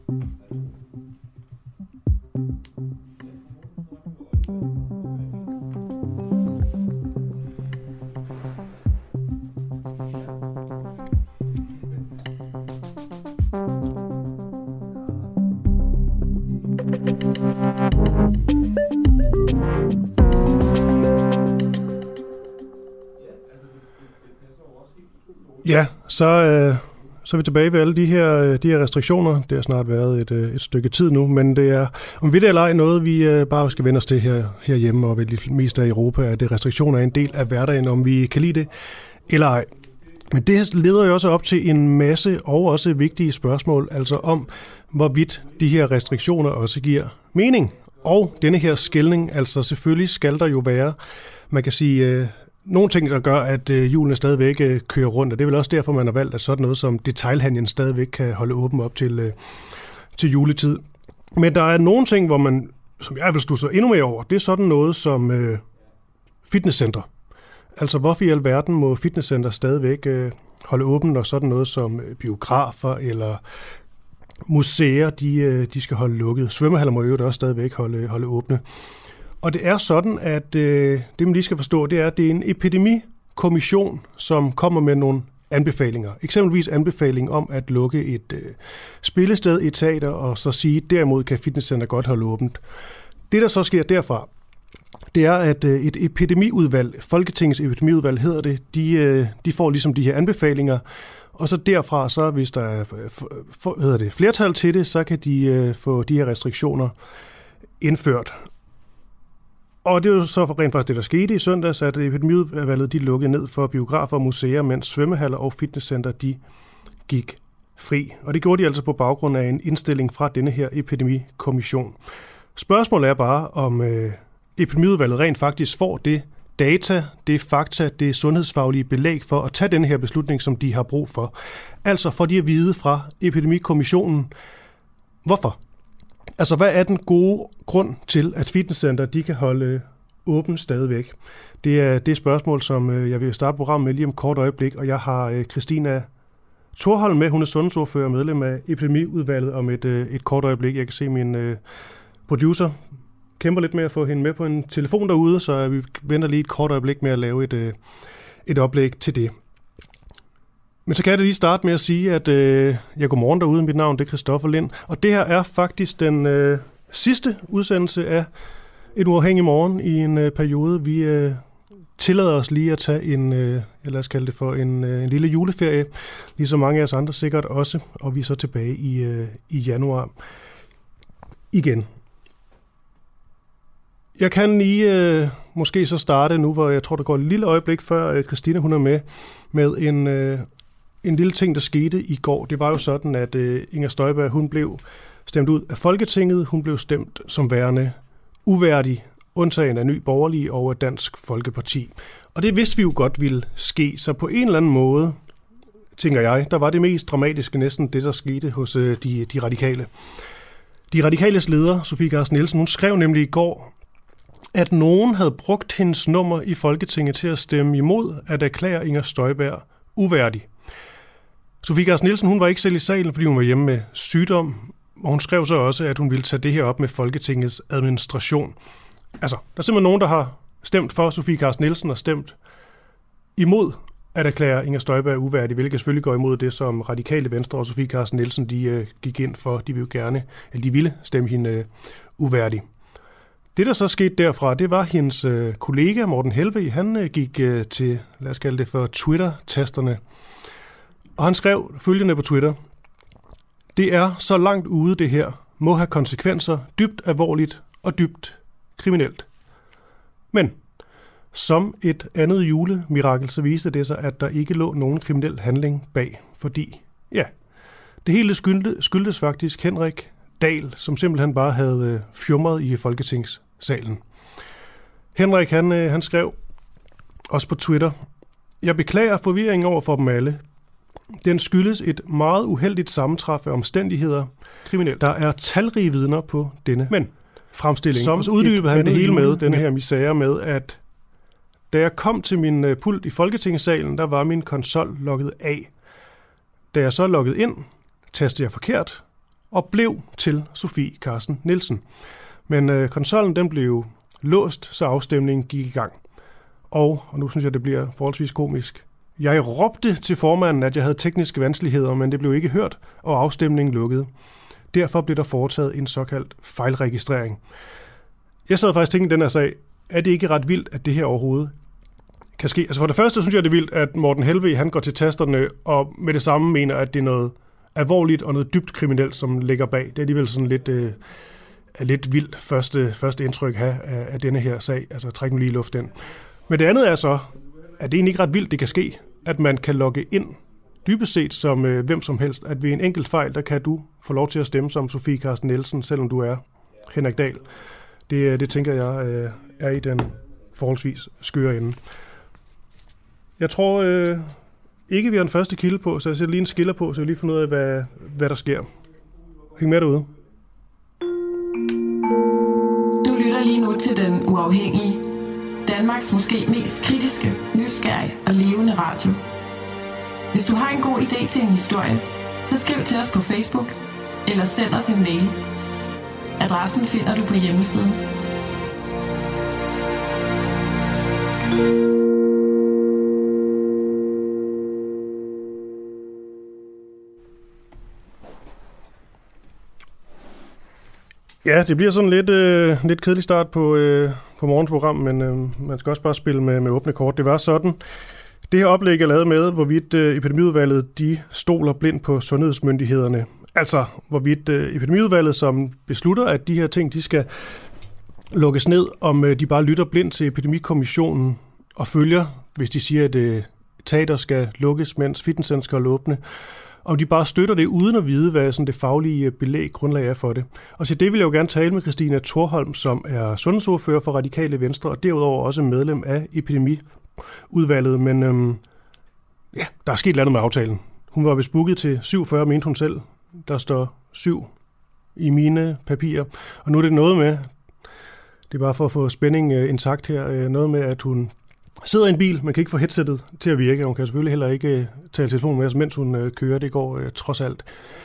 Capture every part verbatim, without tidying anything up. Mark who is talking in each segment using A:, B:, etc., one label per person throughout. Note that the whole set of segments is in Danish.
A: Ja, så, øh, så er vi tilbage ved alle de her, de her restriktioner. Det har snart været et, et stykke tid nu, men det er, om vi det eller ej, noget vi øh, bare skal vende os til her, herhjemme og vel mest af Europa, at det restriktioner er en del af hverdagen, om vi kan lide det eller ej. Men det leder jo også op til en masse og også vigtige spørgsmål, altså om hvorvidt de her restriktioner også giver mening. Og denne her skelning, altså selvfølgelig skal der jo være, man kan sige, øh, nogle ting, der gør, at øh, hjulene stadigvæk øh, kører rundt, og det er vel også derfor, man har valgt, at sådan noget som detailhandlen stadigvæk kan holde åben op til, øh, til juletid. Men der er nogle ting, hvor man, som jeg vil studse endnu mere over, det er sådan noget som øh, fitnesscenter. Altså hvorfor i alverden må fitnesscenter stadigvæk øh, holde åben, og sådan noget som øh, biografer eller museer, de, øh, de skal holde lukket. Svømmehaller må jo også stadigvæk holde, holde åbne. Og det er sådan, at øh, det man lige skal forstå, det er, at det er en epidemikommission, som kommer med nogle anbefalinger. Eksempelvis anbefaling om at lukke et øh, spillested, et teater, og så sige, derimod kan fitnesscenter godt holde åbent. Det, der så sker derfra, det er, at øh, et epidemiudvalg, Folketingets epidemiudvalg hedder det, de, øh, de får ligesom de her anbefalinger, og så derfra, så hvis der er for, hedder det, flertal til det, så kan de øh, få de her restriktioner indført. Og det er jo så rent faktisk det, der skete i søndags, at epidemiudvalget de lukkede ned for biografer og museer, mens svømmehaller og fitnesscenter de gik fri. Og det gjorde de altså på baggrund af en indstilling fra denne her epidemikommission. Spørgsmålet er bare, om øh, epidemiudvalget rent faktisk får det data, det fakta, det sundhedsfaglige belæg for at tage denne her beslutning, som de har brug for. Altså for de at vide fra epidemikommissionen, hvorfor? Altså, hvad er den gode grund til, at fitnesscenter de kan holde åben stadigvæk? Det er det spørgsmål, som jeg vil starte programmet med lige om kort øjeblik, og jeg har Christina Thorholm med. Hun er sundhedsordfører og medlem af epidemiudvalget om et, et kort øjeblik. Jeg kan se min producer kæmper lidt med at få hende med på en telefon derude, så vi venter lige et kort øjeblik med at lave et, et oplæg til det. Men så kan jeg da lige starte med at sige, at øh, jeg godmorgen derude. Mit navn det er Christoffer Lind, og det her er faktisk den øh, sidste udsendelse af Et Uafhængigt Morgen i en øh, periode. Vi øh, tillader os lige at tage en, øh, lad os kalde det for en, øh, en lille juleferie, ligesom mange af os andre sikkert også, og vi er så tilbage i, øh, i januar igen. Jeg kan lige øh, måske så starte nu, hvor jeg tror, der går et lille øjeblik før øh, Christina hun er med, med en... Øh, En lille ting, der skete i går, det var jo sådan, at uh, Inger Støjberg, hun blev stemt ud af Folketinget. Hun blev stemt som værende uværdig, undtagen af Ny Borgerlige og af Dansk Folkeparti. Og det vidste vi jo godt ville ske, så på en eller anden måde, tænker jeg, der var det mest dramatiske næsten det, der skete hos uh, de, de radikale. De radikales leder, Sofie Carsten Nielsen, hun skrev nemlig i går, at nogen havde brugt hendes nummer i Folketinget til at stemme imod at erklære Inger Støjberg uværdig. Sofie Carsten Nielsen, hun var ikke selv i salen, fordi hun var hjemme med sygdom, og hun skrev så også, at hun ville tage det her op med Folketingets administration. Altså, der er simpelthen nogen, der har stemt for Sofie Carsten Nielsen og stemt imod at erklære Inger Støjberg uværdig, hvilket selvfølgelig går imod det, som Radikale Venstre og Sofie Carsten Nielsen de, øh, gik ind for. De ville jo gerne, eller de ville stemme hende øh, uværdig. Det, der så skete derfra, det var hendes øh, kollega Morten Helveg. Han øh, gik øh, til, lad os kalde det for Twitter-tasterne, og han skrev følgende på Twitter: "Det er så langt ude det her, må have konsekvenser, dybt alvorligt og dybt kriminelt." Men som et andet julemirakel, så viste det sig, at der ikke lå nogen kriminel handling bag, fordi, ja, det hele skyldtes, skyldtes faktisk Henrik Dahl, som simpelthen bare havde øh, fjumret i Folketingssalen. Henrik, han, øh, han skrev også på Twitter: "Jeg beklager forvirringen over for dem alle. Den skyldes et meget uheldigt sammentræf af omstændigheder kriminelt. Der er talrige vidner på denne men fremstilling." Som så uddybede han det hele med, denne her misære med, at da jeg kom til min pult i Folketingssalen, der var min konsol logget af. Da jeg så loggede ind, tastede jeg forkert, og blev til Sofie Carsten Nielsen. Men øh, konsollen den blev låst, så afstemningen gik i gang. Og, og nu synes jeg, det bliver forholdsvis komisk. Jeg råbte til formanden, at jeg havde tekniske vanskeligheder, men det blev ikke hørt, og afstemningen lukkede. Derfor blev der foretaget en såkaldt fejlregistrering. Jeg sad faktisk og tænkte i den her sag, er det ikke ret vildt, at det her overhovedet kan ske? Altså for det første synes jeg, det er vildt, at Morten Helveg, han går til tasterne og med det samme mener, at det er noget alvorligt og noget dybt kriminelt, som ligger bag. Det er alligevel sådan lidt, øh, lidt vildt første, første indtryk have af, af denne her sag. Altså træk nu lige luft ind. Men det andet er så, at det egentlig ikke ret vildt, det kan ske, at man kan logge ind dybest set som øh, hvem som helst, at ved en enkelt fejl, der kan du få lov til at stemme som Sofie Carsten Nielsen, selvom du er Henrik Dahl. Det, det tænker jeg øh, er i den forholdsvis skøre ende. Jeg tror øh, ikke, vi har den første kilde på, så jeg sætter lige en skiller på, så jeg lige finder ud af, hvad, hvad der sker. Hæng med derude.
B: Du lytter lige nu til Den Uafhængige. Danmarks måske mest kritiske, nysgerrige og levende radio. Hvis du har en god idé til en historie, så skriv til os på Facebook eller send os en mail. Adressen finder du på hjemmesiden.
A: Ja, det bliver sådan lidt, øh, lidt kedelig start på, øh, på morgens program, men øh, man skal også bare spille med, med åbne kort. Det var sådan. Det her oplæg er lavet med, hvorvidt øh, epidemiudvalget de stoler blindt på sundhedsmyndighederne. Altså, hvorvidt øh, epidemiudvalget, som beslutter, at de her ting de skal lukkes ned, om øh, de bare lytter blindt til epidemikommissionen og følger, hvis de siger, at øh, teater skal lukkes, mens fitnesscenter skal åbne. Om de bare støtter det, uden at vide, hvad sådan det faglige belæg grundlag er for det. Og til det vil jeg jo gerne tale med Christina Thorholm, som er sundhedsordfører for Radikale Venstre, og derudover også medlem af epidemiudvalget. Men øhm, ja, der er sket noget med aftalen. Hun var vist booket til syvogfyrre, mente hun selv. Der står syv i mine papirer. Og nu er det noget med, det er bare for at få spænding øh, intakt her, øh, noget med, at hun sidder i en bil, man kan ikke få headsettet til at virke. Hun kan selvfølgelig heller ikke uh, tale telefonen med os, mens hun uh, kører. Det går uh, trods alt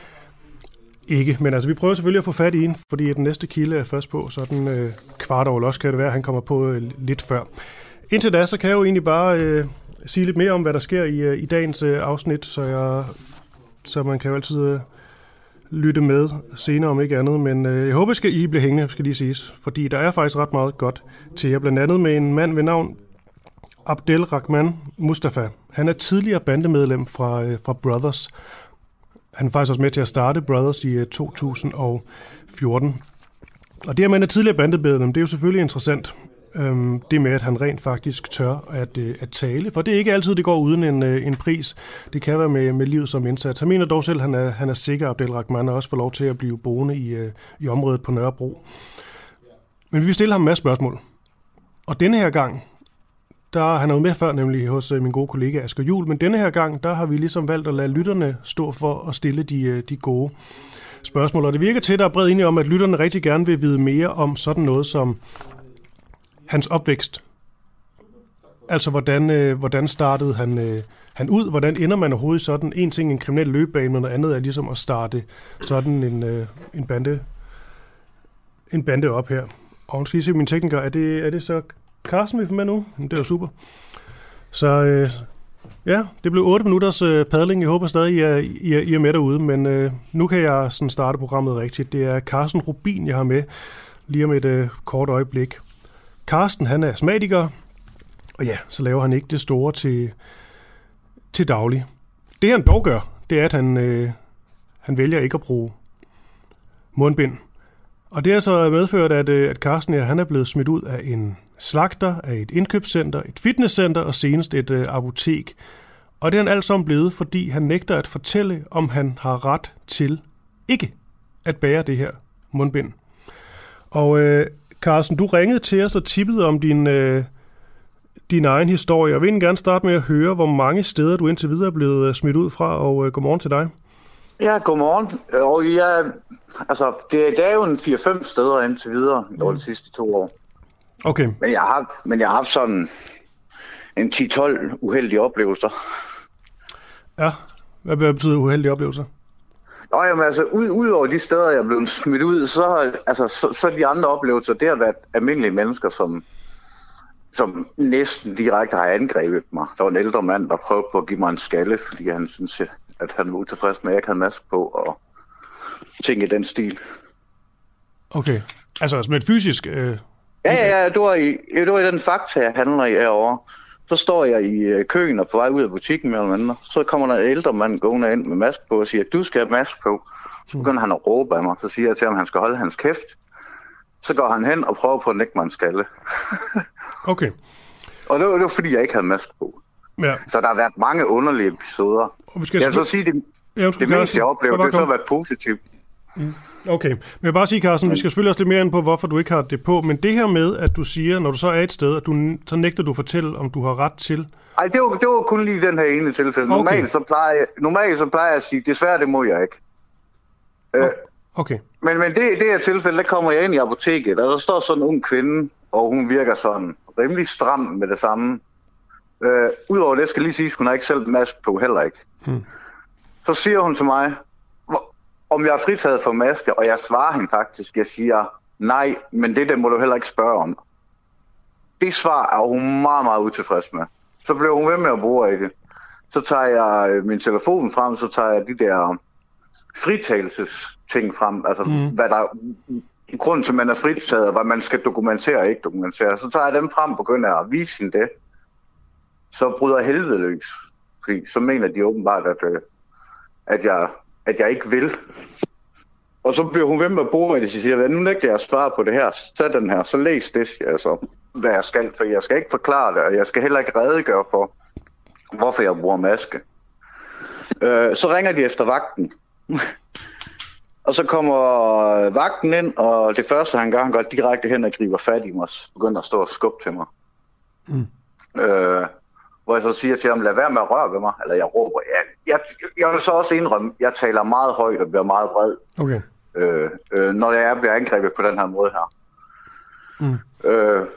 A: ikke. Men altså, vi prøver selvfølgelig at få fat i en, fordi den næste kilde er først på, så den uh, kvart over også kan det være, at han kommer på uh, lidt før. Indtil da, så kan jeg jo egentlig bare uh, sige lidt mere om, hvad der sker i, uh, i dagens uh, afsnit, så, jeg, så man kan jo altid uh, lytte med senere om ikke andet. Men uh, jeg håber, at I bliver hængende, skal lige siges, fordi der er faktisk ret meget godt til jer. Blandt andet med en mand ved navn Abdelrahman Mustafa. Han er tidligere bandemedlem fra, øh, fra Brothers. Han er faktisk også med til at starte Brothers i øh, to tusind og fjorten. Og det, at man er tidligere bandemedlem, det er jo selvfølgelig interessant. Øhm, det med, at han rent faktisk tør at, øh, at tale. For det er ikke altid, det går uden en, øh, en pris. Det kan være med, med livet som indsats. Han mener dog selv, at han er, han er sikker, Abdelrahman, og også får lov til at blive boende i, øh, i området på Nørrebro. Men vi vil stille ham en masse spørgsmål. Og denne her gang, Der, han er jo med før, nemlig hos min gode kollega Asger Juhl, men denne her gang, der har vi ligesom valgt at lade lytterne stå for at stille de, de gode spørgsmål. Og det virker til, at der er bred enighed om, at lytterne rigtig gerne vil vide mere om sådan noget som hans opvækst. Altså, hvordan, hvordan startede han, han ud? Hvordan ender man overhovedet i sådan en ting, en kriminel løbebane, men noget andet er ligesom at starte sådan en, en, bande, en bande op her. Og nu skal I se min tekniker, er det, er det så Carsten, vi får med nu? Det er jo super. Så øh, ja, det blev otte minutters øh, padling. Jeg håber stadig, I er, I er, I er med derude, men øh, nu kan jeg sådan starte programmet rigtigt. Det er Carsten Rubin, jeg har med lige om et øh, kort øjeblik. Carsten, han er astmatiker, og ja, så laver han ikke det store til, til daglig. Det han dog gør, det er, at han, øh, han vælger ikke at bruge mundbind. Og det har så medført, at, at Carsten ja, han er blevet smidt ud af en slagter, af et indkøbscenter, et fitnesscenter og senest et uh, apotek. Og det er han alt sammen blevet, fordi han nægter at fortælle, om han har ret til ikke at bære det her mundbind. Og uh, Carsten, du ringede til os og tippede om din, uh, din egen historie. Jeg vil egentlig gerne starte med at høre, hvor mange steder du indtil videre er blevet smidt ud fra, og uh, godmorgen til dig.
C: Ja, godmorgen. Og jeg, altså, det, det er jo en fire fem steder indtil videre over de sidste to år.
A: Okay.
C: Men jeg har, men jeg har haft sådan en ti tolv uheldige oplevelser.
A: Ja, hvad betyder uheldige oplevelser?
C: Nå, jamen, altså, ud, ud over de steder, jeg er blevet smidt ud, så, altså, så, så de andre oplevelser, det har været almindelige mennesker, som, som næsten direkte har angrebet mig. Der var en ældre mand, der prøvede på at give mig en skalle, fordi han synes, at han var utilfreds med, at jeg ikke havde maske på, og ting i den stil.
A: Okay, altså som et fysisk... Øh...
C: Ja, ja, ja, det var i, det var i den Fakta, jeg handler i herovre. Så står jeg i køen og på vej ud af butikken med andre. Så kommer der en ældre mand gående ind med maske på og siger, du skal have maske på. Så begynder han at råbe af mig. Så siger jeg til ham, at han skal holde hans kæft. Så går han hen og prøver på at nægge mig en skalle.
A: Okay.
C: Og det var, det var fordi, jeg ikke havde maske på.
A: Ja.
C: Så der har været mange underlige episoder. Jeg vil så sige, det, ja, det meste jeg oplevede, det har så været positivt.
A: Mm. Okay, men jeg vil bare sige, Carsten, vi skal selvfølgelig også lidt mere ind på, hvorfor du ikke har det på, men det her med, at du siger, når du så er et sted, at du, så nægter du at fortælle, om du har ret til...
C: Ej, det var, det var kun lige den her ene tilfælde.
A: Okay.
C: Normalt, så plejer jeg, normalt så plejer jeg at sige, desværre det må jeg ikke.
A: Okay. okay.
C: Men, men det, det her tilfælde, der kommer jeg ind i apoteket, og der står sådan en ung kvinde, og hun virker sådan rimelig stram med det samme. Øh, Udover det skal lige sige, at hun har ikke selv maske på, heller ikke. Hmm. Så siger hun til mig, om jeg er fritaget for maske, og jeg svarer hende faktisk. Jeg siger, nej, men det der må du heller ikke spørge om. Det svar er hun meget, meget utilfreds med. Så blev hun ved med at bruge i det. Så tager jeg min telefon frem, så tager jeg de der fritagelsesting frem. Altså, mm. hvad der grunden til, at man er fritaget, hvad man skal dokumentere og ikke dokumentere. Så tager jeg dem frem og begynder at vise hende det. Så bryder helvede løs. Fordi så mener de åbenbart, at, at jeg... at jeg ikke vil. Og så bliver hun ved med at bruge i det, så siger jeg, nu nægter jeg at svare på det her, så den her, så læs det, altså, hvad jeg skal, for jeg skal ikke forklare det, og jeg skal heller ikke redegøre for, hvorfor jeg bruger maske. Øh, så ringer de efter vagten. Og så kommer vagten ind, og det første han gør, han går direkte hen og griber fat i mig, og begynder at stå og skubbe til mig. Mm. Øh, hvor jeg så siger til ham, lad være med at røre ved mig, eller jeg råber. Jeg, jeg, jeg vil så også indrømme, jeg taler meget højt og bliver meget vred,
A: okay.
C: øh, øh, når jeg bliver angrebet på den her måde her. Mm. Øh,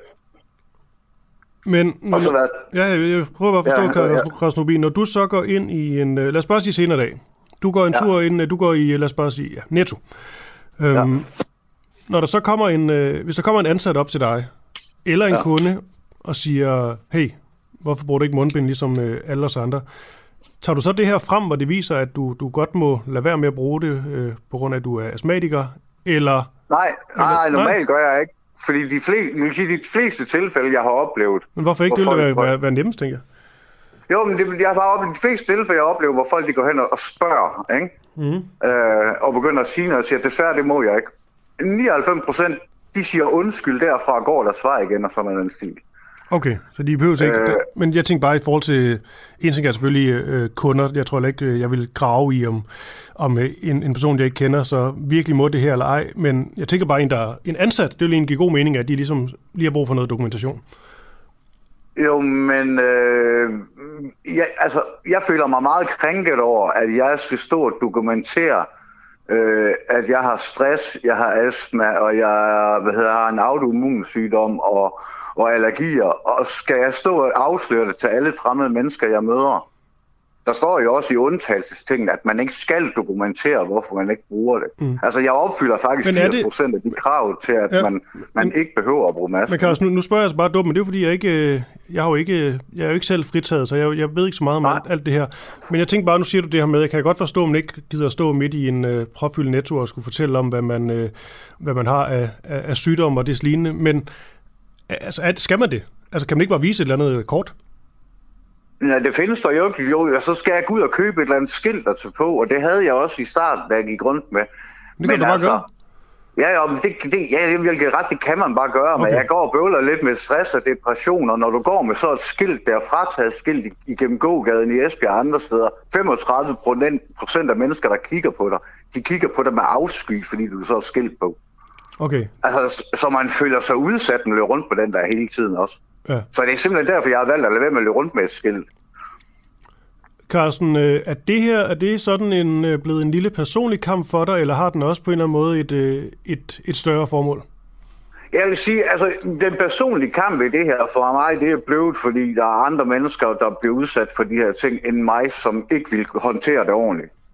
A: Men når,
C: så hvad,
A: ja, jeg prøver bare at forstå, ja, ja. Krasnobin, når du så går ind i en, lad os bare sige senere dag, du går en ja. tur ind, du går i, lad os bare sige, ja, Netto. Øhm, ja. Når der så kommer en, øh, hvis der kommer en ansat op til dig, eller en ja. kunde, og siger, hey, hvorfor bruger du ikke mundbind ligesom øh, alle os andre? Tager du så det her frem, hvor det viser, at du, du godt må lade være med at bruge det, øh, på grund af, at du er astmatiker, eller...
C: Nej, nej, eller, normalt nej? gør jeg ikke. Fordi de fleste, de fleste tilfælde, jeg har oplevet...
A: Men hvorfor ikke? Det ville være, være, være nemmest, tænker jeg.
C: Jo, men det, jeg har oplevet de fleste tilfælde, jeg oplever, hvor folk de går hen og spørger, ikke? Mm. Øh, og begynder at sige noget og siger, desværre, det må jeg ikke. nioghalvfems procent, de siger undskyld derfra og går deres vej igen, og sådan en stil.
A: Okay, så de behøver ikke... Øh, men jeg tænker bare i forhold til... En ting er selvfølgelig øh, kunder. Jeg tror ikke, jeg vil grave i, om, om en, en person, jeg ikke kender, så virkelig må det her eller ej. Men jeg tænker bare, en, der en ansat, det vil egentlig give god mening, at de ligesom lige har brug for noget dokumentation.
C: Jo, men øh, jeg, altså, jeg føler mig meget krænket over, at jeg skal stå og dokumentere, øh, at jeg har stress, jeg har astma, og jeg hvad hedder, har en autoimmun sygdom, og og allergier, og skal jeg stå og afsløre det til alle fremmede mennesker, jeg møder? Der står jo også i undtagelsestingen, at man ikke skal dokumentere, hvorfor man ikke bruger det. Mm. Altså, jeg opfylder faktisk firs procent af de krav til, at ja. man, man men, ikke behøver at bruge maske.
A: Men Carsten, nu, nu spørger jeg så bare dumt, men det er fordi, jeg ikke, jeg har jo ikke, jeg er jo ikke selv fritaget, så jeg, jeg ved ikke så meget om alt, alt det her. Men jeg tænker bare, nu siger du det her med, jeg kan godt forstå, at man ikke gider at stå midt i en uh, propfyldt Netto og skulle fortælle om, hvad man, uh, hvad man har af, af, af sygdom og det lignende, men altså, skal man det? Altså, kan man ikke bare vise et eller andet kort?
C: Ja, det findes der jo ikke. Jo, og så skal jeg gå ud og købe et eller andet skilt der til på, og det havde jeg også i starten, da jeg gik rundt med.
A: Det kan men du bare altså, gøre.
C: Ja, ja, det, det, ja, det, det, ret, det kan man bare gøre, okay. Men jeg går og bøvler lidt med stress og depression, og når du går med så et skilt, der er frataget skilt igennem gågaden i Esbjerg og andre steder, femogtredive procent af mennesker, der kigger på dig, de kigger på dig med afsky, fordi du så er skilt på. Okay. Altså, så man føler sig udsat, når man løber rundt på den der hele tiden også. Ja. Så det er simpelthen derfor, jeg har valgt at lade være med at løbe rundt med et skilt.
A: Carsten, er det her, er det sådan en, blevet en lille personlig kamp for dig, eller har den også på en eller anden måde et, et, et større formål?
C: Jeg vil sige, altså den personlige kamp i det her for mig, det er blevet, fordi der er andre mennesker, der bliver udsat for de her ting, end mig, som ikke vil håndtere det ordentligt.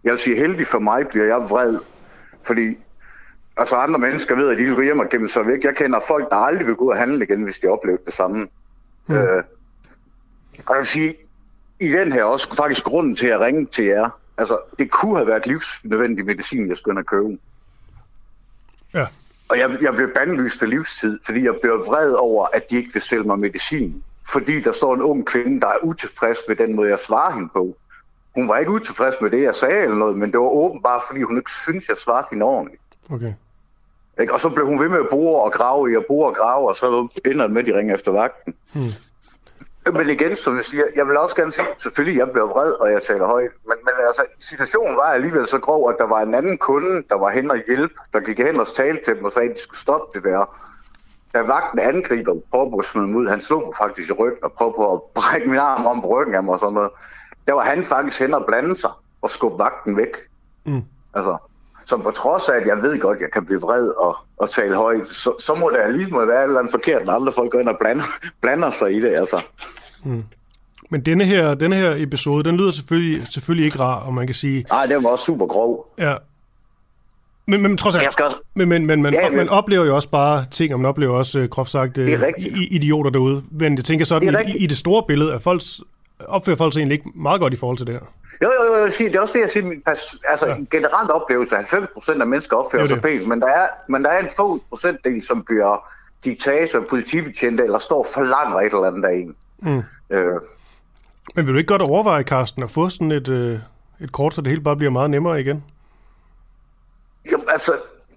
C: Jeg vil sige, heldig for mig bliver jeg vred, fordi altså andre mennesker ved, at de vil ryge mig gennem sig væk. Jeg kender folk, der aldrig vil gå ud og handle igen, hvis de oplever det samme. Mm. Øh, og jeg vil sige, i den her også faktisk grunden til at ringe til jer, altså det kunne have været livsnødvendig medicin, jeg skulle have købe.
A: Ja.
C: Og jeg, jeg blev bandlyst af livstid, fordi jeg blev vred over, at de ikke vil sælge mig medicin. Fordi der står en ung kvinde, der er utilfreds med den måde, jeg svarer hende på. Hun var ikke utilfreds med det, jeg sagde eller noget, men det var åbenbart, fordi hun ikke synes, jeg svarede hende ordentligt.
A: Okay.
C: Ikke? Og så blev hun ved med at bore og grave i og bore og grave, og så ender det med, at de ringer efter vagten. Hmm. Men igen, som jeg siger, jeg vil også gerne sige, selvfølgelig, jeg bliver vred, og jeg taler højt. Men, men altså, situationen var alligevel så grov, at der var en anden kunde, der var hen og hjælp, der gik hen og talte til dem og sagde, at de skulle stoppe det der. Da vagten angriber, prøver på at smide mig ud, han slog mig faktisk i ryggen og prøvede på at brække min arm om på ryggen af mig og sådan noget. Der var han faktisk hen og blande sig og skubbe vagten væk. Mm. Altså, så på trods af, at jeg ved godt, at jeg kan blive vred og, og tale højt, så, så må det lige må være et eller andet forkert, når andre folk går ind og blander, blander sig i det, altså. Mm.
A: Men denne her, denne her episode, den lyder selvfølgelig, selvfølgelig ikke rar, og man kan sige...
C: Nej, det var også super grov.
A: Ja. Men, men trods alt, også... men, men, men, man, ja, man oplever jo også bare ting, og man oplever også groft sagt idioter derude. Men jeg tænker sådan, i, i det store billede, at folk opfører folk sig egentlig ikke meget godt i forhold til det her.
C: Jo, jo, jo, jeg siger, det er også det, jeg siger, min pas, altså ja. generelt oplevelse, halvfems procent af mennesker opfører sig pænt, men der er, men der er en få procentdel, som bliver diktator, politibetjente, eller står for langt et eller andet derinde. Mm. Øh.
A: Men vil du ikke godt overveje, Carsten, at få sådan et, øh, et kort, så det hele bare bliver meget nemmere igen?
C: Jo, altså,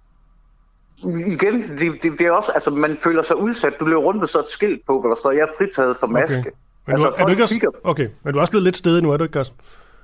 C: igen, det, det bliver også, altså, man føler sig udsat. Du løber rundt med så et skilt på, hvor der står, jeg er fritaget for maske. Okay.
A: Men, altså, du, er, er du ikke også, okay. Men du er også blevet lidt stedig nu, er du ikke, Carsten?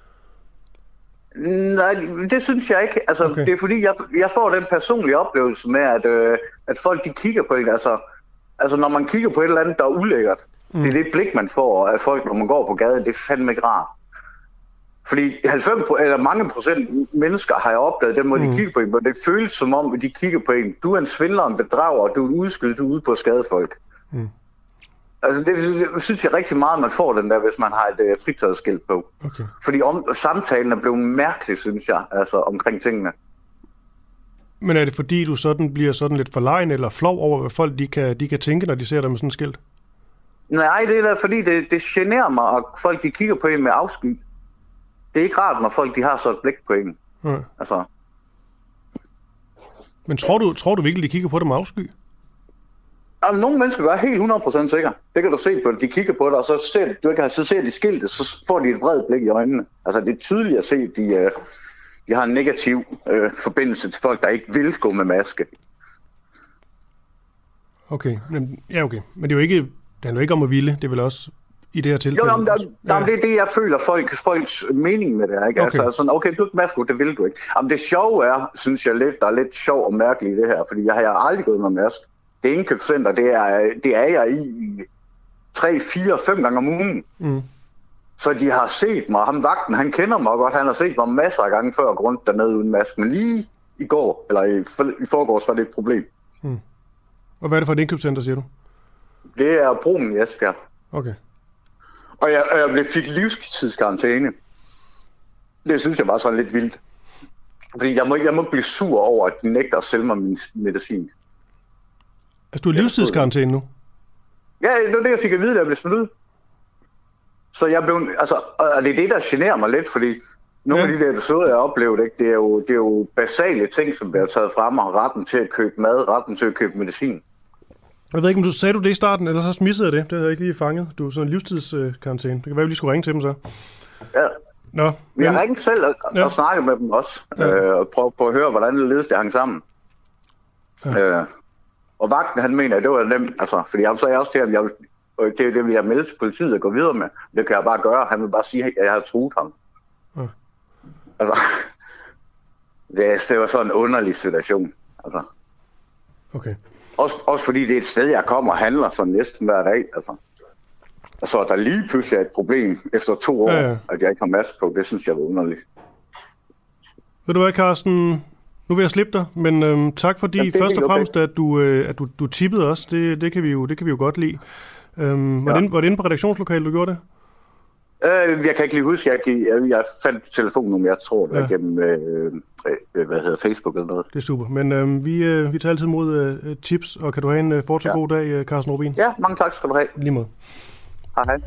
C: Nej, det synes jeg ikke. Altså, okay. Det er fordi, jeg, jeg får den personlige oplevelse med, at, øh, at folk de kigger på en. Altså, altså, når man kigger på et eller andet, der er ulækkert, mm. det er det blik, man får af folk, når man går på gaden. Det er fandme ikke rart. Fordi halvfems eller mange procent mennesker har jeg oplevet den måde, mm. de kigger på en, hvor det føles som om, at de kigger på en. Du er en svindler, en bedrager, du er en udskyld, du er ude på at skade folk. Mm. Altså, det, det synes jeg rigtig meget, man får den der, hvis man har et uh, fritaget på. Okay. Fordi om, samtalen er blevet mærkelig, synes jeg, altså omkring tingene.
A: Men er det fordi, du sådan bliver sådan lidt forlegen eller flov over, hvad folk de kan, de kan tænke, når de ser dig med sådan et skilt?
C: Nej, det er da fordi, det, det generer mig, og folk de kigger på en med afsky. Det er ikke rart, når folk de har så et blik på en. Ja. Altså.
A: Men tror du, tror du virkelig, de kigger på det med afsky?
C: Jamen, nogle mennesker gør helt hundrede procent sikker. Det kan du se på, de kigger på det, og så ser, du ikke, så ser de skiltet, så får de et vredt blik i øjnene. Altså, det er tydeligt at se, at de, øh, de har en negativ øh, forbindelse til folk, der ikke vil gå med maske.
A: Okay, men, ja okay. Men det er jo ikke, det handler jo ikke om at ville, det er vel også i det her tilfælde?
C: Jo, jamen, der, der, ja. det er det, jeg føler, folk, folks mening med det, ikke? Okay. Altså sådan, okay, du er ikke maske, det vil du ikke. Jamen, det sjove er, synes jeg lidt, der er lidt sjov og mærkeligt i det her, fordi jeg har aldrig gået med maske. Det indkøbscenter, det er, det er jeg i, i tre, fire, fem gange om ugen. Mm. Så de har set mig, ham vagten, han kender mig godt, han har set mig masser af gange før og rundt dernede uden maske, men lige i går, eller i, i forgårs, var det et problem.
A: Mm. Og hvad er det for et indkøbscenter, siger du?
C: Det er Broen i Esbjerg.
A: Okay.
C: Og jeg, jeg blev fik livstidskarantæne. Det synes jeg var sådan lidt vildt. Fordi jeg må, jeg må ikke blive sur over, at de nægter at sælge mig min medicin.
A: Altså, du er livstidskarantæne nu?
C: Ja, det var det, jeg fik at vide, da jeg blev smidt ud. Så jeg blev, altså, og det er det, der generer mig lidt, fordi nogle ja. af de der episoder, jeg oplevede, ikke, det, er jo, det er jo basale ting, som bliver taget frem, og retten til at købe mad, retten til at købe medicin.
A: Jeg ved ikke, om du sagde du det i starten, eller så missede jeg det. Det havde jeg ikke lige fanget. Du er sådan en livstidskarantæne. Det kan være, vi lige skulle ringe til dem så.
C: Ja.
A: Nå,
C: men... Jeg ringte selv og, ja. og snakkede med dem også, ja. øh, og prøvede på at høre, hvordan det ledes, det hang sammen. Ja. Øh, og vagten, han mener, at det var nemt, altså, fordi jeg sagde også til ham, jeg, det er det, vi har meldt til politiet at gå videre med. Det kan jeg bare gøre. Han vil bare sige, at jeg har truet ham. Ja. Altså, det var sådan en underlig situation. Altså.
A: Okay.
C: Også, også fordi det er et sted, jeg kommer og handler sådan næsten hver dag. Altså. Og så er der lige pludselig et problem efter to år, ja, ja. at jeg ikke har maske på. Det synes jeg var underligt.
A: Ved du hvad, Carsten? Nu vil jeg slippe dig, men øhm, tak fordi Jamen, først og fremmest, okay. at du, øh, at du, du tippede os. Det, det, kan vi jo, det kan vi jo godt lide. Øhm, var, ja. det, var det inde på redaktionslokalet, du gjorde det?
C: Øh, jeg kan ikke lige huske, jeg, jeg, jeg fandt telefonen, jeg tror, det var ja. gennem øh, hvad hedder Facebook eller noget.
A: Det er super. Men øh, vi, øh, vi tager altid mod øh, tips, og kan du have en øh, fortsat ja. god dag, øh, Carsten Rubin?
C: Ja, mange tak skal du have.
A: Lige måde.
C: Hej hej.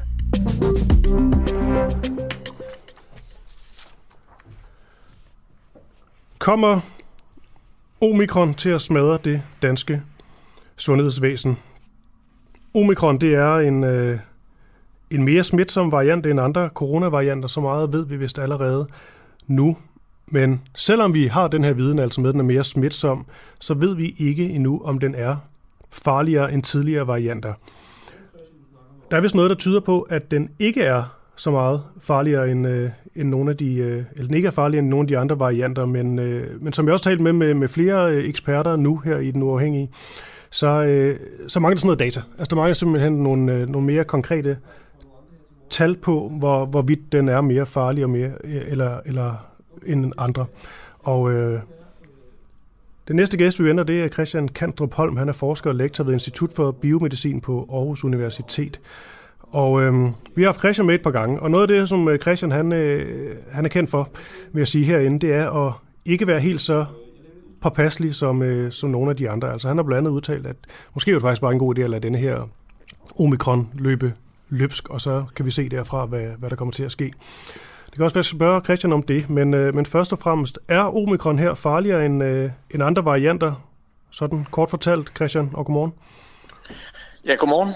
A: Kommer Omikron til at smadre det danske sundhedsvæsen? Omikron, det er en, øh, en mere smitsom variant end andre coronavarianter, så meget ved vi vist allerede nu. Men selvom vi har den her viden, altså med, den er mere smitsom, så ved vi ikke endnu, om den er farligere end tidligere varianter. Der er vist noget, der tyder på, at den ikke er så meget farligere end, øh, end nogle af de, øh, eller den ikke er farligere end nogle af de andre varianter, men, øh, men som jeg også talt med, med med flere eksperter nu her i Den Uafhængige, så, øh, så mangler der sådan noget data. Altså der mangler simpelthen nogle, øh, nogle mere konkrete tal på, hvor, hvorvidt den er mere farlig og mere, eller, eller end andre. Og øh, den næste gæst, vi venter, det er Christian Kandrup Holm. Han er forsker og lektor ved Institut for Biomedicin på Aarhus Universitet. Og øh, vi har haft Christian med et par gange, og noget af det, som Christian han, øh, han er kendt for, vil jeg sige herinde, det er at ikke være helt så påpasselig som, øh, som nogle af de andre. Altså han har blandt andet udtalt, at måske er det faktisk bare en god idé at lade denne her Omikron løbe løbsk, og så kan vi se derfra, hvad, hvad der kommer til at ske. Det kan også være, at jeg spørge Christian om det, men, øh, men først og fremmest, er Omikron her farligere end, øh, end andre varianter? Sådan kort fortalt, Christian, og godmorgen.
D: Ja, godmorgen.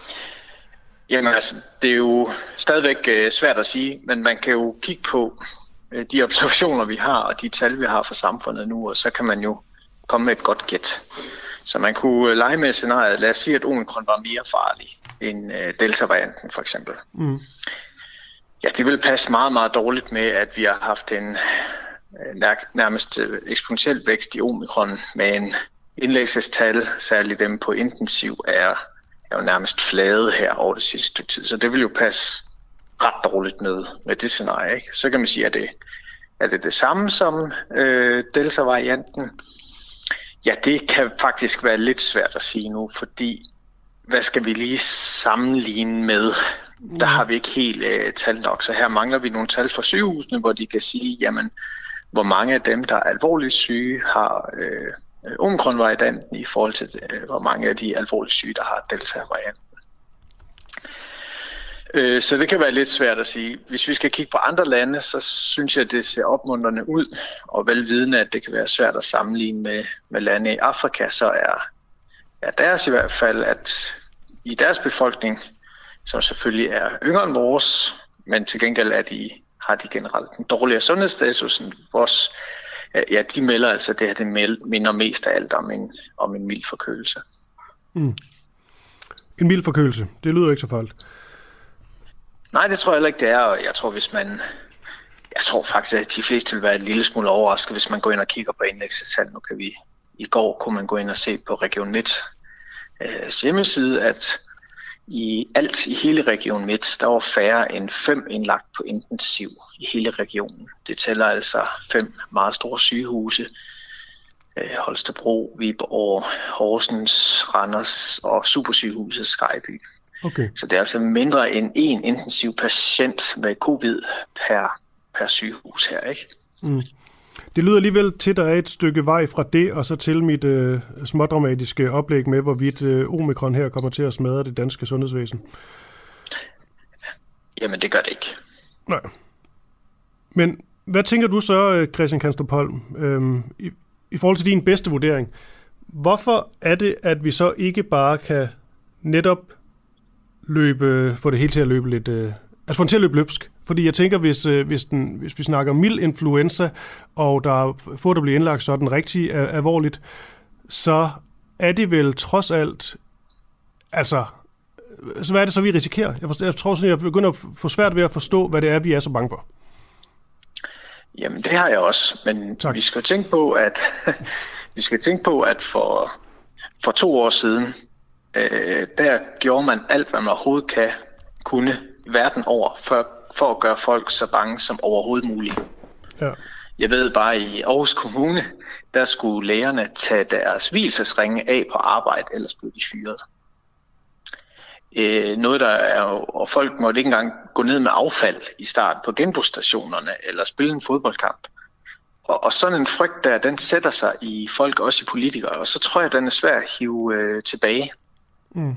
D: Jamen altså, det er jo stadigvæk øh, svært at sige, men man kan jo kigge på øh, de observationer, vi har, og de tal, vi har for samfundet nu, og så kan man jo komme med et godt gæt. Så man kunne øh, lege med scenariet. Lad os sige, at Omikron var mere farlig end øh, Delta-varianten for eksempel. Mm. Ja, det vil passe meget, meget dårligt med, at vi har haft en øh, nærmest øh, eksponentiel vækst i Omikron med en indlæggelsestal, særligt dem på intensiv, er er jo nærmest flade her over det sidste stykke tid, så det vil jo passe ret dårligt med, med det scenarie, ikke? Så kan man sige, at det er det det samme som øh, Delta-varianten. Ja, det kan faktisk være lidt svært at sige nu, fordi hvad skal vi lige sammenligne med? Der har vi ikke helt øh, tal nok, så her mangler vi nogle tal fra sygehusene, hvor de kan sige, jamen, hvor mange af dem, der er alvorligt syge, har øh, Omikron-varianten i forhold til, øh, hvor mange af de alvorligt syge, der har Delta-varianten. Øh, så det kan være lidt svært at sige. Hvis vi skal kigge på andre lande, så synes jeg, at det ser opmuntrende ud, og velvidende, at det kan være svært at sammenligne med, med lande i Afrika, så er, er deres i hvert fald, at i deres befolkning, som selvfølgelig er yngre end vores, men til gengæld er de, har de generelt en dårligere sundhedsstatus end vores. Ja, de melder altså, det her det minder mest af alt om en, om en mild forkølelse.
A: Mm. En mild forkølelse, det lyder ikke så farligt.
D: Nej, det tror jeg heller ikke, det er, og jeg tror, hvis man, jeg tror faktisk, at de fleste vil være en lille smule overrasket, hvis man går ind og kigger på indlæggelsestal. Nu kan vi, i går kunne man gå ind og se på Region Midts hjemmeside, at i alt i hele Region Midt, der var færre end fem indlagt på intensiv i hele regionen. Det tæller altså fem meget store sygehuse. Holstebro, Viborg, Horsens, Randers og supersygehuset Skejby. Okay. Så det er altså mindre end én intensiv patient med covid per, per sygehus her, ikke?
A: Mm. Det lyder alligevel til, at der er et stykke vej fra det, og så til mit øh, smådramatiske oplæg med, hvorvidt øh, Omikron her kommer til at smadre det danske sundhedsvæsen.
D: Jamen, det gør det ikke.
A: Nej. Men hvad tænker du så, Christian Kandrup Holm, øhm, i, i forhold til din bedste vurdering? Hvorfor er det, at vi så ikke bare kan netop løbe, få det hele til at løbe lidt, øh, altså få den til at løbe løbsk? Fordi jeg tænker, hvis, øh, hvis, den, hvis vi snakker mild influenza, og der får det blive indlagt sådan rigtig øh, alvorligt, så er det vel trods alt, altså, så hvad er det så, vi risikerer? Jeg, forstår, jeg tror sådan, jeg begynder at få svært ved at forstå, hvad det er, vi er så bange for.
D: Jamen, det har jeg også, men tak. vi skal tænke på, at vi skal tænke på, at for, for to år siden, øh, der gjorde man alt, hvad man overhovedet kan kunne verden over, for, for at gøre folk så bange som overhovedet muligt. Ja. Jeg ved bare, i Aarhus Kommune, der skulle lægerne tage deres hvilesesringe af på arbejde, ellers blev de fyret. Øh, noget der er jo, og folk måtte ikke engang gå ned med affald i start på genbrugsstationerne eller spille en fodboldkamp. Og, og sådan en frygt der, den sætter sig i folk, også i politikere, og så tror jeg, den er svær at hive øh, tilbage.
A: Mm.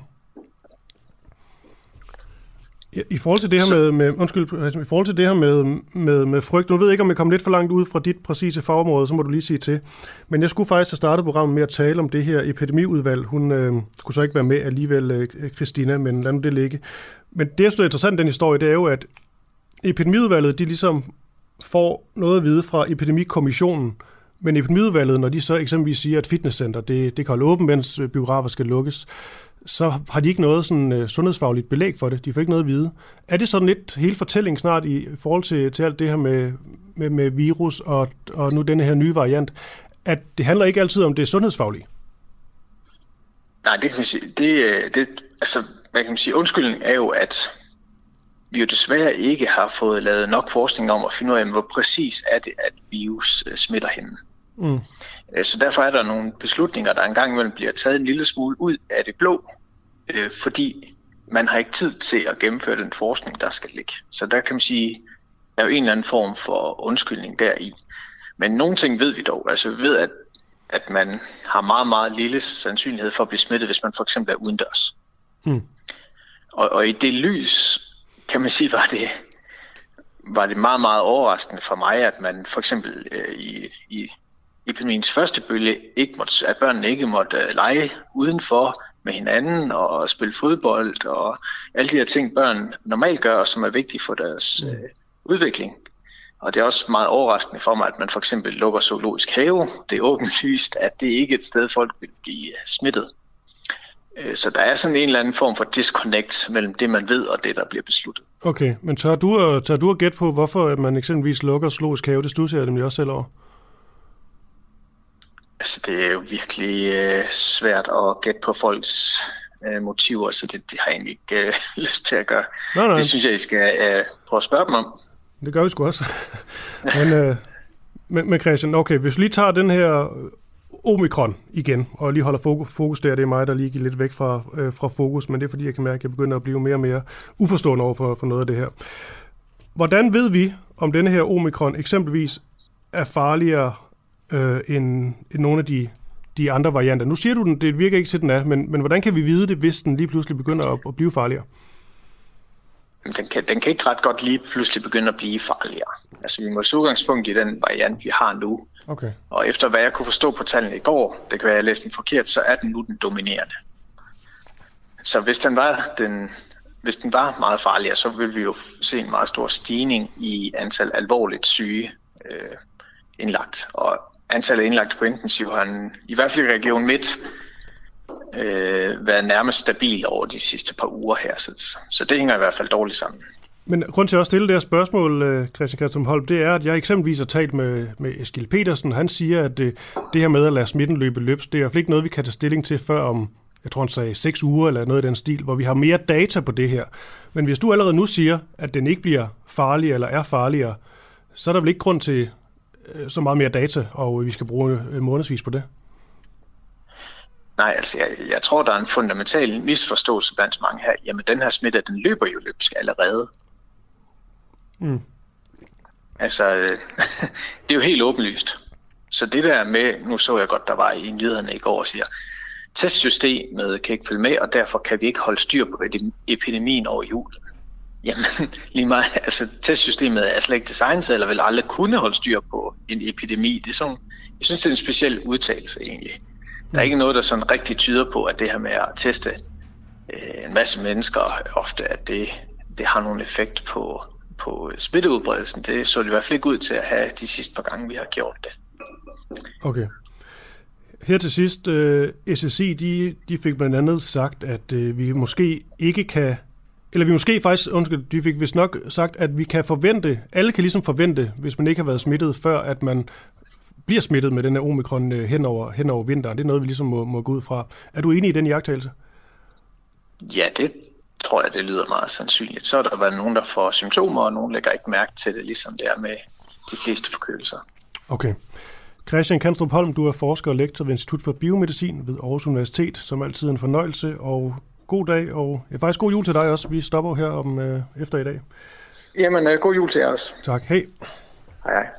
A: I forhold til det her med, med undskyld, i forhold til det her med, med, med frygt, nu ved jeg ikke, om jeg kom lidt for langt ud fra dit præcise fagområde, så må du lige sige til. Men jeg skulle faktisk have startet programmet med at tale om det her epidemiudvalg. Hun øh, kunne så ikke være med alligevel, øh, Christina, men lad nu det ligge. Men det, jeg synes er interessant den historie, det er jo, at epidemiudvalget, de ligesom får noget at vide fra epidemikommissionen, men epidemiudvalget, når de så eksempelvis siger, at fitnesscenter, det, det kan holde åbent, mens biografer skal lukkes, så har de ikke noget sådan, uh, sundhedsfagligt belæg for det. De får ikke noget at vide. Er det sådan lidt hele fortælling snart i forhold til, til alt det her med, med, med virus og, og nu denne her nye variant, at det handler ikke altid om det sundhedsfaglige?
D: Nej, det kan man sige. Det, det, altså, hvad kan man sige? Undskyldning er jo, at vi jo desværre ikke har fået lavet nok forskning om at finde ud af, hvor præcis er det, at virus smitter hende. Mm. Så derfor er der nogle beslutninger, der engang imellem bliver taget en lille smule ud af det blå, øh, fordi man har ikke tid til at gennemføre den forskning, der skal ligge. Så der kan man sige, der er jo en eller anden form for undskyldning deri. Men nogle ting ved vi dog. Altså vi ved, at, at man har meget, meget lille sandsynlighed for at blive smittet, hvis man for eksempel er udendørs. Mm. Og, og i det lys, kan man sige, var det, var det meget, meget overraskende for mig, at man for eksempel øh, i... i epidemiens første bølge, ikke måtte, at børnene ikke måtte uh, lege udenfor med hinanden og spille fodbold og alle de her ting, børn normalt gør, og som er vigtige for deres uh, udvikling. Og det er også meget overraskende for mig, at man for eksempel lukker zoologisk have. Det er åbenlyst, at det ikke er et sted, folk vil blive uh, smittet. Uh, så der er sådan en eller anden form for disconnect mellem det, man ved, og det, der bliver besluttet.
A: Okay, men tør du, tør du at gætte på, hvorfor man eksempelvis lukker zoologisk have? Det studser jeg nemlig også selv over.
D: Altså, det er jo virkelig øh, svært at gætte på folks øh, motiver, så det, det har jeg egentlig ikke øh, lyst til at gøre. Nej, nej. Det synes jeg, I skal øh, prøve at spørge dem om.
A: Det gør vi sgu også. men, øh, men, men Christian, okay, hvis vi lige tager den her omikron igen, og lige holder fokus, fokus der, det er mig, der lige giver lidt væk fra, øh, fra fokus, men det er fordi, jeg kan mærke, at jeg begynder at blive mere og mere uforstående over for, for noget af det her. Hvordan ved vi, om denne her omikron eksempelvis er farligere Øh, end, end nogle af de, de andre varianter? Nu siger du, den, det virker ikke til, den er, men, men hvordan kan vi vide det, hvis den lige pludselig begynder at, at blive farligere?
D: Den kan, den kan ikke ret godt lige pludselig begynde at blive farligere. Altså, vi må se udgangspunkt i den variant, vi har nu.
A: Okay.
D: Og efter hvad jeg kunne forstå på tallene i går, det kan være, at jeg læste den forkert, så er den nu den dominerende. Så hvis den var, den, hvis den var meget farligere, så vil vi jo se en meget stor stigning i antal alvorligt syge øh, indlagt. Og antallet indlagt på intensiv har en, i hvert fald i Region Midt øh, været nærmest stabil over de sidste par uger her. Så, så det hænger i hvert fald dårligt sammen.
A: Men grund til at stille det her spørgsmål, Christian Katzum-Holm, det er, at jeg eksempelvis har talt med, med Eskild Petersen. Han siger, at det, det her med at lade smitten løbe løbs, det er i hvert fald ikke noget, vi kan tage stilling til før om, jeg tror han sagde, seks uger eller noget i den stil, hvor vi har mere data på det her. Men hvis du allerede nu siger, at den ikke bliver farlig eller er farligere, så er der vel ikke grund til så meget mere data, og vi skal bruge månedsvis på det?
D: Nej, altså jeg, jeg tror, der er en fundamental misforståelse blandt mange her. Jamen, den her smitte, den løber jo løbsk allerede. Mm. Altså, det er jo helt åbenlyst. Så det der med, nu så jeg godt, der var i nyhederne i går og siger, testsystemet kan ikke følge med, og derfor kan vi ikke holde styr på epidemien over julen. Jamen, lige meget, altså testsystemet er slet ikke designet, eller vil aldrig kunne holde styr på en epidemi. Det er sådan, jeg synes, det er en speciel udtalelse egentlig. Der er ikke noget, der sådan rigtig tyder på, at det her med at teste øh, en masse mennesker ofte, at det, det har nogen effekt på, på smitteudbredelsen. Det så det i hvert fald ikke ud til at have de sidste par gange, vi har gjort det.
A: Okay. Her til sidst, øh, S S I, de, de fik blandt andet sagt, at øh, vi måske ikke kan, eller vi måske faktisk, undskyld, de fik vist nok sagt, at vi kan forvente, alle kan ligesom forvente, hvis man ikke har været smittet før, at man bliver smittet med den her omikron hen over, hen over vinteren. Det er noget, vi ligesom må, må gå ud fra. Er du enig i den iagttagelse?
D: Ja, det tror jeg, det lyder meget sandsynligt. Så er der været nogen, der får symptomer, og nogen lægger ikke mærke til det, ligesom det er med de fleste forkølelser.
A: Okay. Christian Kanstrup Holm, du er forsker og lektor ved Institut for Biomedicin ved Aarhus Universitet, som altid en fornøjelse, og god dag, og ja, faktisk god jul til dig også. Vi stopper her om øh, efter i dag.
D: Jamen, øh, god jul til jer også.
A: Tak. Hej.
D: Hej, hej.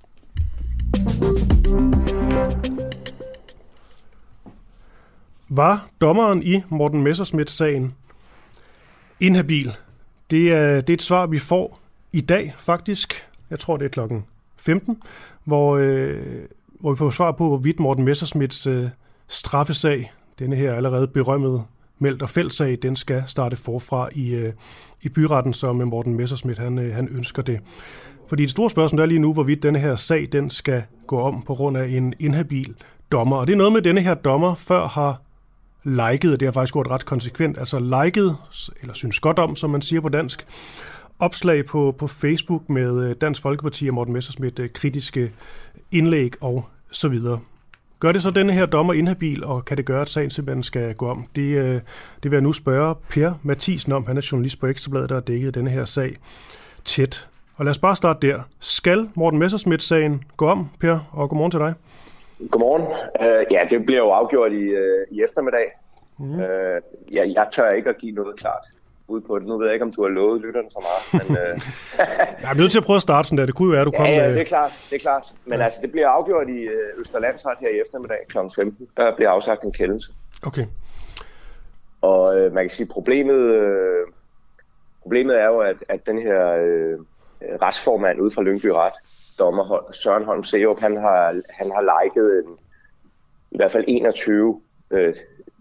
A: Var dommeren i Morten Messerschmidt-sagen inhabil? Det er, det er et svar, vi får i dag faktisk. Jeg tror, det er klokken femten, hvor, øh, hvor vi får svar på, hvorvidt Morten Messerschmidts øh, straffesag, denne her allerede berømmede meldt og fældsag, den skal starte forfra i, øh, i byretten, som Morten Messerschmidt han, øh, han ønsker det. Fordi det store spørgsmål er lige nu, hvorvidt denne her sag, den skal gå om på grund af en inhabil dommer. Og det er noget med, denne her dommer før har liket, og det har faktisk gået ret konsekvent, altså liket, eller synes godt om, som man siger på dansk, opslag på, på Facebook med Dansk Folkeparti og Morten Messerschmidt, kritiske indlæg og så videre. Gør det så denne her dommer inhabil, og kan det gøre, at sagen simpelthen skal gå om? Det, det vil jeg nu spørge Per Mathisen om. Han er journalist på Ekstra Bladet, der har dækket denne her sag tæt. Og lad os bare starte der. Skal Morten Messerschmidt-sagen gå om, Per? Og godmorgen til dig.
E: Godmorgen. Uh, ja, det bliver jo afgjort i, uh, i eftermiddag. Mm. Uh, ja, jeg tør ikke at give noget klart ud på det. Nu ved jeg ikke, om du har lovet lytterne så meget. Men, uh...
A: jeg er nødt til at prøve at starte sådan der. Det kunne jo være, at du
E: ja,
A: kom
E: ja,
A: med...
E: det er klart. Det er klart. Men ja. altså, det bliver afgjort i uh, Østerlandsret her i eftermiddag klokken femten. Der bliver afsagt en kendelse.
A: Okay.
E: Og uh, man kan sige, problemet, uh, problemet er jo, at, at den her uh, retsformand ude fra Lyngby Ret, dommer Søren Holm Serup, han har, han har liket en, i hvert fald enogtyve øh,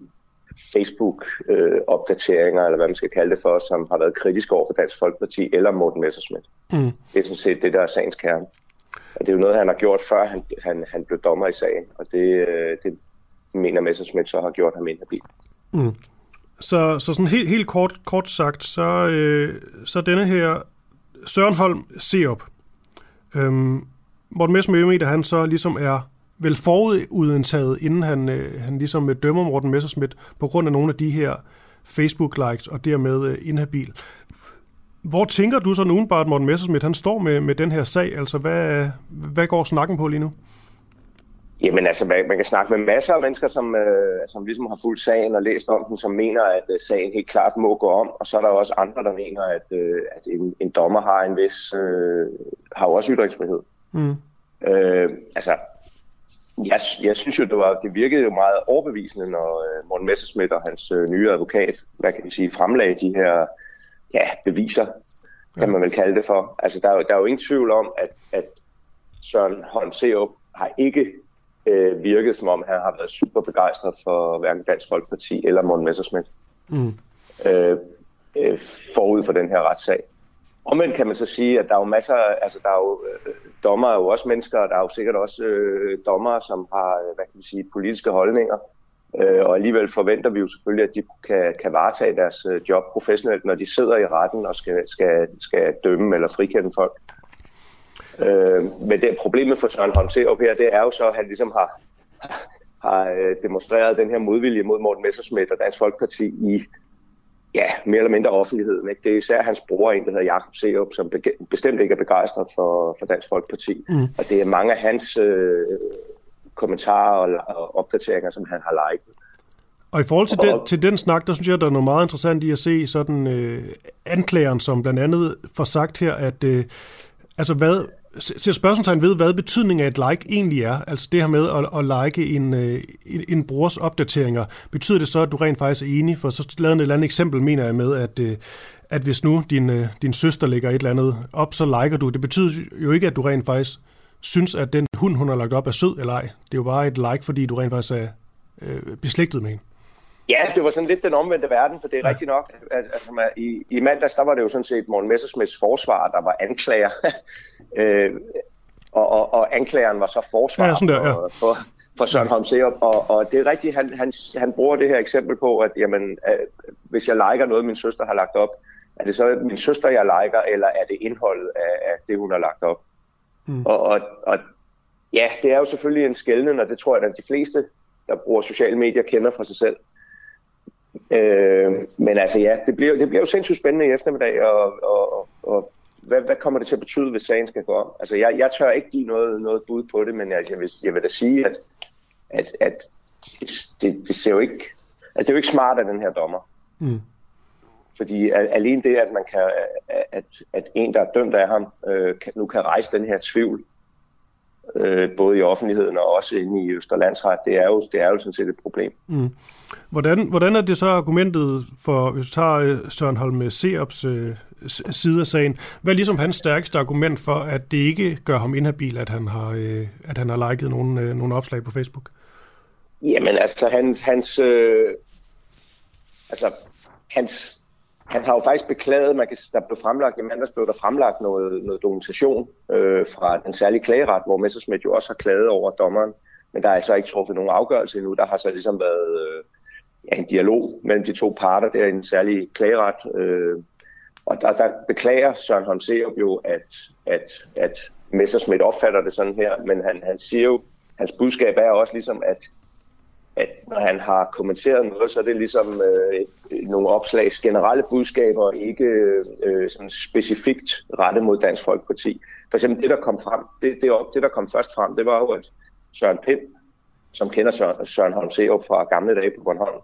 E: Facebook-opdateringer, øh, eller hvad man skal kalde det for, som har været kritiske over for Dansk Folkeparti eller Morten Messerschmidt. Mm. Det er sådan set det, der er sagens kerne. Og det er jo noget, han har gjort, før han, han, han blev dommer i sagen, og det, øh, det mener Messerschmidt så har gjort ham inhabil. Mm.
A: Så, så sådan helt, helt kort, kort sagt, så, øh, så denne her Søren Holm Serup, Øhm, Morten Messerschmidt, der han så ligesom er vel forudindtaget, inden han, øh, han ligesom dømmer Morten Messerschmidt på grund af nogle af de her Facebook-likes og dermed øh, inhabil. Hvor tænker du så nu bare, at Morten Messerschmidt han står med, med den her sag? Altså, hvad, hvad går snakken på lige nu?
E: Jamen altså, man kan snakke med masser af mennesker, som, øh, som ligesom har fulgt sagen og læst om den, som mener, at øh, sagen helt klart må gå om. Og så er der også andre, der mener, at, øh, at en, en dommer har en vis, øh, har også ytringsfrihed. Mm. Øh, altså, jeg, jeg synes jo, det, var, det virkede jo meget overbevisende, når øh, Morten Messerschmidt og hans øh, nye advokat, hvad kan vi sige, fremlagde de her ja, beviser, kan man vel kalde det for. Altså, der er, der er jo ingen tvivl om, at, at Søren Holm Serup har ikke øh, virket, som om han har været super begejstret for hverken Dansk Folkeparti eller Morten Messerschmidt mm. øh, øh, forud for den her retssag. Omvendt kan man så sige, at der er jo masser, altså der er jo øh, dommer er jo også mennesker, og der er jo sikkert også øh, dommere, som har, hvad kan man sige, politiske holdninger. Øh, og alligevel forventer vi jo selvfølgelig, at de kan, kan varetage deres øh, job professionelt, når de sidder i retten og skal, skal, skal dømme eller frikende folk. Øh, men det problemet for Søren Holm Serup her, det er jo så, at han ligesom har, har øh, demonstreret den her modvilje mod Morten Messerschmidt og Dansk Folkeparti i ja, mere eller mindre offentligheden. Ikke? Det er især hans bror, en der hedder Jakob Serup, som be- bestemt ikke er begejstret for, for Dansk Folkeparti. Mm. Og det er mange af hans øh, kommentarer og, og opdateringer, som han har liket.
A: Og i forhold til, og, den, til den snak, der synes jeg, der er noget meget interessant i at se sådan øh, anklageren, som blandt andet får sagt her, at øh, altså hvad, til spørgsmålstegn ved, hvad betydningen af et like egentlig er, altså det her med at, at like en, en, en brors opdateringer, betyder det så, at du rent faktisk er enig? For så lavede en eller andet eksempel, mener jeg med, at, at hvis nu din, din søster lægger et eller andet op, så liker du. Det betyder jo ikke, at du rent faktisk synes, at den hund, hun har lagt op, er sød eller ej. Det er jo bare et like, fordi du rent faktisk er øh, beslægtet med hende.
E: Ja, det var sådan lidt den omvendte verden, for det er ja. rigtigt nok. Altså, i, I mandags, der var det jo sådan set Morten Messerschmidts forsvar, der var anklager. øh, og, og, og anklageren var så forsvar ja, der, ja. for, for, for Søren Holm Serup. Og, og det er rigtigt, han, han, han bruger det her eksempel på, at jamen, øh, hvis jeg liker noget, min søster har lagt op, er det så min søster, jeg liker, eller er det indholdet af, af det, hun har lagt op? Mm. Og, og, og ja, det er jo selvfølgelig en skelnen, og det tror jeg, at de fleste, der bruger sociale medier, kender fra sig selv. Øh, men altså ja, det bliver, det bliver jo sindssygt spændende i eftermiddag, og, og, og hvad, hvad kommer det til at betyde, hvis sagen skal gå om? Altså jeg, jeg tør ikke give noget, noget bud på det, men altså, jeg, vil, jeg vil da sige, at, at, at det, det ser jo ikke, altså det er jo ikke smart af den her dommer. Mm. Fordi alene det, at man kan, at, at en, der er dømt af ham, øh, kan, nu kan rejse den her tvivl, øh, både i offentligheden og også inde i Østre Landsret, det er jo, det er jo sådan set et problem.
A: Mm. Hvordan, hvordan er det så argumentet for, hvis du tager Søren Holm Serups øh, side af sagen, hvad er ligesom hans stærkeste argument for, at det ikke gør ham inhabil, at han har, øh, at han har liket nogle, øh, nogle opslag på Facebook?
E: Jamen altså, han, hans, øh, altså, hans, han har jo faktisk beklaget, man kan, der blev fremlagt, i mandags blev der fremlagt noget, noget dokumentation øh, fra den særlige klageret, hvor Messerschmidt jo også har klaget over dommeren, men der er altså ikke truffet nogen afgørelse endnu. Der har så ligesom været øh, ja, en dialog mellem de to parter der i den særlige klageret, øh, og der, der beklager Søren Holm Serup jo, at, at, at Messerschmidt opfatter det sådan her, men han, han siger jo, hans budskab er også ligesom, at at når han har kommenteret noget, så er det ligesom øh, nogle opslags generelle budskaber, ikke øh, sådan specifikt rettet mod Dansk Folkeparti. For eksempel det, der kom frem, det, det, det der kom først frem, det var jo, at Søren Pind, som kender Søren, Søren Holm Serup fra gamle dage på Bornholm,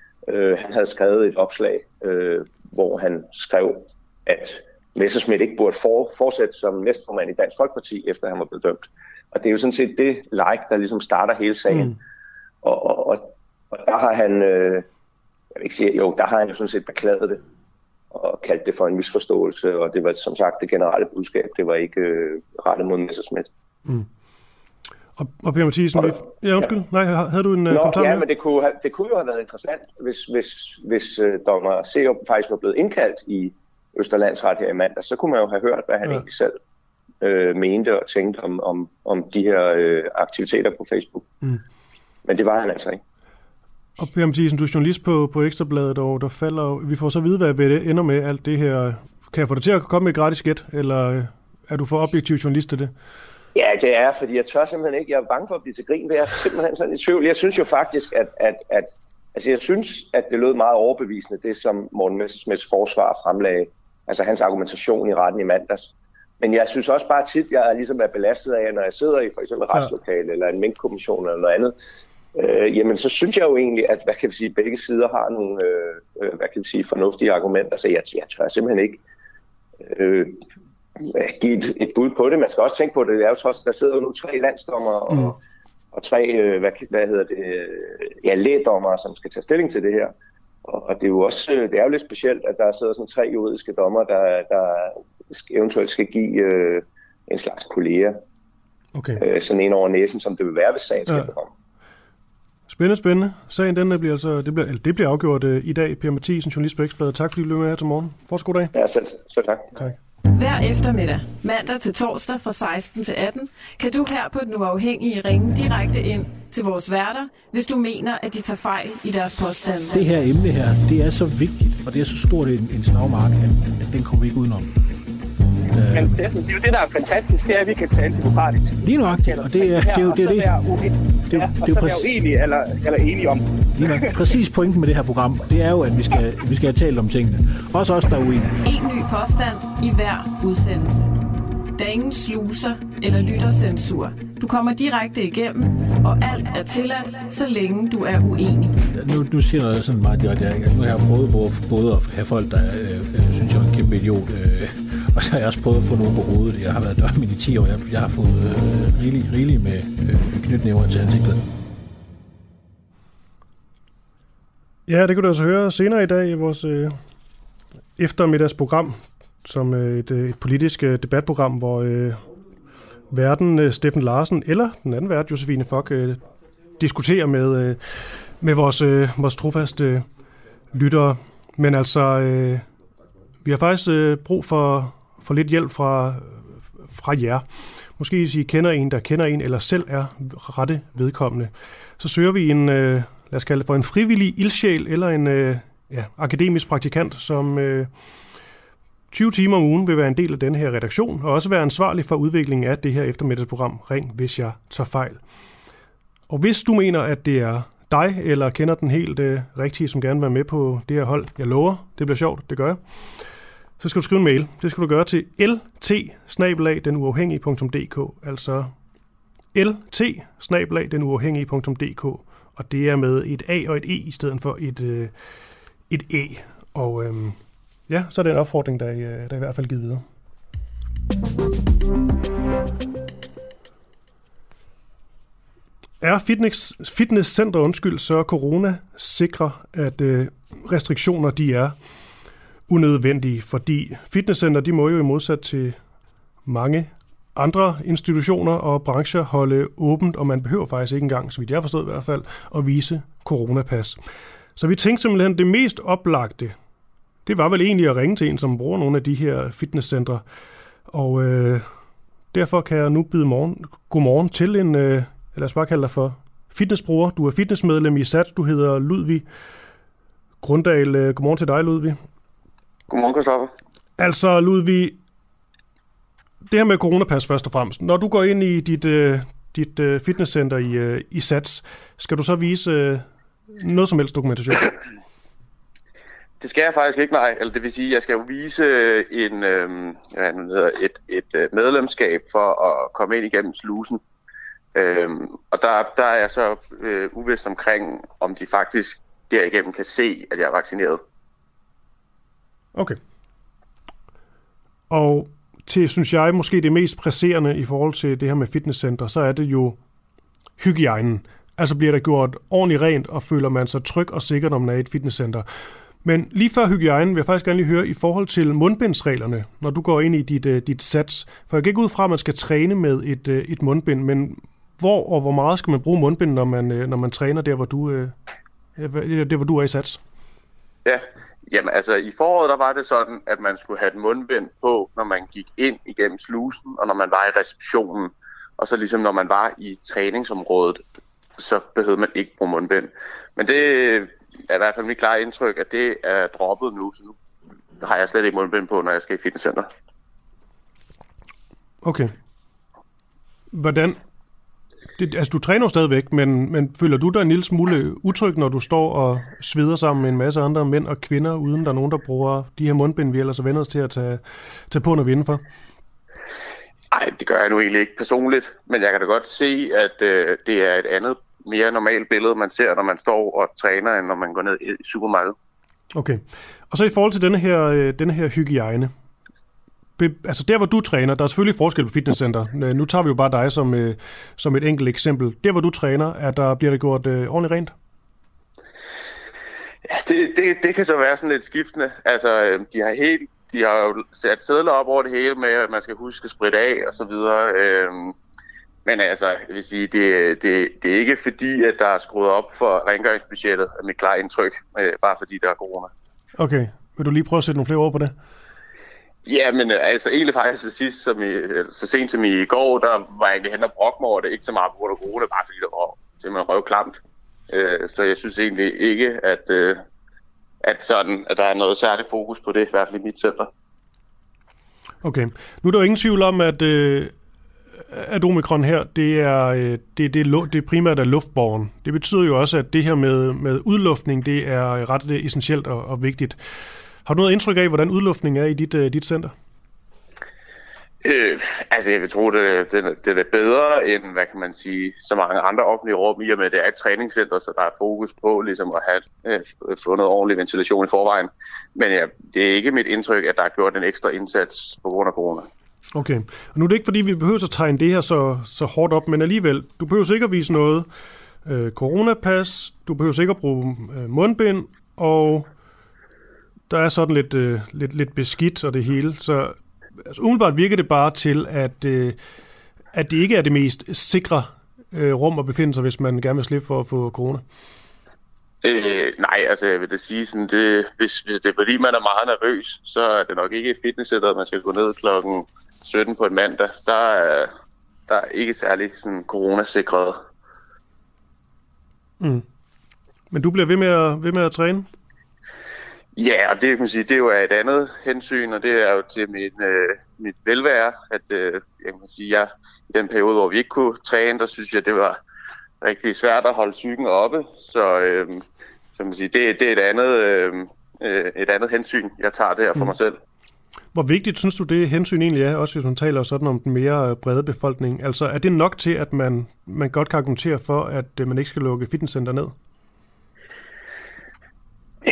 E: øh, han havde skrevet et opslag, øh, hvor han skrev, at Messerschmidt ikke burde for, fortsætte som næstformand i Dansk Folkeparti, efter han var blevet dømt. Og det er jo sådan set det like, der ligesom starter hele sagen. Mm. Og, og, og der har han, øh, jeg vil ikke sige, jo, der har han jo sådan set beklaget det og kaldt det for en misforståelse, og det var som sagt det generelle budskab, det var ikke øh, rettet mod Messerschmidt.
A: Mm. Og, og Per Mathiesen, vi... ja undskyld, ja. Nej, havde du en Nå, kommentar
E: ja,
A: med?
E: men det kunne, have, det kunne jo have været interessant, hvis, hvis, hvis uh, dommer Serup faktisk var blevet indkaldt i Østre Landsret her i mandag, så kunne man jo have hørt, hvad han ja. egentlig selv øh, mente og tænkte om, om, om de her øh, aktiviteter på Facebook. Mm. Men det var han altså ikke.
A: Og Per Mathiesen, du er journalist på, på Ekstrabladet, og der falder, vi får så vide, hvad det ender med alt det her. Kan jeg få dig til at komme med et gratis gæt, eller er du for objektiv journalist til det?
E: Ja, det er, fordi jeg tør simpelthen ikke. Jeg er bange for at blive til grin, jeg er simpelthen sådan i tvivl. Jeg synes jo faktisk, at, at, at, altså jeg synes, at det lød meget overbevisende, det som Morten Messerschmidts forsvar fremlagde, altså hans argumentation i retten i mandags. Men jeg synes også bare tit, jeg er ligesom er belastet af, når jeg sidder i for eksempel retslokale ja. eller en minkkommission eller noget andet, øh, jamen så synes jeg jo egentlig, at hvad kan vi sige, begge sider har nogle øh, hvad kan vi sige, fornuftige argumenter, så jeg, jeg tør simpelthen ikke øh, give et, et bud på det. Man skal også tænke på det, det er jo trods, der sidder jo nu tre landsdommer og, mm. og tre, øh, hvad, hvad hedder det, ja, lægdommere, som skal tage stilling til det her. Og det er jo også, det er jo lidt specielt, at der sidder sådan tre juridiske dommer, der, der eventuelt skal give øh, en slags kolleger. Okay. Øh, sådan en over næsen, som det vil være, hvis sagen skal ja. komme.
A: Spændende, spændende. Sagen den bliver altså, det bliver, det bliver afgjort øh, i dag. Per Mathiesen, journalist på Ekstrabladet. Tak fordi du blev med her til morgen. Fortsat god dag.
E: Ja, selv, selv tak.
A: tak.
B: Hver eftermiddag, mandag til torsdag fra seksten til atten, kan du her på Den Uafhængige ringe direkte ind til vores værter, hvis du mener, at de tager fejl i deres påstande.
F: Det her emne her, det er så vigtigt, og det er så stort en, en slagmark, at, at den kommer vi ikke udenom.
G: Men det er jo det, der er fantastisk, det er, at vi kan tale demokratisk.
F: Lige nøjagtigt, og det er det. Er, det, er det.
G: Ja, og så være uenige eller, eller enige om det.
F: Lige nok. Præcis pointen med det her program, det er jo, at vi skal, vi skal have talt om tingene. Også os, der er uenige.
B: En ny påstand i hver udsendelse. Der er ingen sluser eller lyttercensur. Du kommer direkte igennem, og alt er tilladt, så længe du er uenig.
F: Nu, nu siger noget sådan meget direkte, at nu har jeg prøvet både, både at have folk, der øh, synes, jeg er en kæmpe idiot, øh, og så har jeg også prøvet at få nogen på hovedet. Jeg har været dørmænd i ti år, jeg, jeg har fået øh, rigeligt rigelig med øh, knytnæver til ansigtet.
A: Ja, det kunne du også høre senere i dag i vores øh, eftermiddagsprogram, som øh, et, et politisk øh, debatprogram, hvor øh, værten øh, Steffen Larsen eller den anden vært, Josefine Fock, øh, diskuterer med, øh, med vores, øh, vores trofaste øh, lyttere. Men altså, øh, vi har faktisk øh, brug for, for lidt hjælp fra, fra jer. Måske hvis I kender en, der kender en, eller selv er rette vedkommende. Så søger vi en, øh, lad os kalde det for en frivillig ildsjæl, eller en øh, ja, akademisk praktikant, som øh, tyve timer om ugen vil være en del af denne her redaktion, og også være ansvarlig for udviklingen af det her eftermiddagsprogram Ring, hvis jeg tager fejl. Og hvis du mener, at det er dig, eller kender den helt øh, rigtige, som gerne vil være med på det her hold, jeg lover, det bliver sjovt, det gør jeg, så skal du skrive en mail. Det skal du gøre til l t bindestreg den uafhængige punktum d k, altså l t bindestreg den uafhængige punktum d k, og det er med et A og et E i stedet for et, øh, et æ. Og øhm, ja, så er det en opfordring, der er, der er i hvert fald givet videre. Er fitness, fitnesscenter, undskyld, så corona sikrer, at øh, restriktioner de er unødvendige, fordi fitnesscenter de må jo i modsat til mange andre institutioner og brancher holde åbent, og man behøver faktisk ikke engang, så vidt jeg har forstået i hvert fald, at vise coronapas. Så vi tænkte simpelthen, det mest oplagte, det var vel egentlig at ringe til en, som bruger nogle af de her fitnesscentre. Og øh, derfor kan jeg nu byde morgen, godmorgen til en, øh, lad os bare kalde dig for fitnessbruger. Du er fitnessmedlem i S A T S, du hedder Ludvig Grundahl. Godmorgen til dig, Ludvig.
H: Godmorgen, Christoffer.
A: Altså, Ludvig, det her med coronapas først og fremmest. Når du går ind i dit, øh, dit øh, fitnesscenter i, øh, i S A T S, skal du så vise øh, noget som helst dokumentation?
H: Det skal jeg faktisk ikke, nej. Eller det vil sige, at jeg skal jo vise en, øh, hvad det hedder, et, et medlemskab for at komme ind igennem slusen. Øh, og der, der er jeg så øh, uvidst omkring, om de faktisk derigennem kan se, at jeg er vaccineret.
A: Okay. Og til, synes jeg, måske det mest presserende i forhold til det her med fitnesscenter, så er det jo hygiejnen. Altså bliver der gjort ordentligt rent, og føler man sig tryg og sikker, når man er i et fitnesscenter. Men lige før hygiejnen vil jeg faktisk gerne lige høre i forhold til mundbindsreglerne, når du går ind i dit, dit S A T S. For jeg gik ud fra, at man skal træne med et, et mundbind, men hvor og hvor meget skal man bruge mundbind, når man, når man træner der, hvor du, der, hvor du er i S A T S?
H: Ja, jamen altså i foråret der var det sådan, at man skulle have et mundbind på, når man gik ind igennem slusen, og når man var i receptionen. Og så ligesom når man var i træningsområdet, så behøvede man ikke bruge mundbind. Men det er i hvert fald mit klare indtryk, at det er droppet nu, så nu har jeg slet ikke mundbind på, når jeg skal i fitnesscenter.
A: Okay. Hvordan? Det, altså du træner jo stadigvæk, men, men føler du dig en lille smule utryg, når du står og sveder sammen med en masse andre mænd og kvinder, uden der er nogen, der bruger de her mundbind, vi ellers er vendt os til at tage, tage på, når vi er indenfor?
H: Nej, det gør jeg nu egentlig ikke personligt, men jeg kan da godt se, at øh, det er et andet, mere normalt billede, man ser, når man står og træner, end når man går ned i supermarkedet.
A: Okay. Og så i forhold til denne her, øh, denne her hygiejne. Be, altså der, hvor du træner, der er selvfølgelig forskel på fitnesscenter. Nu tager vi jo bare dig som, øh, som et enkelt eksempel. Der, hvor du træner, er der, bliver det gjort øh, ordentligt rent?
H: Ja, det, det, det kan så være sådan lidt skiftende. Altså, øh, de har helt De har jo sat sædler op over det hele med, at man skal huske at spritte af og så videre. Øhm, men altså, jeg vil sige, det, det, det er ikke fordi, at der er skruet op for rengøringsbudgettet, af mit klare indtryk, øh, bare fordi der er corona.
A: Okay. Vil du lige prøve at sætte nogle flere ord på det?
H: Ja, men altså egentlig faktisk til sidst, som i, så sent som i går, der var jeg egentlig hen og brokke mig over det. Ikke så meget på grund af corona, bare fordi der var simpelthen røvklamt. Øh, så jeg synes egentlig ikke, at... Øh, At, sådan, at der er noget særligt fokus på det, i hvert fald i mit center.
A: Okay. Nu er der jo ingen tvivl om, at, øh, at omikron her, det er, øh, det, det, er, det er primært er luftbåren. Det betyder jo også, at det her med, med udluftning, det er ret det essentielt og, og vigtigt. Har du noget indtryk af, hvordan udluftning er i dit, øh, dit center?
H: Øh, altså jeg vil tro, det, det, det er bedre end, hvad kan man sige, så mange andre offentlige rum, i og med at det er et træningscenter, så der er fokus på ligesom at have øh, få noget ordentlig ventilation i forvejen. Men ja, det er ikke mit indtryk, at der er gjort en ekstra indsats på grund af corona.
A: Okay, og nu er det ikke fordi, vi behøver at tegne det her så, så hårdt op, men alligevel, du behøver ikke at vise noget øh, coronapas, du behøver ikke at bruge øh, mundbind, og der er sådan lidt, øh, lidt, lidt beskidt og det hele, så altså, umiddelbart virker det bare til, at, øh, at det ikke er det mest sikre øh, rum at befinde sig, hvis man gerne vil slippe for at få corona.
H: Øh, nej, altså jeg vil da sige sådan, det, hvis, hvis det er fordi man er meget nervøs, så er det nok ikke et fitnesscenter, at man skal gå ned klokken sytten på en mandag. Der er, der er ikke særlig sådan coronasikret.
A: Mm. Men du bliver ved med at, ved med at træne?
H: Ja, og det kan man sige, det er jo et andet hensyn, og det er jo til mit, øh, mit velvære, at øh, jeg kan sige, jeg i den periode, hvor vi ikke kunne træne, der synes jeg, det var rigtig svært at holde psyken oppe, så, øh, så man sige, det, det er et andet, øh, et andet hensyn, jeg tager der for mm. mig selv.
A: Hvor vigtigt synes du, det hensyn egentlig er, også hvis man taler sådan om den mere brede befolkning? Altså er det nok til, at man, man godt kan argumentere for, at man ikke skal lukke fitnesscenter ned?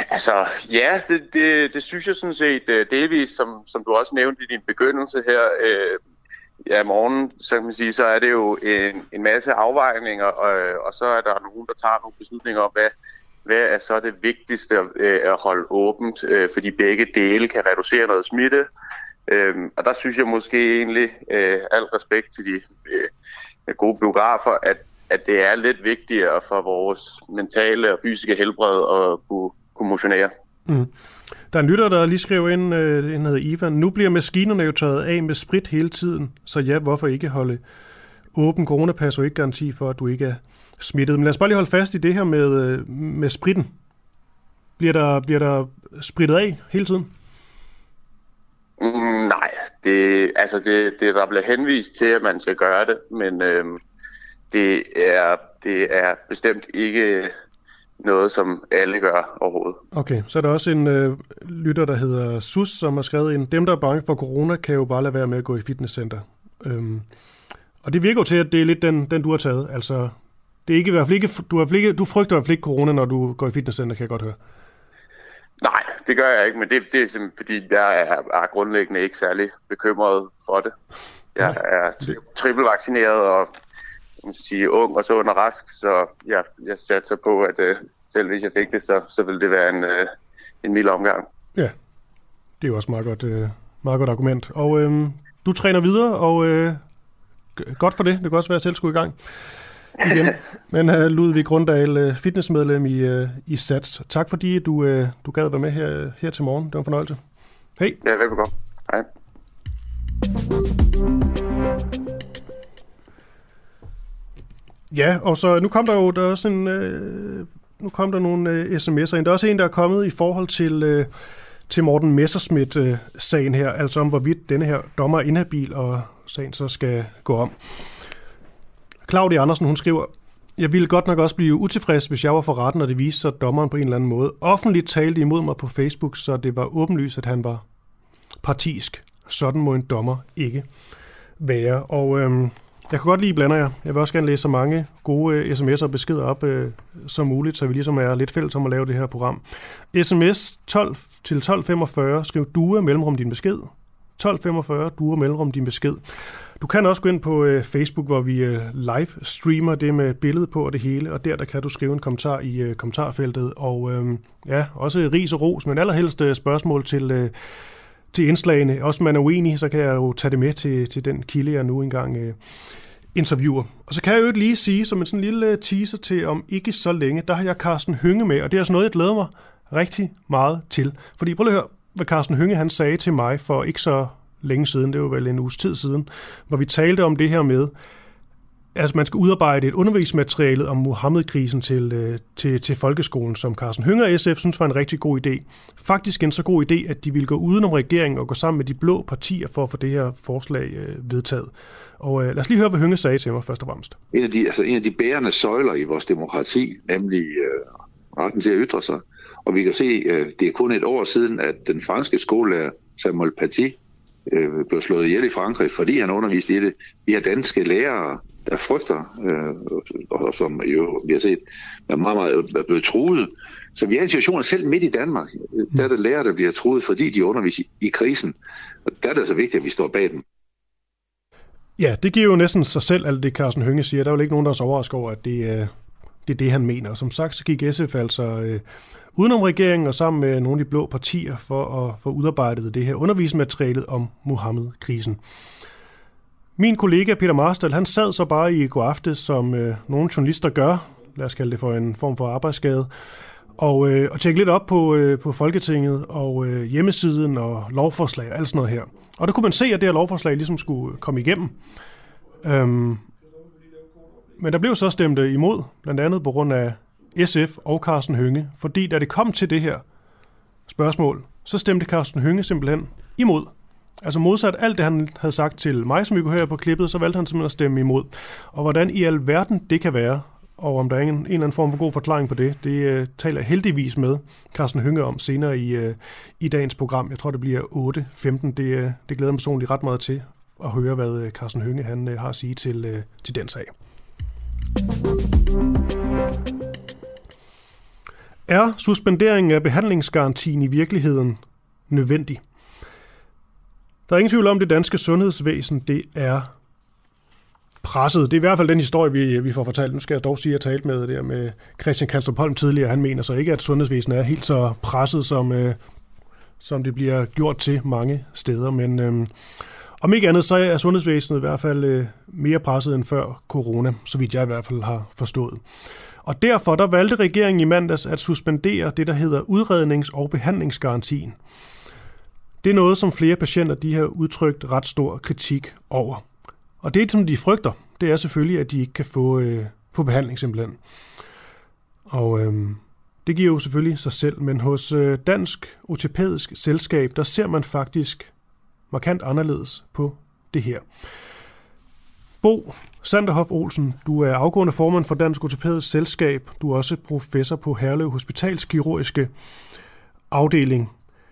H: Altså, ja, det, det, det synes jeg sådan set delvis, som, som du også nævnte i din begyndelse her. Øh, ja, morgen, så kan man sige, så er det jo en, en masse afvejninger, og, og så er der nogen, der tager nogle beslutninger om, hvad, hvad er så det vigtigste øh, at holde åbent, øh, fordi begge dele kan reducere noget smitte. Øh, og der synes jeg måske egentlig, øh, al respekt til de øh, gode biografer, at, at det er lidt vigtigere for vores mentale og fysiske helbred at kunne, kunne motionere.
A: Mm. Der er en lytter, der lige skrev ind, øh, den hedder Ivan. Nu bliver maskinerne jo taget af med sprit hele tiden, så ja, hvorfor ikke holde åben? Coronapas og ikke garanti for, at du ikke er smittet. Men lad os bare lige holde fast i det her med, med spritten. Bliver der, bliver der sprittet af hele tiden?
H: Mm, nej, det, altså det, det der bliver henvist til, at man skal gøre det, men øh, det, er, det er bestemt ikke noget, som alle gør overhovedet.
A: Okay, så er der også en øh, lytter, der hedder Sus, som har skrevet ind, dem, der er bange for corona, kan jo bare lade være med at gå i fitnesscenter. Øhm, og det virker jo til, at det er lidt den, den du har taget. Altså, det er ikke, i hvert fald ikke, du, har ikke, du frygter i hvert fald ikke corona, når du går i fitnesscenter, kan jeg godt høre.
H: Nej, det gør jeg ikke, men det, det er simpelthen, fordi jeg er, er grundlæggende ikke særlig bekymret for det. Jeg er tri- trippelvaccineret og man skal sige, ung og sund og rask, så jeg, jeg satser på, at øh, selv hvis jeg fik det, så, så ville det være en, øh, en mild omgang.
A: Ja, det er jo også meget godt, øh, meget godt argument. Og øh, du træner videre, og øh, godt for det. Det kan også være, at jeg selv skulle i gang igen. Men uh, Ludvig Grundahl, fitnessmedlem i, uh, i Sats. Tak fordi du, uh, du gad være med her, her til morgen. Det var en fornøjelse. Hej.
H: Ja, velbekomme. Hej.
A: Ja, og så nu kom der jo der er også en, uh, nu kom der nogle uh, sms'er ind. Der er også en, der er kommet i forhold til, uh, til Morten Messerschmidt-sagen her, altså om hvorvidt denne her dommer er inhabil, og sagen så skal gå om. Claudia Andersen, hun skriver, jeg ville godt nok også blive utilfreds, hvis jeg var for retten, og det viste sig, at dommeren på en eller anden måde offentligt talte imod mig på Facebook, så det var åbenlyst, at han var partisk. Sådan må en dommer ikke være. Og øhm, jeg kan godt lide blander jer. Jeg vil også gerne læse så mange gode øh, sms'er og beskeder op øh, som muligt, så vi ligesom er lidt fælles om at lave det her program. sms tolv til tolv femogfyrre, skriv due mellemrum din besked. tolv femogfyrre, due mellemrum din besked. Du kan også gå ind på øh, Facebook, hvor vi øh, live streamer det med billede på og det hele, og der, der kan du skrive en kommentar i øh, kommentarfeltet, og øh, ja, også ris og ros, men allerhelst øh, spørgsmål til, øh, til indslagene. Også man er uenig, så kan jeg jo tage det med til, til den kilde, jeg nu engang øh, interviewer. Og så kan jeg jo lige sige, som en sådan lille teaser til om ikke så længe, der har jeg Karsten Hønge med, og det er altså noget, jeg glæder mig rigtig meget til. Fordi prøv at høre, hvad Karsten Hønge han sagde til mig for ikke så længe siden, det var vel en uges tid siden, hvor vi talte om det her med, at man skal udarbejde et undervisningsmateriale om Muhammed-krisen til, til, til folkeskolen, som Karsten Hønge og S F synes var en rigtig god idé. Faktisk en så god idé, at de ville gå udenom regeringen og gå sammen med de blå partier for at få det her forslag øh, vedtaget. Og øh, lad os lige høre, hvad Hønge sagde til mig først og fremmest.
I: En af de, altså en af de bærende søjler i vores demokrati, nemlig øh, retten til at ytre sig. Og vi kan se, øh, det er kun et år siden, at den franske skolelærer Samuel Paty blev slået ihjel i Frankrig, fordi han underviste i det. Vi har danske lærere, der frygter, øh, og som jo, vi har set, er meget, meget er blevet truet. Så vi har en situation selv midt i Danmark, der er der lærere, der bliver truet, fordi de underviser i, i krisen. Og der er det så vigtigt, at vi står bag dem.
A: Ja, det giver jo næsten sig selv, alt det Karsten Hønge siger. Der er jo ikke nogen, der er så overrasket over, at det, øh, det er det, han mener. Og som sagt, så gik S F altså øh, udenom regeringen og sammen med nogle af de blå partier for at få udarbejdet det her undervisningsmateriale om Muhammed-krisen. Min kollega Peter Marstal, han sad så bare i går aftes, som øh, nogle journalister gør, lad os kalde det for en form for arbejdsskade, og, øh, og tjekke lidt op på, øh, på Folketinget og øh, hjemmesiden og lovforslag og alt sådan noget her. Og der kunne man se, at det her lovforslag ligesom skulle komme igennem. Øhm, men der blev så stemt imod, blandt andet på grund af S F og Karsten Hønge, fordi da det kom til det her spørgsmål, så stemte Karsten Hønge simpelthen imod. Altså modsat alt det, han havde sagt til mig, som vi kunne høre på klippet, så valgte han simpelthen at stemme imod. Og hvordan i alverden det kan være, og om der er en, en eller anden form for god forklaring på det, det uh, taler jeg heldigvis med Karsten Hønge om senere i, uh, i dagens program. Jeg tror, det bliver otte femten. Det, uh, det glæder mig personligt ret meget til at høre, hvad uh, Karsten Hønge han, uh, har at sige til, uh, til den sag. Er suspenderingen af behandlingsgarantien i virkeligheden nødvendig? Der er ingen tvivl om, at det danske sundhedsvæsen det er presset. Det er i hvert fald den historie, vi, vi får fortalt. Nu skal jeg dog sige, at jeg talte med, der med Christian Kanstrup Holm tidligere. Han mener så ikke, at sundhedsvæsenet er helt så presset, som, øh, som det bliver gjort til mange steder. Men øh, om ikke andet, så er sundhedsvæsenet i hvert fald øh, mere presset end før corona, så vidt jeg i hvert fald har forstået. Og derfor der valgte regeringen i mandags at suspendere det, der hedder udrednings- og behandlingsgarantien. Det er noget, som flere patienter de har udtrykt ret stor kritik over. Og det, som de frygter, det er selvfølgelig, at de ikke kan få, øh, få behandling simpelthen. Og øh, det giver jo selvfølgelig sig selv, men hos øh, Dansk Ortopædisk Selskab, der ser man faktisk markant anderledes på det her. Bo Sanderhoff Olsen, du er afgående formand for Dansk Ortopædisk Selskab. Du er også professor på Herlev Hospitals kirurgiske afdeling.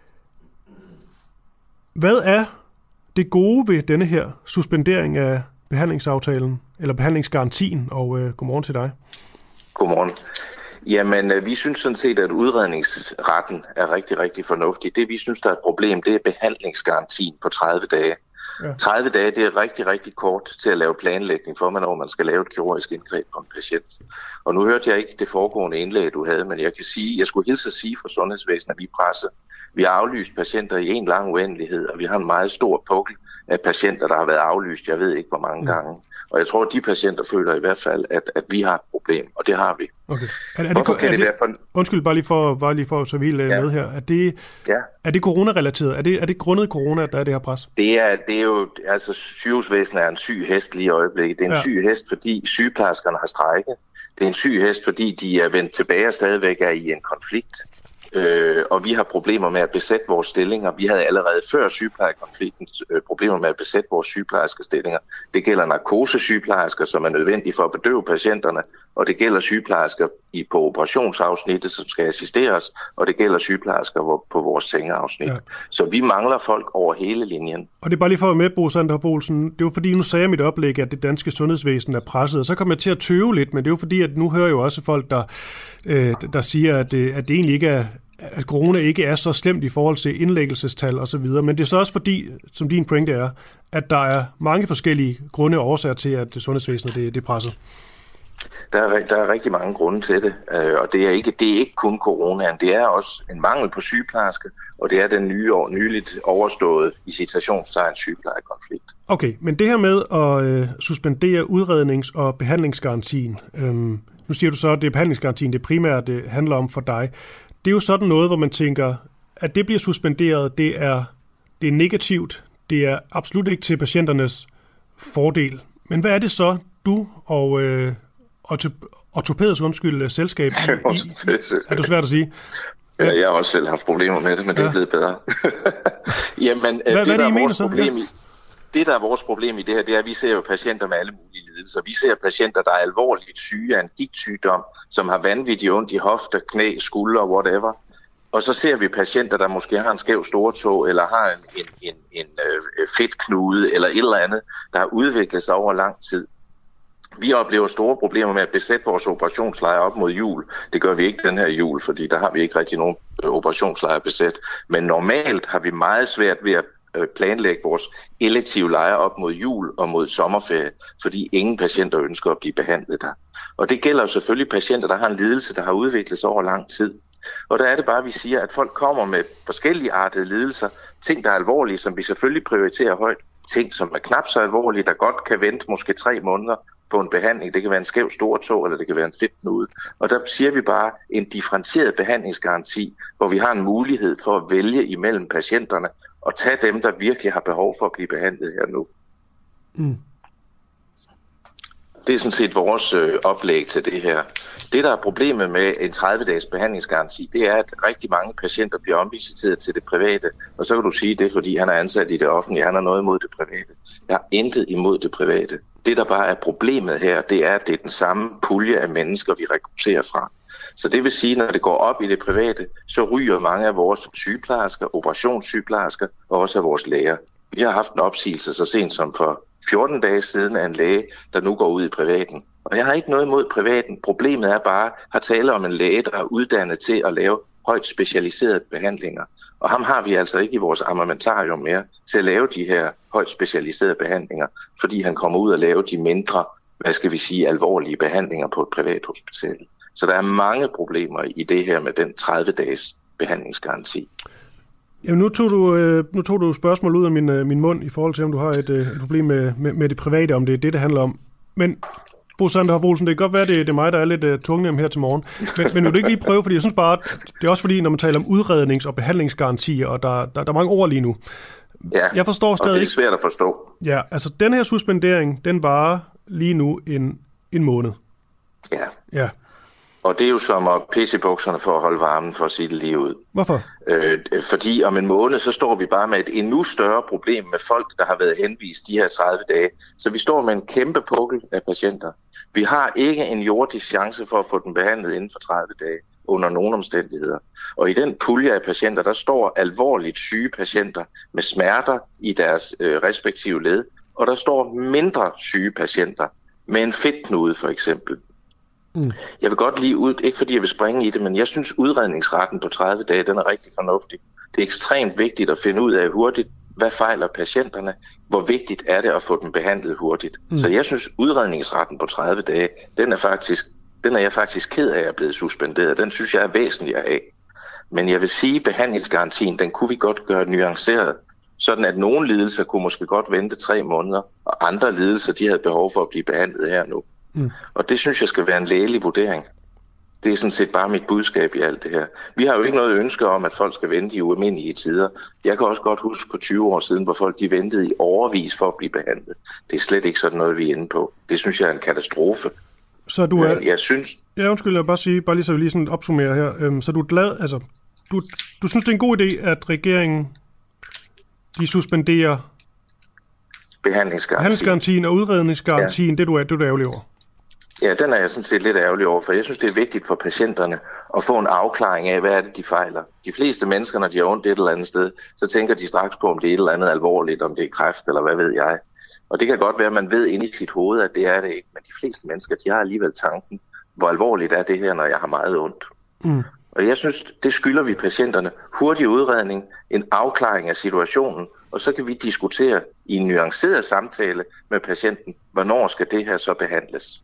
A: Hvad er det gode ved denne her suspendering af behandlingsaftalen, eller behandlingsgarantien, og øh, godmorgen til dig.
E: Godmorgen. Jamen, vi synes sådan set, at udredningsretten er rigtig, rigtig fornuftig. Det, vi synes, der er et problem, det er behandlingsgarantien på tredive dage. Ja. tredive dage, det er rigtig, rigtig kort til at lave planlægning for, når man skal lave et kirurgisk indgreb på en patient. Og nu hørte jeg ikke det foregående indlæg, du havde, men jeg kan sige, jeg skulle hilse at sige fra sundhedsvæsenet, at vi er presset. Vi har aflyst patienter i en lang uendelighed, og vi har en meget stor pukkel af patienter, der har været aflyst, jeg ved ikke hvor mange gange. Og jeg tror, at de patienter føler i hvert fald, at, at vi har et problem, og det har vi.
A: Okay. Er, er det, kan er det, det for... Undskyld, bare lige for, bare lige for så vi helt ja. med her. Er det, ja. er det coronarelateret? Er det, er det grundet corona, at der er det her pres?
E: Det er, det er jo, altså sygehusvæsenet er en syg hest lige i øjeblikket. Det er en ja. syg hest, fordi sygeplejerskerne har strejket. Det er en syg hest, fordi de er vendt tilbage og stadigvæk er i en konflikt. Øh, og vi har problemer med at besætte vores stillinger. Vi havde allerede før sygeplejekonflikten øh, problemer med at besætte vores sygeplejerskestillinger. Det gælder narkosesygeplejersker, som er nødvendige for at bedøve patienterne, og det gælder sygeplejersker i, på operationsafsnittet, som skal assisteres, og det gælder sygeplejersker på vores sengeafsnit. Ja. Så vi mangler folk over hele linjen.
A: Og det er bare lige for at med, Bo Sanderhoff Olsen. Det var fordi, nu sagde jeg mit oplæg, at det danske sundhedsvæsen er presset, og så kom jeg til at tøve lidt, men det er jo fordi, at nu hører jeg jo også folk, der, øh, der siger, at, øh, at det egentlig ikke er at corona ikke er så slemt i forhold til indlæggelsestal og så videre, men det er så også fordi, som din pointe er, at der er mange forskellige grunde og årsager til, at sundhedsvæsenet det, det er presset.
E: Der er, der er rigtig mange grunde til det, og det er ikke, det er ikke kun coronaen, det er også en mangel på sygeplejersker, og det er den nye år, nyligt overstået i citationstegn sygeplejekonflikt. Okay,
A: men det her med at øh, suspendere udrednings- og behandlingsgarantien, øhm, nu siger du så, at det er behandlingsgarantien, det primært det handler om for dig. Det er jo sådan noget, hvor man tænker, at det bliver suspenderet, det er, det er negativt, det er absolut ikke til patienternes fordel. Men hvad er det så, du og øh, ortopædisk undskyld selskab i, i, er det svært at sige?
E: Ja, jeg har også selv haft problemer med det, men det er ja. blevet bedre. Jamen,
A: hvad,
E: det,
A: hvad er det, I mener
E: så? Problem i, det, der er vores problem i det her, det er, at vi ser jo patienter med alle mulige lidelser. Vi ser patienter, der er alvorligt syge af en gigtsygdom, som har vanvittigt ondt i hofter, knæ, skuldre, whatever. Og så ser vi patienter, der måske har en skæv stortå, eller har en, en, en, en øh, fedtknude, eller et eller andet, der har udviklet sig over lang tid. Vi oplever store problemer med at besætte vores operationslejre op mod jul. Det gør vi ikke den her jul, fordi der har vi ikke rigtig nogen operationslejre besat. Men normalt har vi meget svært ved at planlægge vores elektive lejre op mod jul og mod sommerferie, fordi ingen patienter ønsker at blive behandlet der. Og det gælder jo selvfølgelig patienter, der har en lidelse, der har udviklet sig over lang tid. Og der er det bare, at vi siger, at folk kommer med forskellige artede lidelser, ting, der er alvorlige, som vi selvfølgelig prioriterer højt, ting, som er knap så alvorlige, der godt kan vente måske tre måneder på en behandling. Det kan være en skæv stortå, eller det kan være en fedtknude. Og der siger vi bare en differentieret behandlingsgaranti, hvor vi har en mulighed for at vælge imellem patienterne, og tage dem, der virkelig har behov for at blive behandlet her nu. Mm. Det er sådan set vores øh, oplæg til det her. Det, der er problemet med en tredive-dages behandlingsgaranti, det er, at rigtig mange patienter bliver omvisiteret til det private. Og så kan du sige det, fordi han er ansat i det offentlige. Han har noget imod det private. Jeg har intet imod det private. Det, der bare er problemet her, det er, at det er den samme pulje af mennesker, vi rekrutterer fra. Så det vil sige, at når det går op i det private, så ryger mange af vores sygeplejersker, operationssygeplejersker og også af vores læger. Vi har haft en opsigelse så sent som for fjorten dage siden af en læge, der nu går ud i privaten.
J: Og jeg har ikke noget imod privaten. Problemet er bare, at tale om en læge, der er uddannet til at lave højt specialiserede behandlinger. Og ham har vi altså ikke i vores armamentarium mere til at lave de her højt specialiserede behandlinger, fordi han kommer ud og laver de mindre, hvad skal vi sige, alvorlige behandlinger på et privat hospital. Så der er mange problemer i det her med den tredive-dages behandlingsgaranti.
A: Jamen, nu tog du, nu tog du spørgsmål ud af min, min mund i forhold til, om du har et, et problem med, med, med det private, om det er det, det handler om. Men Bo Sanderhoff Olsen, det kan godt være, det, det er mig, der er lidt uh, tungnem her til morgen. Men, men vil du ikke lige prøve, fordi jeg synes bare, det er også fordi, når man taler om udrednings- og behandlingsgarantier, og der, der, der er mange ord lige nu.
J: Ja,
A: jeg forstår stadig,
J: og det er svært at forstå.
A: Ja, altså den her suspendering, den varer lige nu en, en måned.
J: Ja.
A: Ja.
J: Og det er jo som at pisse i bukserne for at holde varmen, for at sige det lige ud.
A: Hvorfor?
J: Øh, fordi om en måned, så står vi bare med et endnu større problem med folk, der har været henvist de her tredive dage. Så vi står med en kæmpe pukkel af patienter. Vi har ikke en jordisk chance for at få den behandlet inden for tredive dage, under nogle omstændigheder. Og i den pulje af patienter, der står alvorligt syge patienter med smerter i deres øh, respektive led, og der står mindre syge patienter med en fedtknude for eksempel. Mm. Jeg vil godt lige ud, ikke fordi jeg vil springe i det, men jeg synes udredningsretten på tredive dage, den er rigtig fornuftig. Det er ekstremt vigtigt at finde ud af hurtigt, hvad fejler patienterne, hvor vigtigt er det at få dem behandlet hurtigt. Mm. Så jeg synes udredningsretten på tredive dage, den er faktisk, den er jeg faktisk ked af at er blevet suspenderet. Den synes jeg er væsentlig at have. Men jeg vil sige, at behandlingsgarantien, den kunne vi godt gøre nuanceret, sådan at nogle lidelser kunne måske godt vente tre måneder, og andre lidelser, de havde behov for at blive behandlet her nu. Mm. Og det synes jeg skal være en lægelig vurdering. Det er sådan set bare mit budskab i alt det her. Vi har jo ikke noget ønske om, at folk skal vente i ualmindelige tider. Jeg kan også godt huske for tyve år siden, hvor folk de ventede i årevis for at blive behandlet. Det er slet ikke sådan noget, vi er inde på. Det synes jeg er en katastrofe.
A: Så du er...
J: Men jeg synes...
A: Ja, undskyld, jeg vil bare sige, bare lige så vi lige sådan opsummerer her. Øhm, så du er glad, altså, du, du synes, det er en god idé, at regeringen, de suspenderer
J: behandlingsgarantien,
A: behandlingsgarantien og udredningsgarantien, ja. det du er, det du er ærgerlig over?
J: Ja, den er jeg sådan set lidt ærgerlig over, for jeg synes, det er vigtigt for patienterne at få en afklaring af, hvad er det, de fejler. De fleste mennesker, når de har ondt et eller andet sted, så tænker de straks på, om det er et eller andet alvorligt, om det er kræft, eller hvad ved jeg. Og det kan godt være, at man ved inde i sit hoved, at det er det ikke. Men de fleste mennesker, de har alligevel tanken, hvor alvorligt er det her, når jeg har meget ondt. Mm. Og jeg synes, det skylder vi patienterne. Hurtig udredning, en afklaring af situationen, og så kan vi diskutere i en nuanceret samtale med patienten, hvornår skal det her så behandles.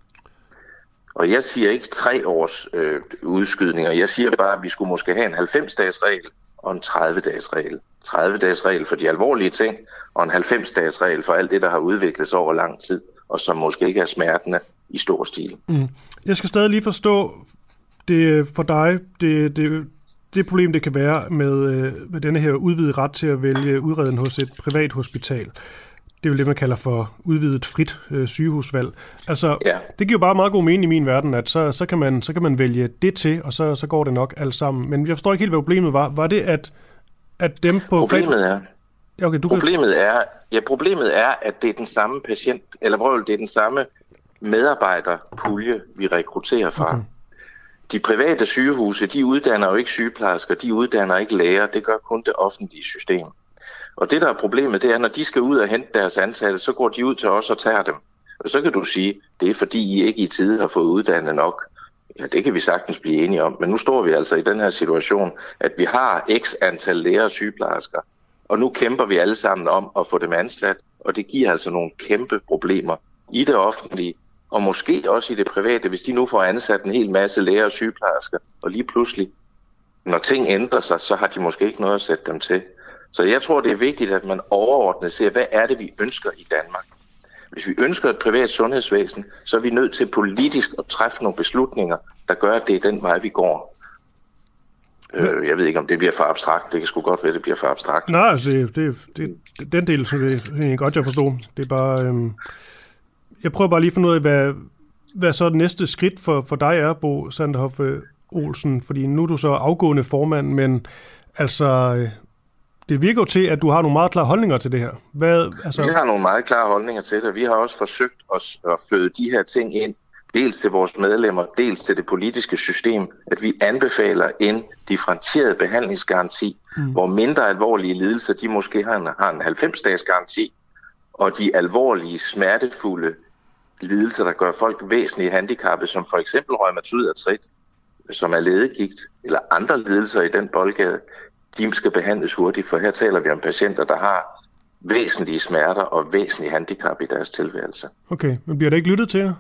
J: Og jeg siger ikke tre års øh, udskydninger. Jeg siger bare, at vi skulle måske have en halvfems-dages regel og en tredive-dages regel. tredive-dages regel for de alvorlige ting, og en halvfems-dages regel for alt det, der har udviklet sig over lang tid, og som måske ikke er smertende i stor stil. Mm.
A: Jeg skal stadig lige forstå det for dig, det, det, det problem, det kan være med, med denne her udvidede ret til at vælge udredning hos et privat hospital. Det er jo det, man kalder for udvidet frit øh, sygehusvalg. Altså, ja. Det giver jo bare meget god mening i min verden, at så, så, kan, man, så kan man vælge det til, og så, så går det nok alt sammen. Men jeg forstår ikke helt, hvad problemet var. Var det, at, at dem på...
J: Problemet er,
A: ja, okay, du
J: problemet,
A: kan...
J: er, ja, problemet er, at det er den samme patient, eller prøv, det er den samme medarbejderpulje, vi rekrutterer fra. Okay. De private sygehuse, de uddanner jo ikke sygeplejersker, de uddanner ikke læger, det gør kun det offentlige system. Og det, der er problemet, det er, når de skal ud og hente deres ansatte, så går de ud til os og tager dem. Og så kan du sige, det er fordi, I ikke i tide har fået uddannet nok. Ja, det kan vi sagtens blive enige om. Men nu står vi altså i den her situation, at vi har x antal læger og sygeplejersker. Og nu kæmper vi alle sammen om at få dem ansat. Og det giver altså nogle kæmpe problemer i det offentlige. Og måske også i det private, hvis de nu får ansat en hel masse læger og sygeplejersker. Og lige pludselig, når ting ændrer sig, så har de måske ikke noget at sætte dem til. Så jeg tror, det er vigtigt, at man overordnet ser, hvad er det, vi ønsker i Danmark. Hvis vi ønsker et privat sundhedsvæsen, så er vi nødt til politisk at træffe nogle beslutninger, der gør, at det er den vej, vi går. Ja. Jeg ved ikke, om det bliver for abstrakt. Det kan sgu godt være, at det bliver for abstrakt.
A: Nej, altså, det, det, det, den del, så det er godt, jeg forstår. Det er bare... Øhm, jeg prøver bare lige at finde ud af, hvad, hvad så det næste skridt for, for dig er, Bo Sanderhoff Olsen. Fordi nu er du så afgående formand, men altså... Det virker jo til, at du har nogle meget klare holdninger til det her. Hvad, altså...
J: Vi har nogle meget klare holdninger til det. Vi har også forsøgt at, at føde de her ting ind, dels til vores medlemmer, dels til det politiske system, at vi anbefaler en differentieret behandlingsgaranti, mm. hvor mindre alvorlige lidelser, de måske har en, har en halvfems-dages garanti, og de alvorlige, smertefulde, lidelser, der gør folk væsentligt handicappede, som for eksempel reumatoid artrit, som er ledegigt, eller andre lidelser i den boldgade, de skal behandles hurtigt, for her taler vi om patienter, der har væsentlige smerter og væsentlige handicap i deres tilværelse.
A: Okay, men bliver der ikke lyttet til jer?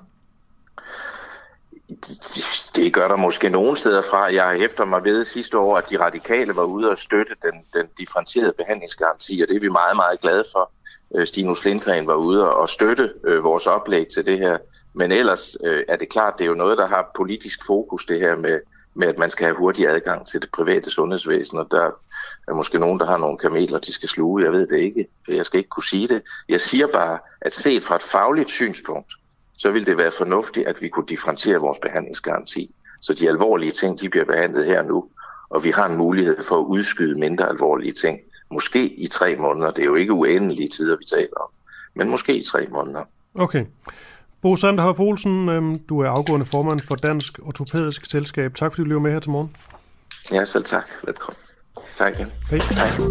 J: Det gør der måske nogle steder fra. Jeg hæfter mig ved sidste år, at de radikale var ude og støtte den, den differentierede behandlingsgaranti, og det er vi meget, meget glade for. Stinus Lindgren var ude og støtte øh, vores oplæg til det her. Men ellers øh, er det klart, det er jo noget, der har politisk fokus, det her med, med, at man skal have hurtig adgang til det private sundhedsvæsen. Og der er måske nogen, der har nogle kameler, de skal sluge. Jeg ved det ikke, for jeg skal ikke kunne sige det. Jeg siger bare, at set fra et fagligt synspunkt, så vil det være fornuftigt, at vi kunne differentiere vores behandlingsgaranti. Så de alvorlige ting, de bliver behandlet her nu, og vi har en mulighed for at udskyde mindre alvorlige ting. Måske i tre måneder. Det er jo ikke uendelige tider, vi taler om. Men måske i tre måneder.
A: Okay. Bo Sanderhoff Olsen, du er afgående formand for Dansk Ortopædisk Selskab. Tak fordi du blev med her til morgen.
J: Ja, selv tak. Velkommen. Tak igen.
A: Hej.
J: Hej.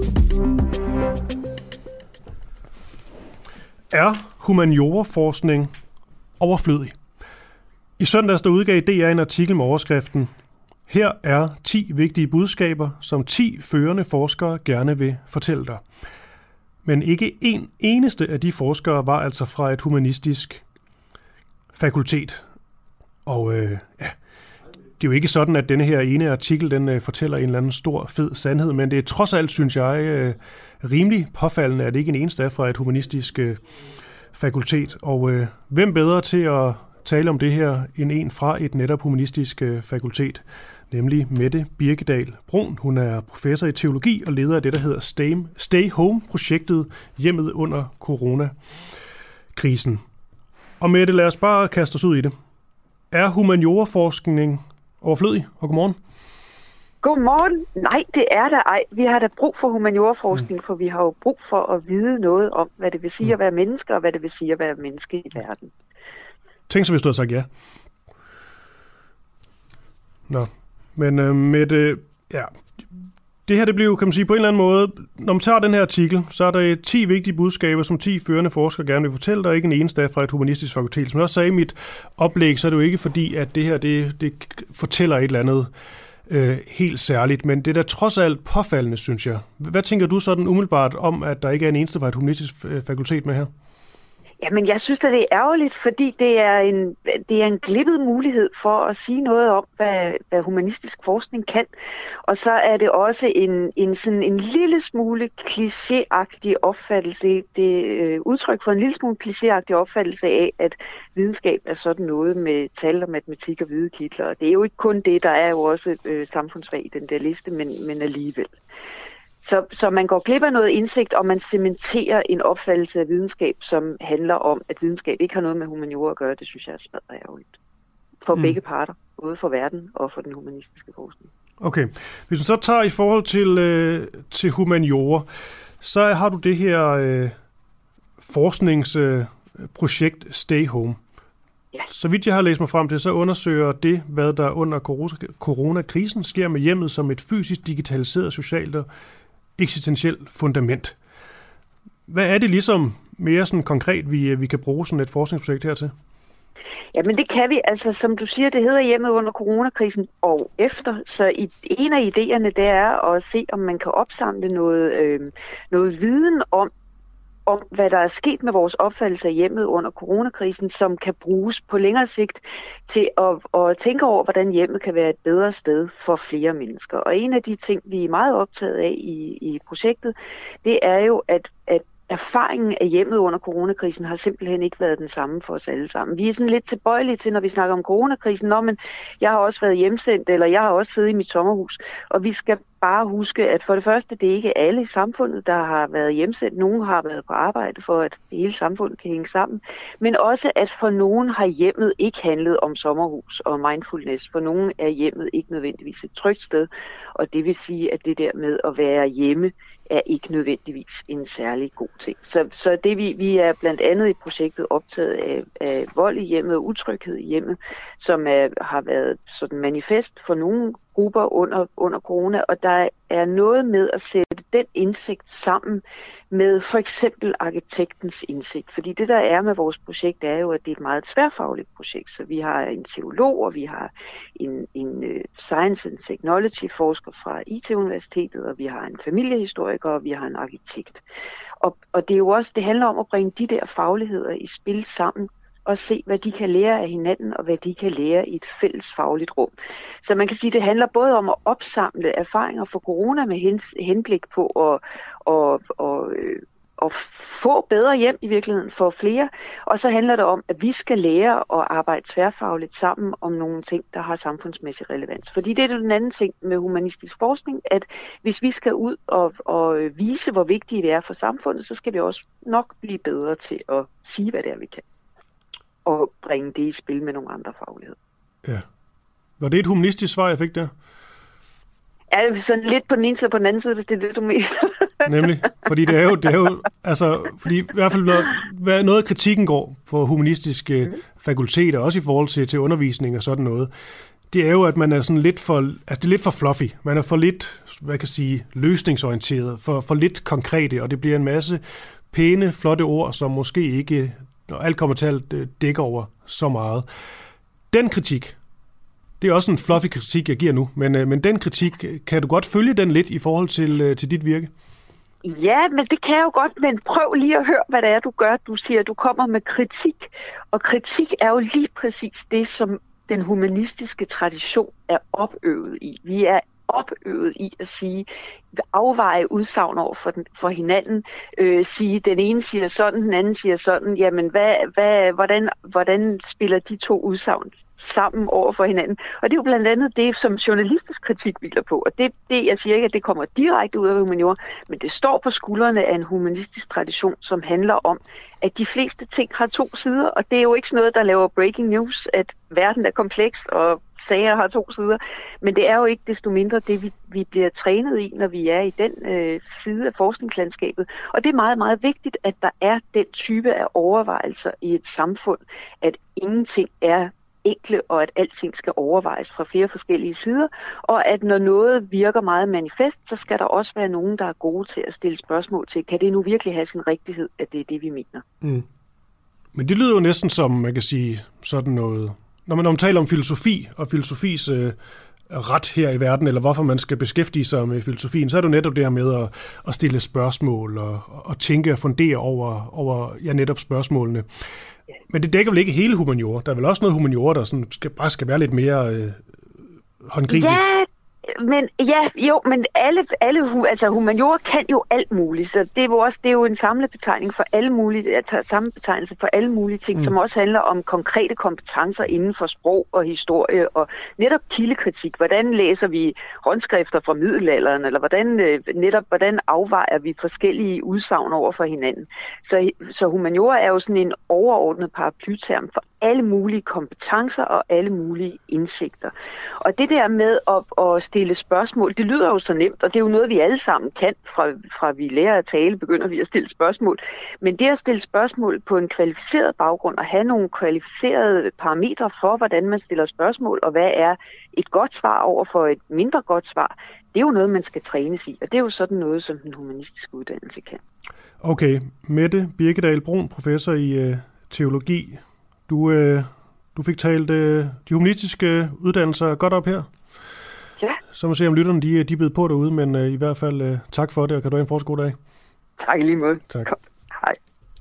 A: Er humanioraforskning overflødig? I søndags der udgav D R en artikel med overskriften: Her er ti vigtige budskaber, som ti førende forskere gerne vil fortælle dig. Men ikke en eneste af de forskere var altså fra et humanistisk fakultet. Og øh, ja, det er jo ikke sådan, at denne her ene artikel, den øh, fortæller en eller anden stor, fed sandhed, men det er trods alt, synes jeg, øh, rimelig påfaldende, at det ikke en eneste er fra et humanistisk øh, fakultet. Og øh, hvem bedre til at tale om det her end en fra et netop humanistisk øh, fakultet, nemlig Mette Birkedal Brun. Hun er professor i teologi og leder af det, der hedder Stay, Stay Home-projektet hjemmet under coronakrisen. Og Mette, lad os bare kaste os ud i det. Er humanioraforskning overflødig? Og godmorgen.
K: Godmorgen. Nej, det er der ej. Vi har da brug for humanioraforskning, mm. for vi har jo brug for at vide noget om, hvad det vil sige mm. at være menneske, og hvad det vil sige at være menneske i verden.
A: Tænk så, hvis du havde sagt ja. Nå, men øh, med det, ja, det her det bliver jo, kan man sige, på en eller anden måde, når man tager den her artikel, så er der ti vigtige budskaber, som ti førende forskere gerne vil fortælle, der er ikke en eneste fra et humanistisk fakultet. Som jeg også sagde i mit oplæg, så er det jo ikke fordi, at det her, det, det fortæller et eller andet øh, helt særligt, men det er da trods alt påfaldende, synes jeg. Hvad tænker du sådan umiddelbart om, at der ikke er en eneste fra et humanistisk fakultet med her?
K: Jamen, jeg synes, at det er ærgerligt, fordi det er en, det er en glippet mulighed for at sige noget om, hvad, hvad humanistisk forskning kan. Og så er det også en, en, sådan en lille smule klichéagtig opfattelse, det øh, udtryk for en lille smule klichéagtig opfattelse af, at videnskab er sådan noget med tal og matematik og hvide kitler. Det er jo ikke kun det, der er jo også øh, samfundsfag i den der liste, men, men alligevel. Så, så man går glip af noget indsigt, og man cementerer en opfattelse af videnskab, som handler om, at videnskab ikke har noget med humaniora at gøre. Det synes jeg er smadret ærgerligt. For mm. begge parter, både for verden og for den humanistiske forskning.
A: Okay. Hvis man så tager i forhold til, øh, til humaniora, så har du det her øh, forskningsprojekt øh, Stay Home.
K: Ja.
A: Så vidt jeg har læst mig frem til, så undersøger det, hvad der under coronakrisen sker med hjemmet som et fysisk digitaliseret socialt og eksistentielt fundament. Hvad er det ligesom mere sådan konkret, vi, vi kan bruge sådan et forskningsprojekt her til?
K: Jamen det kan vi, altså som du siger, det hedder hjemmet under coronakrisen og efter. Så i, en af idéerne, det er at se, om man kan opsamle noget, øh, noget viden om, om, hvad der er sket med vores opfattelse af hjemmet under coronakrisen, som kan bruges på længere sigt til at, at tænke over, hvordan hjemmet kan være et bedre sted for flere mennesker. Og en af de ting, vi er meget optaget af i, i projektet, det er jo, at, at erfaringen af hjemmet under coronakrisen har simpelthen ikke været den samme for os alle sammen. Vi er sådan lidt tilbøjelige til, når vi snakker om coronakrisen, Nå, men jeg har også været hjemsendt, eller jeg har også født i mit sommerhus. Og vi skal bare huske, at for det første, det er ikke alle i samfundet, der har været hjemsendt. Nogle har været på arbejde for, at hele samfundet kan hænge sammen. Men også, at for nogen har hjemmet ikke handlet om sommerhus og mindfulness. For nogen er hjemmet ikke nødvendigvis et trygt sted. Og det vil sige, at det der med at være hjemme, er ikke nødvendigvis en særlig god ting. Så, så det vi, vi er blandt andet i projektet optaget af, af vold i hjemmet og utryghed i hjemmet, som er, har været sådan manifest for nogle grupper under, under corona, og der er noget med at sætte den indsigt sammen med for eksempel arkitektens indsigt. Fordi det, der er med vores projekt, er jo, at det er et meget tværfagligt projekt. Så vi har en teolog, og vi har en, en uh, science and technology forsker fra I T-universitetet, og vi har en familiehistoriker, og vi har en arkitekt. Og, og det er jo også, det handler om at bringe de der fagligheder i spil sammen, og se, hvad de kan lære af hinanden, og hvad de kan lære i et fælles fagligt rum. Så man kan sige, at det handler både om at opsamle erfaringer for corona med henblik på at, og, og, at få bedre hjem i virkeligheden for flere, og så handler det om, at vi skal lære at arbejde tværfagligt sammen om nogle ting, der har samfundsmæssig relevans. Fordi det er den anden ting med humanistisk forskning, at hvis vi skal ud og, og vise, hvor vigtige vi er for samfundet, så skal vi også nok blive bedre til at sige, hvad det er, vi kan, og bringe det i spil med nogle andre fagligheder.
A: Ja. Var det et humanistisk svar, jeg fik der?
K: Ja, sådan lidt på den ene side og på den anden side, hvis det er det, du mener.
A: Nemlig. Fordi det er jo, det er jo altså, fordi i hvert fald når, noget af kritikken går på humanistiske mm. fakulteter, også i forhold til, til undervisning og sådan noget, det er jo, at man er sådan lidt for, altså det er lidt for fluffy. Man er for lidt, hvad kan jeg sige, løsningsorienteret, for, for lidt konkrete, og det bliver en masse pæne, flotte ord, som måske ikke, når alt kommer til at dække over så meget. Den kritik, det er også en fluffy kritik, jeg giver nu, men, men den kritik, kan du godt følge den lidt i forhold til, til dit virke?
K: Ja, men det kan jeg jo godt, men prøv lige at høre, hvad det er, du gør. Du siger, at du kommer med kritik, og kritik er jo lige præcis det, som den humanistiske tradition er opøvet i. Vi er opøvet i at sige, afveje udsagn over for, den, for hinanden, øh, sige, den ene siger sådan, den anden siger sådan, jamen hvad, hvad, hvordan, hvordan spiller de to udsagn sammen over for hinanden? Og det er jo blandt andet det, som journalistisk kritik hviler på, og det, det jeg siger ikke, at det kommer direkte ud af humaniora, men det står på skuldrene af en humanistisk tradition, som handler om, at de fleste ting har to sider, og det er jo ikke sådan noget, der laver breaking news, at verden er kompleks, og sager har to sider, men det er jo ikke desto mindre det, vi, vi bliver trænet i, når vi er i den øh, side af forskningslandskabet. Og det er meget, meget vigtigt, at der er den type af overvejelser i et samfund, at ingenting er enkle, og at alting skal overvejes fra flere forskellige sider, og at når noget virker meget manifest, så skal der også være nogen, der er gode til at stille spørgsmål til, kan det nu virkelig have sin rigtighed, at det er det, vi mener?
A: Mm. Men det lyder jo næsten som, man kan sige, sådan noget. Når man, når man taler om filosofi og filosofis øh, ret her i verden, eller hvorfor man skal beskæftige sig med filosofien, så er det jo netop det her med at, at stille spørgsmål og, og tænke og fundere over, over ja, netop spørgsmålene. Men det dækker vel ikke hele humaniora? Der er vel også noget humaniora, der sådan skal, bare skal være lidt mere øh, håndgribeligt?
K: Ja, men ja, jo, men alle, alle altså humaniora kan jo alt muligt, så det er jo også det er jo en samlebetegnelse for alle mulige, altså samme betegnelse for alle mulige ting, mm. som også handler om konkrete kompetencer inden for sprog og historie og netop kildekritik. Hvordan læser vi håndskrifter fra middelalderen, eller hvordan netop hvordan afvejer vi forskellige udsagn over for hinanden. Så, så humaniora er jo sådan en overordnet paraplyterm for alle mulige kompetencer og alle mulige indsigter. Og det der med at, at stille spørgsmål, det lyder jo så nemt, og det er jo noget, vi alle sammen kan, fra, fra vi lærer at tale, begynder vi at stille spørgsmål. Men det at stille spørgsmål på en kvalificeret baggrund, og have nogle kvalificerede parametre for, hvordan man stiller spørgsmål, og hvad er et godt svar over for et mindre godt svar, det er jo noget, man skal trænes i, og det er jo sådan noget, som den humanistiske uddannelse kan.
A: Okay, Mette Birkedal Brun, professor i øh, teologi. Du, øh, du fik talt øh, de humanistiske uddannelser godt op her.
K: Ja.
A: Så må vi se, om lytterne de, de bed på derude, men øh, i hvert fald øh, tak for det, og kan du have en fortsat god dag.
K: Tak i lige måde.
A: Tak.
K: Kom. Hej.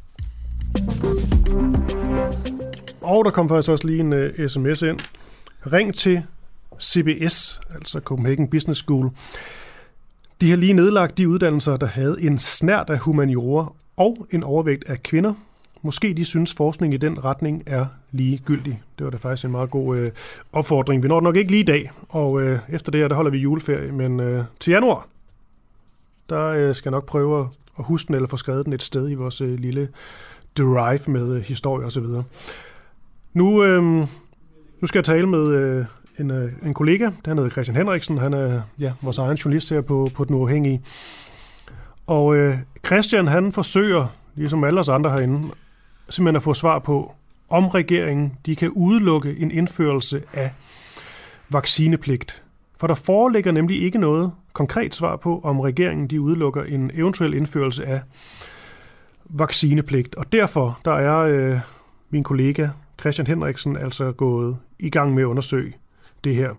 A: Og der kom faktisk også lige en uh, sms ind. Ring til C B S, altså Copenhagen Business School. De har lige nedlagt de uddannelser, der havde en snert af humaniora og en overvægt af kvinder. Måske de synes, forskning i den retning er ligegyldig. Det var da faktisk en meget god øh, opfordring. Vi når nok ikke lige i dag, og øh, efter det her, der holder vi juleferie. Men øh, til januar, der øh, skal jeg nok prøve at huske den, eller få skrevet den et sted i vores øh, lille drive med øh, historie osv. Nu, øh, nu skal jeg tale med øh, en, øh, en kollega, der hedder Christian Henriksen. Han er ja, vores egen journalist her på, på Den Uafhængige. Og øh, Christian, han forsøger, ligesom alle os andre herinde, simpelthen at få svar på, om regeringen de kan udelukke en indførelse af vaccinepligt For der foreligger nemlig ikke noget konkret svar på, om regeringen de udelukker en eventuel indførelse af vaccinepligt. Og derfor der er øh, min kollega Christian Henriksen altså gået i gang med at undersøge det her.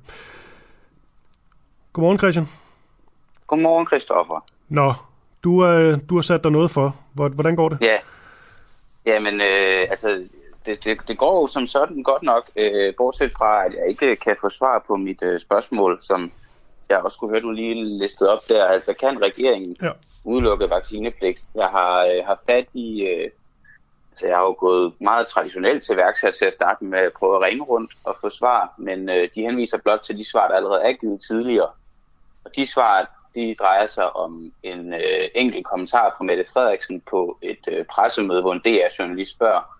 A: Godmorgen, Christian.
L: Godmorgen, Christoffer.
A: Nå, du, øh, du har sat dig noget for. Hvordan går det?
L: Ja, Jamen, øh, altså, det, det, det går jo som sådan godt nok, øh, bortset fra, at jeg ikke kan få svar på mit øh, spørgsmål, som jeg også kunne høre, du lige listede op der. Altså, kan regeringen ja. udelukke vaccinepligt? Jeg har øh, haft fat i... Øh, altså, jeg har jo gået meget traditionelt til værks her til at starte med at prøve at ringe rundt og få svar, men øh, de henviser blot til de svar, der allerede er givet tidligere. Og de svar, de drejer sig om en øh, enkelt kommentar fra Mette Frederiksen på et øh, pressemøde, hvor en D R-journalist spørger,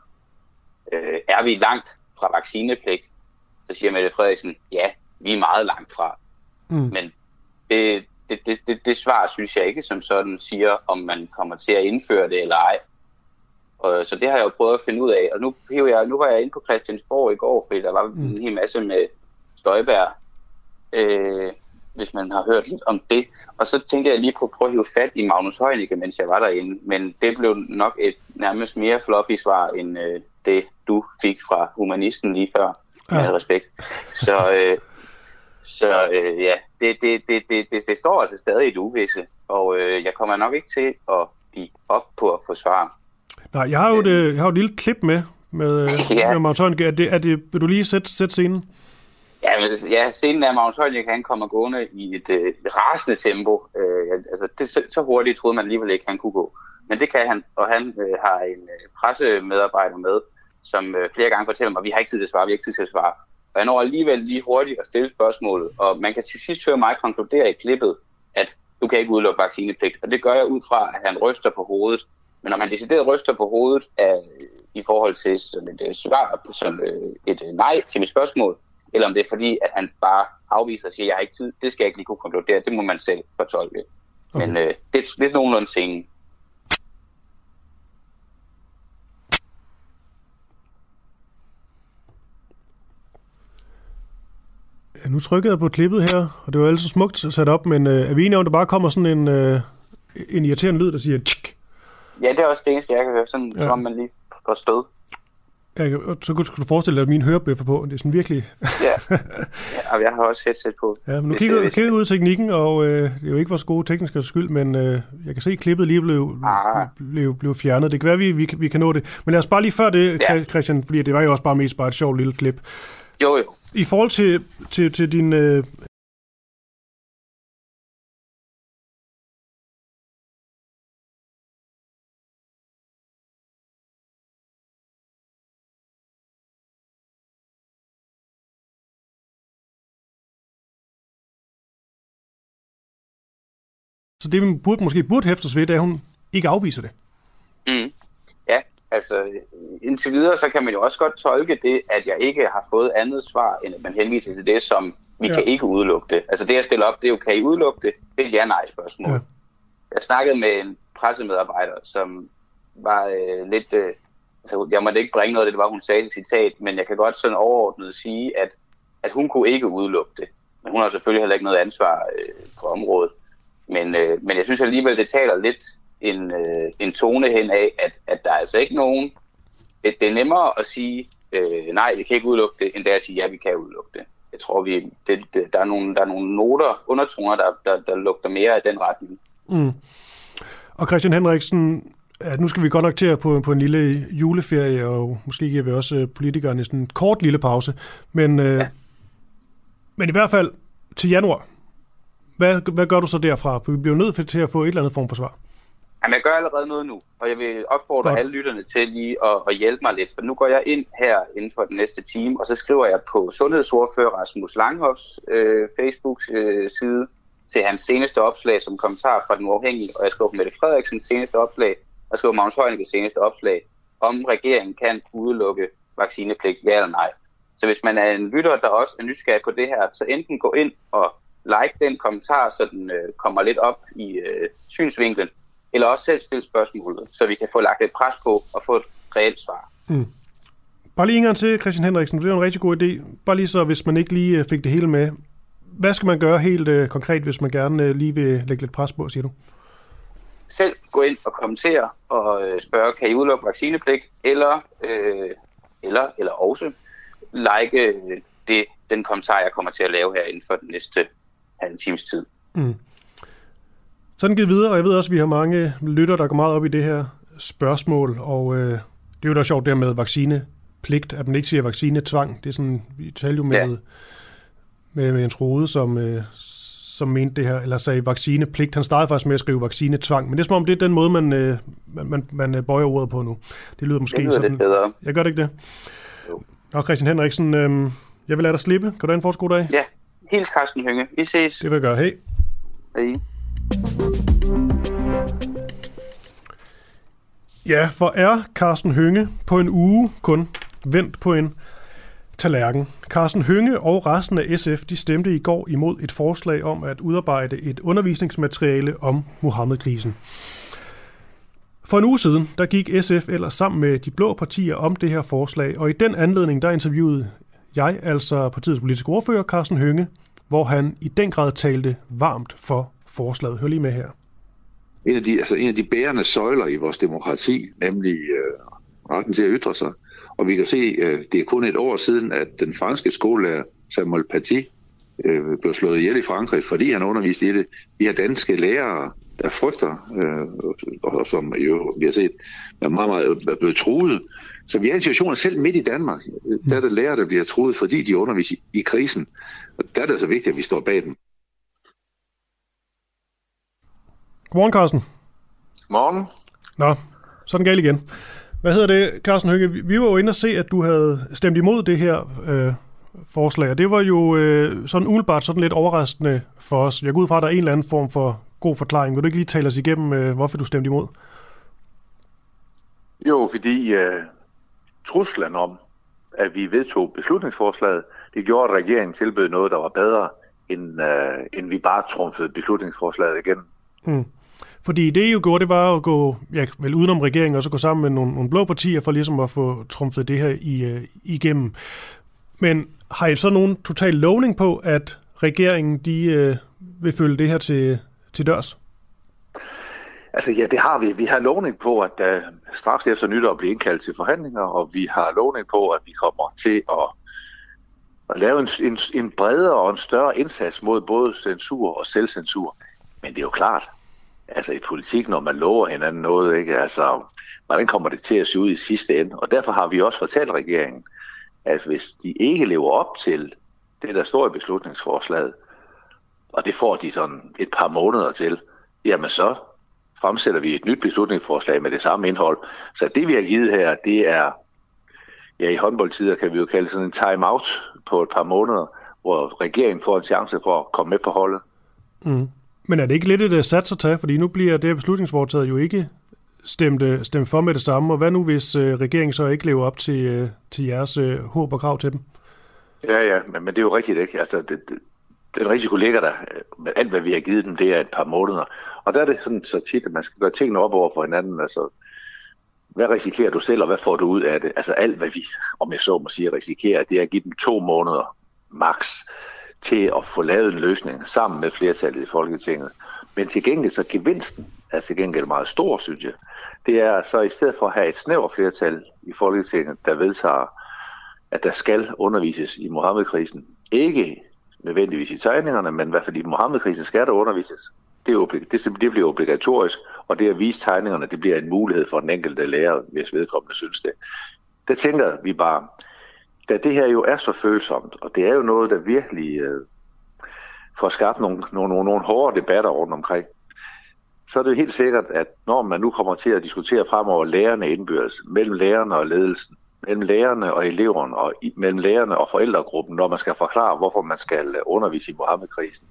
L: øh, er vi langt fra vaccinepligt? Så siger Mette Frederiksen, ja, vi er meget langt fra. Mm. Men det, det, det, det, det svar, synes jeg ikke som sådan siger, om man kommer til at indføre det eller ej. Og, så det har jeg jo prøvet at finde ud af. Og nu, jeg, nu var jeg inde på Christiansborg i går, fordi der var mm. en hel masse med Støjberg. Øh, hvis man har hørt lidt om det. Og så tænkte jeg lige på at prøve at hive fat i Magnus Heunicke, mens jeg var derinde. Men det blev nok et nærmest mere fluffy svar, end øh, det du fik fra humanisten lige før. Ja. Med respekt. Så, øh, så øh, ja, det, det, det, det, det, det står altså stadig et uvisse. Og øh, jeg kommer nok ikke til at give op på at få svar.
A: Nej, jeg har jo, det, jeg har jo et lille klip med, med, ja. med Magnus Heunicke. Er det, er det, vil du lige sætte, sætte scenen?
L: Ja, men, ja, scenen er, Magnus Heunicke, han kommer gående i et øh, rasende tempo. Øh, altså, det, så, så hurtigt troede man alligevel ikke, han kunne gå. Men det kan han, og han øh, har en øh, pressemedarbejder med, som øh, flere gange fortæller mig, at vi har ikke tid til at svare, vi har ikke tid til at svare. Og han når alligevel lige hurtigt at stille spørgsmålet, og man kan til sidst høre mig konkludere i klippet, at du kan ikke udelukke vaccinepligt. Og det gør jeg ud fra, at han ryster på hovedet. Men når man decideret ryster på hovedet af, i forhold til sådan et svar, som øh, et nej til mit spørgsmål, eller om det er fordi, at han bare afviser og siger, at jeg har ikke tid, det skal jeg ikke lige kunne konkludere, det må man selv fortolke. Okay. Men øh, det er lidt nogenlunde scenen.
A: Ja, nu trykkede jeg på klippet her, og det var altså smukt sat op, men øh, er vi enige om, at der bare kommer sådan en, øh, en irriterende lyd, der siger tsk?
L: Ja, det er også det eneste, jeg kan høre, sådan, ja. Som man lige får stød.
A: Ja, så kunne du forestille dig, at mine hørebøffer på. Det er sådan virkelig...
L: ja. ja, og jeg har også headset på.
A: Ja, men nu kigger jeg kigger ud i teknikken, og øh, det er jo ikke vores gode tekniske skyld, men øh, jeg kan se, at klippet lige blev, ah. blev, blev fjernet. Det kan være, at vi, vi, vi kan nå det. Men lad os bare lige før det, ja. Christian, fordi det var jo også bare mest bare et sjovt lille klip.
L: Jo, jo.
A: I forhold til, til, til din... Øh, Så det, vi burde, måske burde hæftes ved, det er, at hun ikke afviser det.
L: Mm. Ja, altså indtil videre, så kan man jo også godt tolke det, at jeg ikke har fået andet svar, end at man henviser til det, som vi ja. kan ikke udelukke det. Altså det, jeg stiller op, det er jo, kan I udelukke det? Det er et ja-nej-spørgsmål. Ja. Jeg snakkede med en pressemedarbejder, som var øh, lidt... Øh, altså, jeg måtte ikke bringe noget af det, det var, hun sagde til citat, men jeg kan godt sådan overordnet sige, at, at hun kunne ikke udelukke det. Men hun har selvfølgelig heller ikke noget ansvar øh, på området. Men, øh, men jeg synes alligevel, det taler lidt en, øh, en tone hen af, at, at der er altså ikke nogen... Det, det er nemmere at sige, øh, nej, vi kan ikke udelukke det, end det at sige, ja, vi kan udelukke det. Jeg tror, vi, det, det, der, er nogle, der er nogle noter, undertoner, der, der, der lugter mere i den retning.
A: Mm. Og Christian Henriksen, ja, nu skal vi godt nok til at på, på en lille juleferie, og måske giver vi også politikerne sådan en kort lille pause. Men, øh, ja. men i hvert fald til januar. Hvad, hvad gør du så derfra? For vi bliver nødt til at få et eller andet form for svar.
L: Jamen, jeg gør allerede noget nu, og jeg vil opfordre Godt. alle lytterne til lige at, at hjælpe mig lidt. For nu går jeg ind her inden for den næste time, og så skriver jeg på sundhedsordfører Rasmus Langhoffs øh, Facebook-side til hans seneste opslag som kommentar fra Den Uafhængige, og jeg skriver på Mette Frederiksens seneste opslag, og jeg skriver Magnus Heunickes seneste opslag, om regeringen kan udelukke vaccinepligt, ja eller nej. Så hvis man er en lytter, der også er nysgerrig på det her, så enten gå ind og like den kommentar, så den øh, kommer lidt op i øh, synsvinklen, eller også selv stille spørgsmålet, så vi kan få lagt et pres på og få et reelt svar.
A: Mm. Bare lige en gang til, Christian Henriksen, det er en rigtig god idé. Bare lige så, hvis man ikke lige fik det hele med. hvad skal man gøre helt øh, konkret, hvis man gerne øh, lige vil lægge lidt pres på, siger du?
L: Selv gå ind og kommentere og øh, spørge, kan I udelukke vaccinepligt, eller, øh, eller, eller også like øh, det, den kommentar, jeg kommer til at lave her inden for den næste halv times tid. Mm.
A: Sådan givet videre, og jeg ved også, at vi har mange lytter, der går meget op i det her spørgsmål, og øh, det er jo da sjovt der med vaccinepligt, at man ikke siger vaccinetvang. Det er sådan, vi talte jo med, ja. med, med Jens Rohde, som, øh, som mente det her, eller sagde vaccinepligt. Han startede faktisk med at skrive vaccinetvang, men det er som om, det er den måde, man, øh, man, man, man bøjer ordet på nu. Det lyder måske det lyder sådan.
L: Lidt bedre.
A: Jeg gør det ikke det? Jo. Og Christian Henriksen, øh, jeg vil lade dig slippe. Kan du have en fortsat god dag?
L: Ja, hils Carsten Hønge. Vi ses.
A: Det vil jeg gøre. Hej.
L: Hej.
A: Ja, for er Carsten Hønge på en uge kun vendt på en tallerken. Carsten Hønge og resten af S F de stemte i går imod et forslag om at udarbejde et undervisningsmateriale om Muhammed-krisen. For en uge siden, der gik S F ellers sammen med de blå partier om det her forslag, og i den anledning, der interviewede jeg, altså partiets politiske ordfører, Carsten Hønge, hvor han i den grad talte varmt for forslaget. Hør lige med her.
I: En af de, altså en af de bærende søjler i vores demokrati, nemlig øh, retten til at ytre sig. Og vi kan se, øh, det er kun et år siden, at den franske skolelærer Samuel Paty øh, blev slået ihjel i Frankrig, fordi han underviste i det. Vi har danske lærere, der frygter, øh, og som jo, vi har set, er meget, meget er blevet truet. Så vi er i en situation selv midt i Danmark, der er der lærere, der bliver truet, fordi de underviser i, i krisen. Og der er det så vigtigt, at vi står bag dem.
A: Godmorgen, Carsten.
C: Morgen.
A: Nå, så er den galt igen. Hvad hedder det, Carsten Hønge? Vi var jo inde og se, at du havde stemt imod det her øh, forslag, og det var jo øh, sådan umiddelbart sådan lidt overraskende for os. Jeg går ud fra, at der er en eller anden form for god forklaring. Vil du ikke lige tale os igennem, øh, hvorfor du stemte imod?
M: Jo, fordi øh, truslen om, at vi vedtog beslutningsforslaget, det gjorde, at regeringen tilbød noget, der var bedre, end, øh, end vi bare trumfede beslutningsforslaget igennem.
A: Hmm. Fordi det, I jo gjorde, det var at gå ja, vel udenom regeringen, og så gå sammen med nogle, nogle blå partier, for ligesom at få trumfet det her i, uh, igennem. Men har I så nogen total lovning på, at regeringen de, uh, vil følge det her til, til dørs?
M: Altså ja, det har vi. Vi har lovning på, at uh, straks efter nytår bliver indkaldt til forhandlinger, og vi har lovning på, at vi kommer til at, at lave en, en, en bredere og en større indsats mod både censur og selvcensur. Men det er jo klart, altså i politik, når man lover hinanden noget, ikke? Altså, hvordan kommer det til at se ud i sidste ende? Og derfor har vi også fortalt regeringen, at hvis de ikke lever op til det, der står i beslutningsforslaget, og det får de sådan et par måneder til, jamen så fremsætter vi et nyt beslutningsforslag med det samme indhold. Så det, vi har givet her, det er, ja, i håndboldtider kan vi jo kalde sådan en time-out på et par måneder, hvor regeringen får en chance for at komme med på holdet.
A: Mm. Men er det ikke lidt et sats at tage? Fordi nu bliver det her beslutningsforslaget jo ikke stemt, stemt for med det samme. Og hvad nu, hvis øh, regeringen så ikke lever op til, øh, til jeres øh, håb og krav til dem?
M: Ja, ja, men, men det er jo rigtigt, ikke? Altså, det, det, den risiko ligger der. Men alt, hvad vi har givet dem, det er et par måneder. Og der er det sådan så tit, at man skal gøre tingene op over for hinanden. Altså, hvad risikerer du selv, og hvad får du ud af det? Altså alt, hvad vi, om jeg så må sige, risikerer, det er at give dem to måneder max til at få lavet en løsning sammen med flertallet i Folketinget. Men til gengæld så gevinsten er til gengæld meget stor, synes jeg. Det er så i stedet for at have et snævert flertal i Folketinget, der vedtager, at der skal undervises i Muhammed-krisen. Ikke nødvendigvis i tegningerne, men i hvert fald i Muhammed-krisen skal der undervises. Det, er oblig- det, det bliver obligatorisk, og det at vise tegningerne, det bliver en mulighed for den enkelte lærer, hvis vedkommende synes det. Der tænker vi bare, da det her jo er så følsomt, og det er jo noget, der virkelig øh, får skabt nogle, nogle, nogle, nogle hårde debatter rundt omkring, så er det jo helt sikkert, at når man nu kommer til at diskutere fremover lærerne indbyrdes, mellem lærerne og ledelsen, mellem lærerne og eleverne, og i, mellem lærerne og forældregruppen, når man skal forklare, hvorfor man skal undervise i Muhammed-krisen,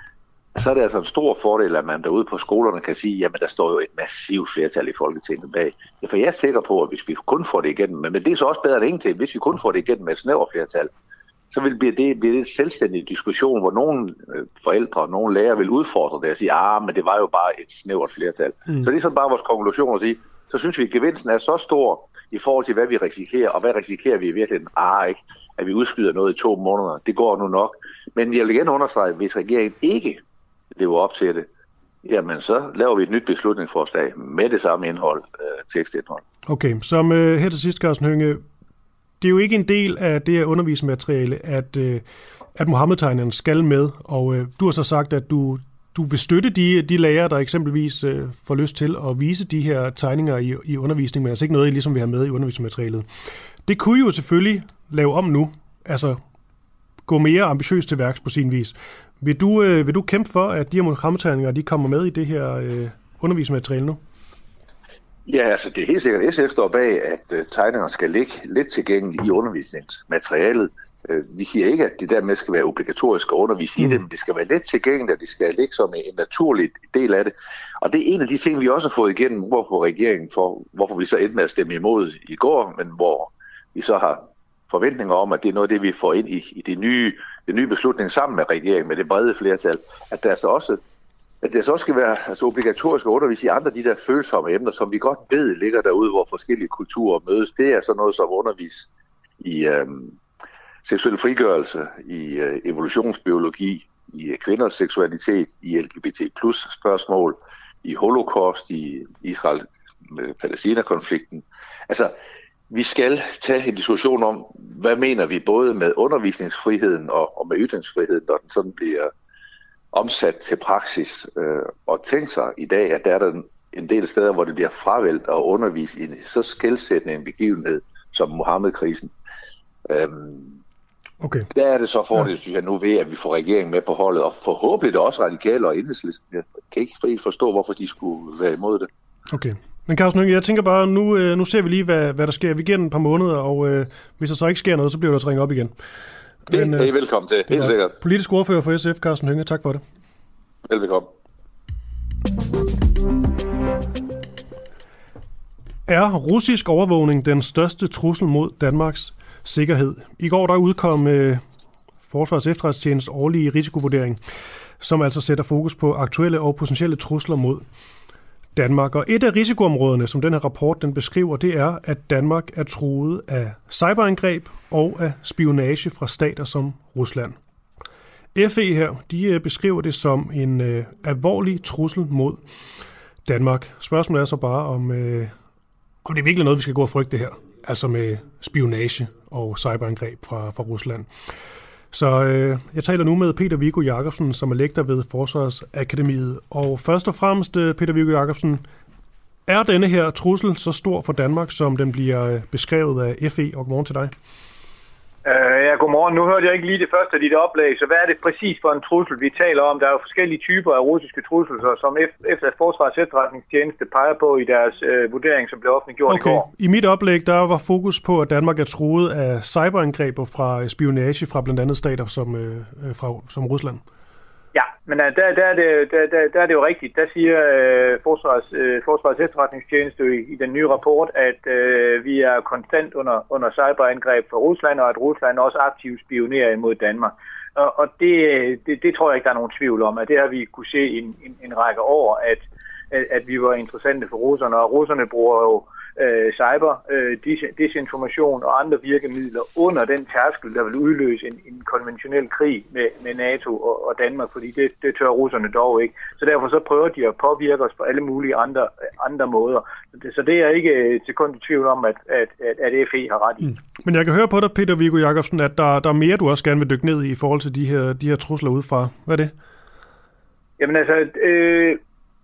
M: så er det altså en stor fordel, at man derude på skolerne kan sige, jamen der står jo et massivt flertal i Folketinget bag. Ja, for jeg er sikker på, at hvis vi kun får det igennem, men det er så også bedre end ingenting, hvis vi kun får det igennem med et snævert flertal, så vil det blive det en selvstændig diskussion, hvor nogle forældre og nogle lærere vil udfordre det og sige, ah, men det var jo bare et snævert flertal. Mm. Så det er sådan bare vores konklusion at sige, så synes vi, at gevinsten er så stor, i forhold til, hvad vi risikerer, og hvad risikerer vi i virkeligheden? Ah, ikke, at vi udskyder noget i to måneder. Det går nu nok. Men jeg vil igen understrege, at hvis regeringen ikke lever op til det, jamen så laver vi et nyt beslutningsforslag med det samme indhold, øh, tekstindhold.
A: Okay, som øh, her til sidst, Carsten Hønge, det er jo ikke en del af det her undervisningsmateriale, at, øh, at Muhammed-tegneren skal med, og øh, du har så sagt, at du, du vil støtte de, de lærere, der eksempelvis øh, får lyst til at vise de her tegninger i, i undervisning, men altså ikke noget, I ligesom vil have med i undervisningsmaterialet. Det kunne jo selvfølgelig lave om nu, altså gå mere ambitiøst til værks på sin vis. Vil du, øh, vil du kæmpe for, at de her Muhammed-tegninger, de kommer med i det her øh, undervisningsmateriale nu?
M: Ja, altså det er helt sikkert, at S F står bag, at uh, tegningerne skal ligge lidt tilgængeligt i undervisningsmaterialet. Uh, vi siger ikke, at det dermed skal være obligatorisk at undervise mm. i det, men det skal være let tilgængeligt, og det skal ligge som en naturlig del af det. Og det er en af de ting, vi også har fået igennem, hvorfor regeringen for, hvorfor vi så endte med at stemme imod i går, men hvor vi så har forventninger om, at det er noget af det, vi får ind i, i det nye, det nye beslutning sammen med regeringen, med det brede flertal, at der så også at det så også skal være altså, obligatorisk at undervise i andre af de der følsomme emner, som vi godt ved ligger derude, hvor forskellige kulturer mødes. Det er så noget som undervise i øh, seksuel frigørelse, i øh, evolutionsbiologi, i øh, kvinders seksualitet, i L G B T plus spørgsmål, i holocaust, i Israel-Palæstina-konflikten. Altså, vi skal tage en diskussion om, hvad mener vi både med undervisningsfriheden og, og med ytringsfriheden, når den sådan bliver omsat til praksis, øh, og tænk sig i dag, at der er der en del steder, hvor det bliver fravalgt at undervise i en så skelsættende en begivenhed som Muhammed-krisen. Øhm,
A: okay.
M: Der er det så fordelt, ja. synes jeg, nu ved, at vi får regeringen med på holdet, og forhåbentlig også Radikale og Enhedslisten. Jeg kan ikke forstå, hvorfor de skulle være imod det.
A: Okay. Men Carsten Hønge, jeg tænker bare, nu, øh, nu ser vi lige, hvad, hvad der sker. Vi giver den et par måneder, og øh, hvis der så ikke sker noget, så bliver der ringet op igen.
M: Det Men, øh, er I velkommen til, helt sikkert.
A: Politisk ordfører for S F, Carsten Hønge, tak for det.
M: Velbekomme.
A: Er russisk overvågning den største trussel mod Danmarks sikkerhed? I går der udkom øh, Forsvarets Efterretningstjenestes årlige risikovurdering, som altså sætter fokus på aktuelle og potentielle trusler mod Danmark. Og et af risikoområderne, som den her rapport den beskriver, det er, at Danmark er truet af cyberangreb og af spionage fra stater som Rusland. F E her, de beskriver det som en øh, alvorlig trussel mod Danmark. Spørgsmålet er så bare, om, øh, om det er virkelig noget, vi skal gå og frygte her. Altså med spionage og cyberangreb fra, fra Rusland. Så øh, jeg taler nu med Peter Viggo Jacobsen, som er lektor ved Forsvarsakademiet. Og først og fremmest, Peter Viggo Jacobsen, er denne her trussel så stor for Danmark, som den bliver beskrevet af F E? Og godmorgen til dig.
N: Uh, ja, godmorgen. Nu hørte jeg ikke lige det første af dit oplæg, så hvad er det præcis for en trussel, vi taler om? Der er jo forskellige typer af russiske trusler, som efter Forsvarets Efterretningstjeneste peger på i deres uh, vurdering, som blev offentliggjort
A: okay.
N: i går.
A: I mit oplæg, der var fokus på, at Danmark er truet af cyberangreb og fra spionage fra blandt andet stater som, uh, fra, som Rusland.
N: Ja, men uh, der, der, er det, der, der, der er det jo rigtigt. Der siger uh, Forsvarets, uh, Forsvarets Efterretningstjeneste i, i den nye rapport, at uh, vi er konstant under, under cyberangreb fra Rusland, og at Rusland også aktivt spionerer imod Danmark. Og, og det, det, det tror jeg ikke, der er nogen tvivl om, at det har vi kunne se i en, en, en række år, at, at, at vi var interessante for russerne, og russerne bruger jo Øh, cyber, øh, dis- disinformation og andre virkemidler under den tærskel, der vil udløse en, en konventionel krig med, med NATO og, og Danmark, fordi det, det tør russerne dog ikke. Så derfor så prøver de at påvirke os på alle mulige andre, andre måder. Så det, så det er ikke til kun tvivl om, at, at, at, at F E har ret i.
A: Mm. Men jeg kan høre på dig, Peter Viggo Jacobsen, at der, der er mere, du også gerne vil dykke ned i i forhold til de her, de her trusler udefra. Hvad er det?
N: Jamen altså... Øh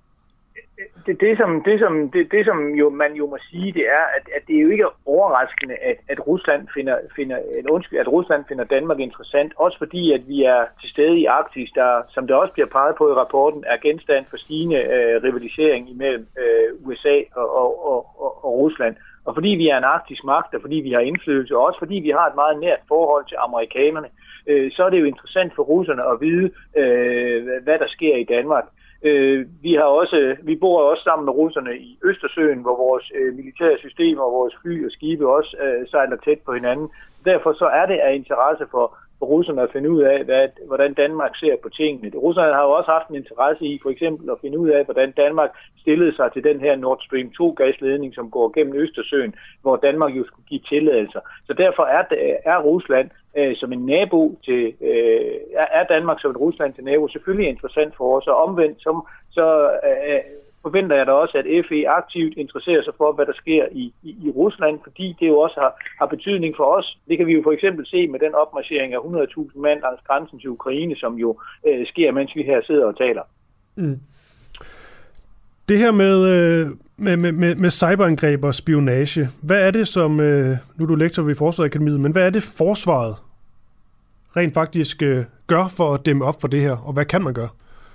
N: Det, det, som, det, som, det, det, som jo, man jo må sige, det er, at, at det er jo ikke overraskende, at, at, Rusland finder, finder, at, undskyld, at Rusland finder Danmark interessant, også fordi, at vi er til stede i Arktis, der, som der også bliver peget på i rapporten, er genstand for stigende øh, rivalisering imellem øh, U S A og, og, og, og, og Rusland. Og fordi vi er en arktisk magt, og fordi vi har indflydelse, og også fordi vi har et meget nært forhold til amerikanerne, øh, så er det jo interessant for russerne at vide, øh, hvad der sker i Danmark. Øh, vi har også, vi bor også sammen med russerne i Østersøen, hvor vores øh, militære systemer og vores fly og skibe også øh, sejler tæt på hinanden. Derfor så er det af interesse for, for russerne at finde ud af, hvad, hvordan Danmark ser på tingene. Russerne har jo også haft en interesse i for eksempel at finde ud af, hvordan Danmark stillede sig til den her Nord Stream to gasledning, som går gennem Østersøen, hvor Danmark jo skulle give tilladelser. Så derfor er, er Rusland øh, som en nabo til, øh, er Danmark som et Rusland til nabo selvfølgelig interessant for os, og omvendt som, så øh, forventer jeg da også, at F E aktivt interesserer sig for, hvad der sker i, i, i Rusland, fordi det jo også har, har betydning for os. Det kan vi jo for eksempel se med den opmarchering af hundrede tusind mand langs grænsen til Ukraine, som jo øh, sker, mens vi her sidder og taler.
A: Mm. Det her med, med, med, med cyberangreb og spionage, hvad er det som, nu er du lektor ved Forsvarsakademiet, men hvad er det forsvaret rent faktisk gør for at dæmme op for det her, og hvad kan man gøre?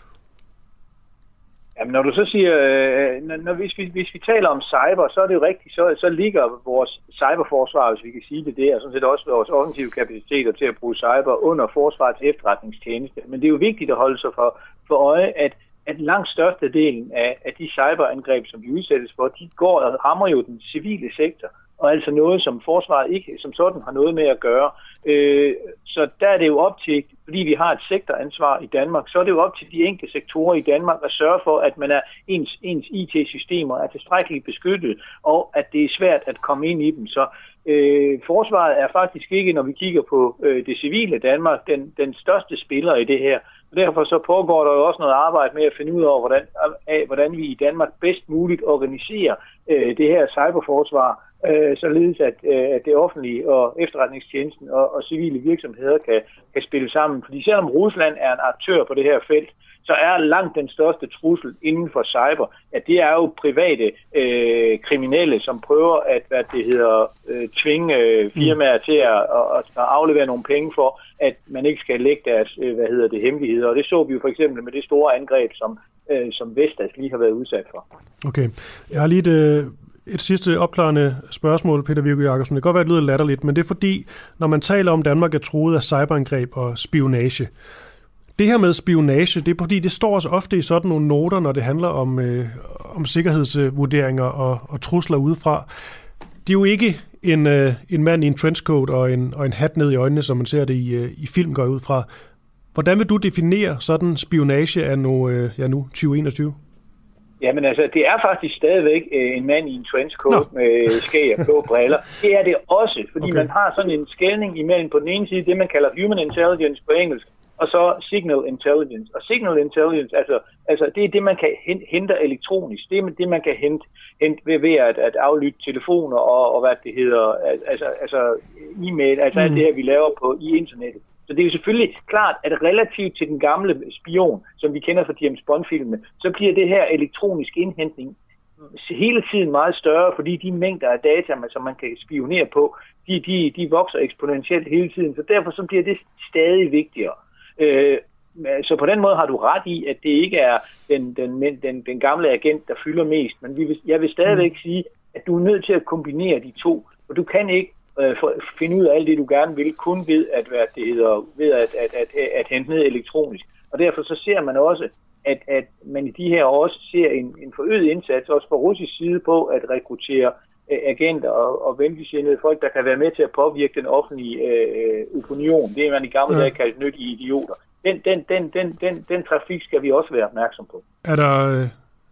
N: Jamen, når du så siger, når, når, hvis, vi, hvis vi taler om cyber, så er det jo rigtigt, så, så ligger vores cyberforsvar, hvis vi kan sige det der, og sådan set også vores offensive kapaciteter til at bruge cyber under forsvarets efterretningstjeneste. Men det er jo vigtigt at holde sig for, for øje, at at langt størstedelen af, af de cyberangreb, som vi udsættes for, de går og rammer jo den civile sektor, og altså noget, som forsvaret ikke som sådan har noget med at gøre. Øh, så der er det jo op til, fordi vi har et sektoransvar i Danmark, så er det jo op til de enkelte sektorer i Danmark at sørge for, at man er ens, ens I T-systemer er tilstrækkeligt beskyttet, og at det er svært at komme ind i dem. Så øh, forsvaret er faktisk ikke, når vi kigger på øh, det civile Danmark, den, den største spiller i det her. Derfor så pågår der jo også noget arbejde med at finde ud af, hvordan, af, hvordan vi i Danmark bedst muligt organiserer øh, det her cyberforsvar, øh, således at, øh, at det offentlige og efterretningstjenesten og, og civile virksomheder kan, kan spille sammen. Fordi selvom Rusland er en aktør på det her felt, så er langt den største trussel inden for cyber, at det er jo private øh, kriminelle, som prøver at hvad det hedder, øh, tvinge øh, firmaer til at, at, at aflevere nogle penge for, at man ikke skal lægge deres øh, hvad hedder det, hemmeligheder. Og det så vi jo for eksempel med det store angreb, som, øh, som Vestas lige har været udsat for.
A: Okay. Jeg har lige et, et sidste opklarende spørgsmål, Peter Viggo Jacobsen. Det kan godt være, at det lyder latterligt, men det er fordi, når man taler om Danmark er truet af cyberangreb og spionage, det her med spionage, det er fordi, det står også ofte i sådan nogle noter, når det handler om, øh, om sikkerhedsvurderinger og, og trusler udefra. Det er jo ikke en, øh, en mand i en trenchcoat og en, og en hat ned i øjnene, som man ser det i, øh, i film går ud fra. Hvordan vil du definere sådan spionage af nu, øh, ja, nu tyve enogtyve?
N: Jamen altså, det er faktisk stadigvæk øh, en mand i en trenchcoat Nå. med skæg og blå briller. Det er det også, fordi okay. man har sådan en skelning imellem på den ene side, det man kalder human intelligence på engelsk, og så signal intelligence. Og signal intelligence, altså, altså det er det, man kan hente elektronisk. Det er det, man kan hente, hente ved, ved at, at aflytte telefoner og, og hvad det hedder, altså, altså e-mail, altså mm. alt det her, vi laver på i internettet. Så det er jo selvfølgelig klart, at relativt til den gamle spion, som vi kender fra James Bond-filmene, så bliver det her elektronisk indhentning hele tiden meget større, fordi de mængder af data, som man kan spionere på, de, de, de vokser eksponentielt hele tiden. Så derfor så bliver det stadig vigtigere. Øh, så på den måde har du ret i, at det ikke er den, den, den, den gamle agent, der fylder mest. Men vi vil, jeg vil stadigvæk mm. sige, at du er nødt til at kombinere de to. For du kan ikke øh, for, finde ud af alt det, du gerne vil, kun ved at, hvad det hedder, ved at, at, at, at, at hente ned elektronisk. Og derfor så ser man også, at, at man i de her år også ser en, en forøget indsats, også fra russisk side på at rekruttere øh, agenter og, og venligsindede folk, der kan være med til at påvirke den offentlige øh, opinion. Det er man i gamle dage kaldt nyttige idioter. Den, den, den, den, den, den trafik skal vi også være opmærksom på.
A: Er der,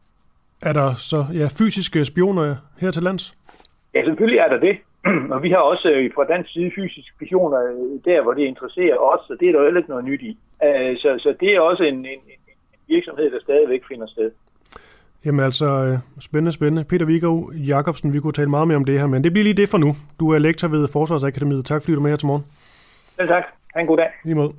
A: er der så ja, fysiske spioner her til lands?
N: Ja, selvfølgelig er der det. Og vi har også øh, fra dansk side fysiske spioner der, hvor det interesserer os, så det er der heller ikke noget nyt i. Uh, så, så det er også en, en, en virksomhed, der stadigvæk finder sted.
A: Jamen altså, spændende, spændende. Peter Viggo Jacobsen, vi kunne tale meget mere om det her, men det bliver lige det for nu. Du er lektor ved Forsvarsakademiet. Tak fordi du er med her til morgen.
N: Selv tak. Ha' en god dag.
A: Lige måde.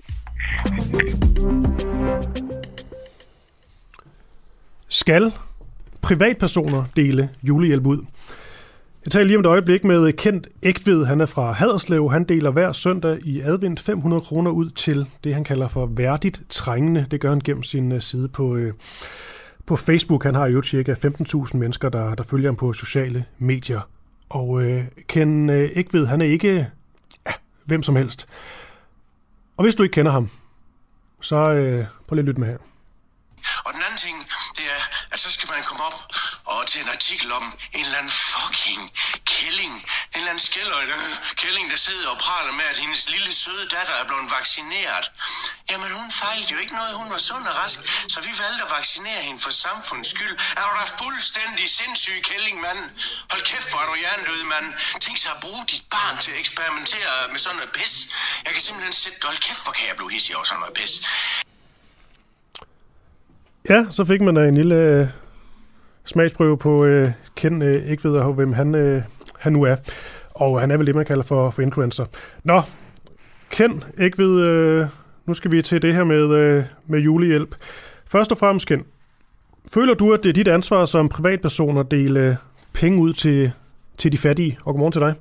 A: Skal privatpersoner dele julehjælp ud? Jeg taler lige om et øjeblik med Kent Egtved. Han er fra Haderslev. Han deler hver søndag i advent fem hundrede kroner ud til det, han kalder for værdigt trængende. Det gør han gennem sin side på, øh, på Facebook. Han har jo cirka femten tusind mennesker, der, der følger ham på sociale medier. Og øh, Kent Egtved, han er ikke ja, hvem som helst. Og hvis du ikke kender ham, så øh, prøv lige at lytte med her.
O: Og den anden anden ting, det er, at så skal man komme op og til en artikel om en eller anden fucking kælling. En eller anden skældøjt øh, kælling, der sidder og praler med, at hendes lille søde datter er blevet vaccineret. Jamen hun fejlede jo ikke noget, hun var sund og rask, så vi valgte at vaccinere hende for samfundets skyld. Er du da fuldstændig sindssyg kælling, mand? Hold kæft, hvor er du hjernedød, mand. Tænk sig at bruge dit barn til at eksperimentere med sådan noget pis. Jeg kan simpelthen sætte, hold kæft, hvor kan jeg blive hissig over sådan noget pis.
A: Ja, så fik man da en lille øh, smagsprøve på øh, Ken øh, ikke ved, hvem han, øh, han nu er. Og han er vel det, man kalder for, for influencer. Nå, Ken ikke ved, øh, nu skal vi til det her med, øh, med julehjælp. Først og fremmest, Ken, føler du, at det er dit ansvar som privatperson at dele øh, penge ud til, til de fattige? Og godmorgen til dig.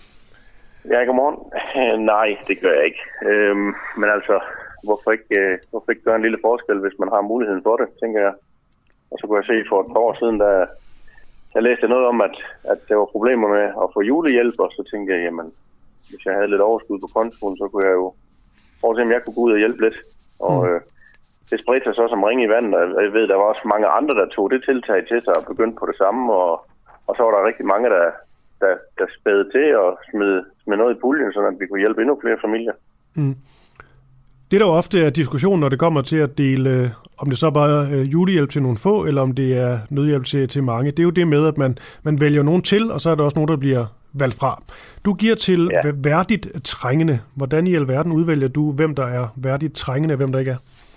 P: Ja, godmorgen. Nej, det gør jeg ikke. Øhm, men altså... Hvorfor ikke, øh, hvorfor ikke gøre en lille forskel, hvis man har muligheden for det, tænker jeg. Og så kunne jeg se for et par år siden, da jeg læste noget om, at, at der var problemer med at få julehjælp, og så tænkte jeg, jamen, hvis jeg havde lidt overskud på kontoen, så kunne jeg jo prøve at se, om jeg kunne gå ud og hjælpe lidt. Og mm. øh, det spredte sig så som ring i vandet, og jeg ved, der var også mange andre, der tog det tiltag til sig og begyndte på det samme, og, og så var der rigtig mange, der, der, der spædede til og smed, smed noget i puljen, så vi kunne hjælpe endnu flere familier.
A: Mm. Det der jo ofte er diskussion, når det kommer til at dele, om det så bare er julehjælp til nogle få, eller om det er nødhjælp til, til mange. Det er jo det med, at man, man vælger nogen til, og så er der også nogen, der bliver valgt fra. Du giver til ja. værdigt trængende. Hvordan i alverden udvælger du, hvem der er værdigt trængende, og hvem der ikke er?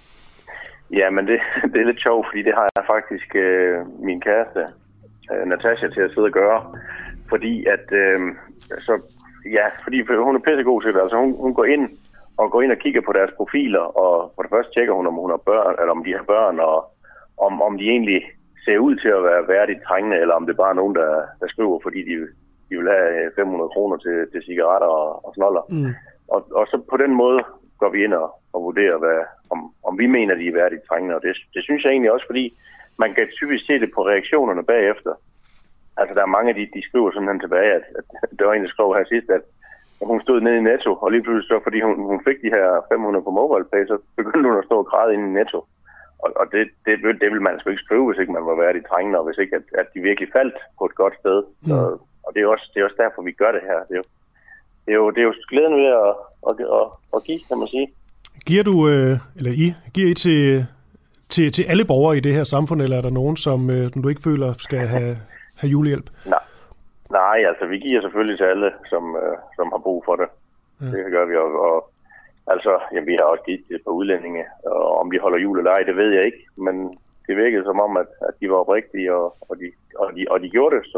P: Ja, men det, det er lidt sjovt, fordi det har jeg faktisk øh, min kæreste, øh, Natasha, til at sidde og gøre. Fordi at, øh, så, ja, fordi hun er pissegod til det. Altså hun, hun går ind og går ind og kigger på deres profiler, og for det første tjekker hun, om hun har børn, eller om de har børn, og om, om de egentlig ser ud til at være værdigt trængende, eller om det bare er nogen, der, der skriver, fordi de, de vil have fem hundrede kroner til, til cigaretter og, og snoller. Mm. Og, og så på den måde går vi ind og, og vurderer, hvad, om, om vi mener, de er værdigt trængende, og det, det synes jeg egentlig også, fordi man kan typisk se det på reaktionerne bagefter. Altså der er mange af de, de skriver sådan tilbage, at, at det var en, der skrev her sidst, at hun stod nede i Netto, og lige pludselig så, fordi hun, hun fik de her fem hundrede på MobilePay, så begyndte hun at stå og græde inde i Netto. Og, og det, det, det vil man sgu ikke skrive, hvis ikke man var værdig trængende, og hvis ikke, at, at de virkelig faldt på et godt sted. Mm. Så, og det er, også, det er også derfor, vi gør det her. Det er jo, det er jo, det er jo glæden ved at, at, at, at give, kan man sige.
A: Giver du, øh, eller I, giver I til, til, til alle borgere i det her samfund, eller er der nogen, som, øh, som du ikke føler skal have, have julehjælp?
P: Nej. Nej, altså vi giver selvfølgelig til alle, som, øh, som har brug for det. Ja. Det gør vi, og, og altså, jamen, vi har også givet det på udlændinge, og om de holder jul eller ej, det ved jeg ikke, men det virkede som om, at, at de var oprigtige, og, og, de, og, de, og de gjorde det, så,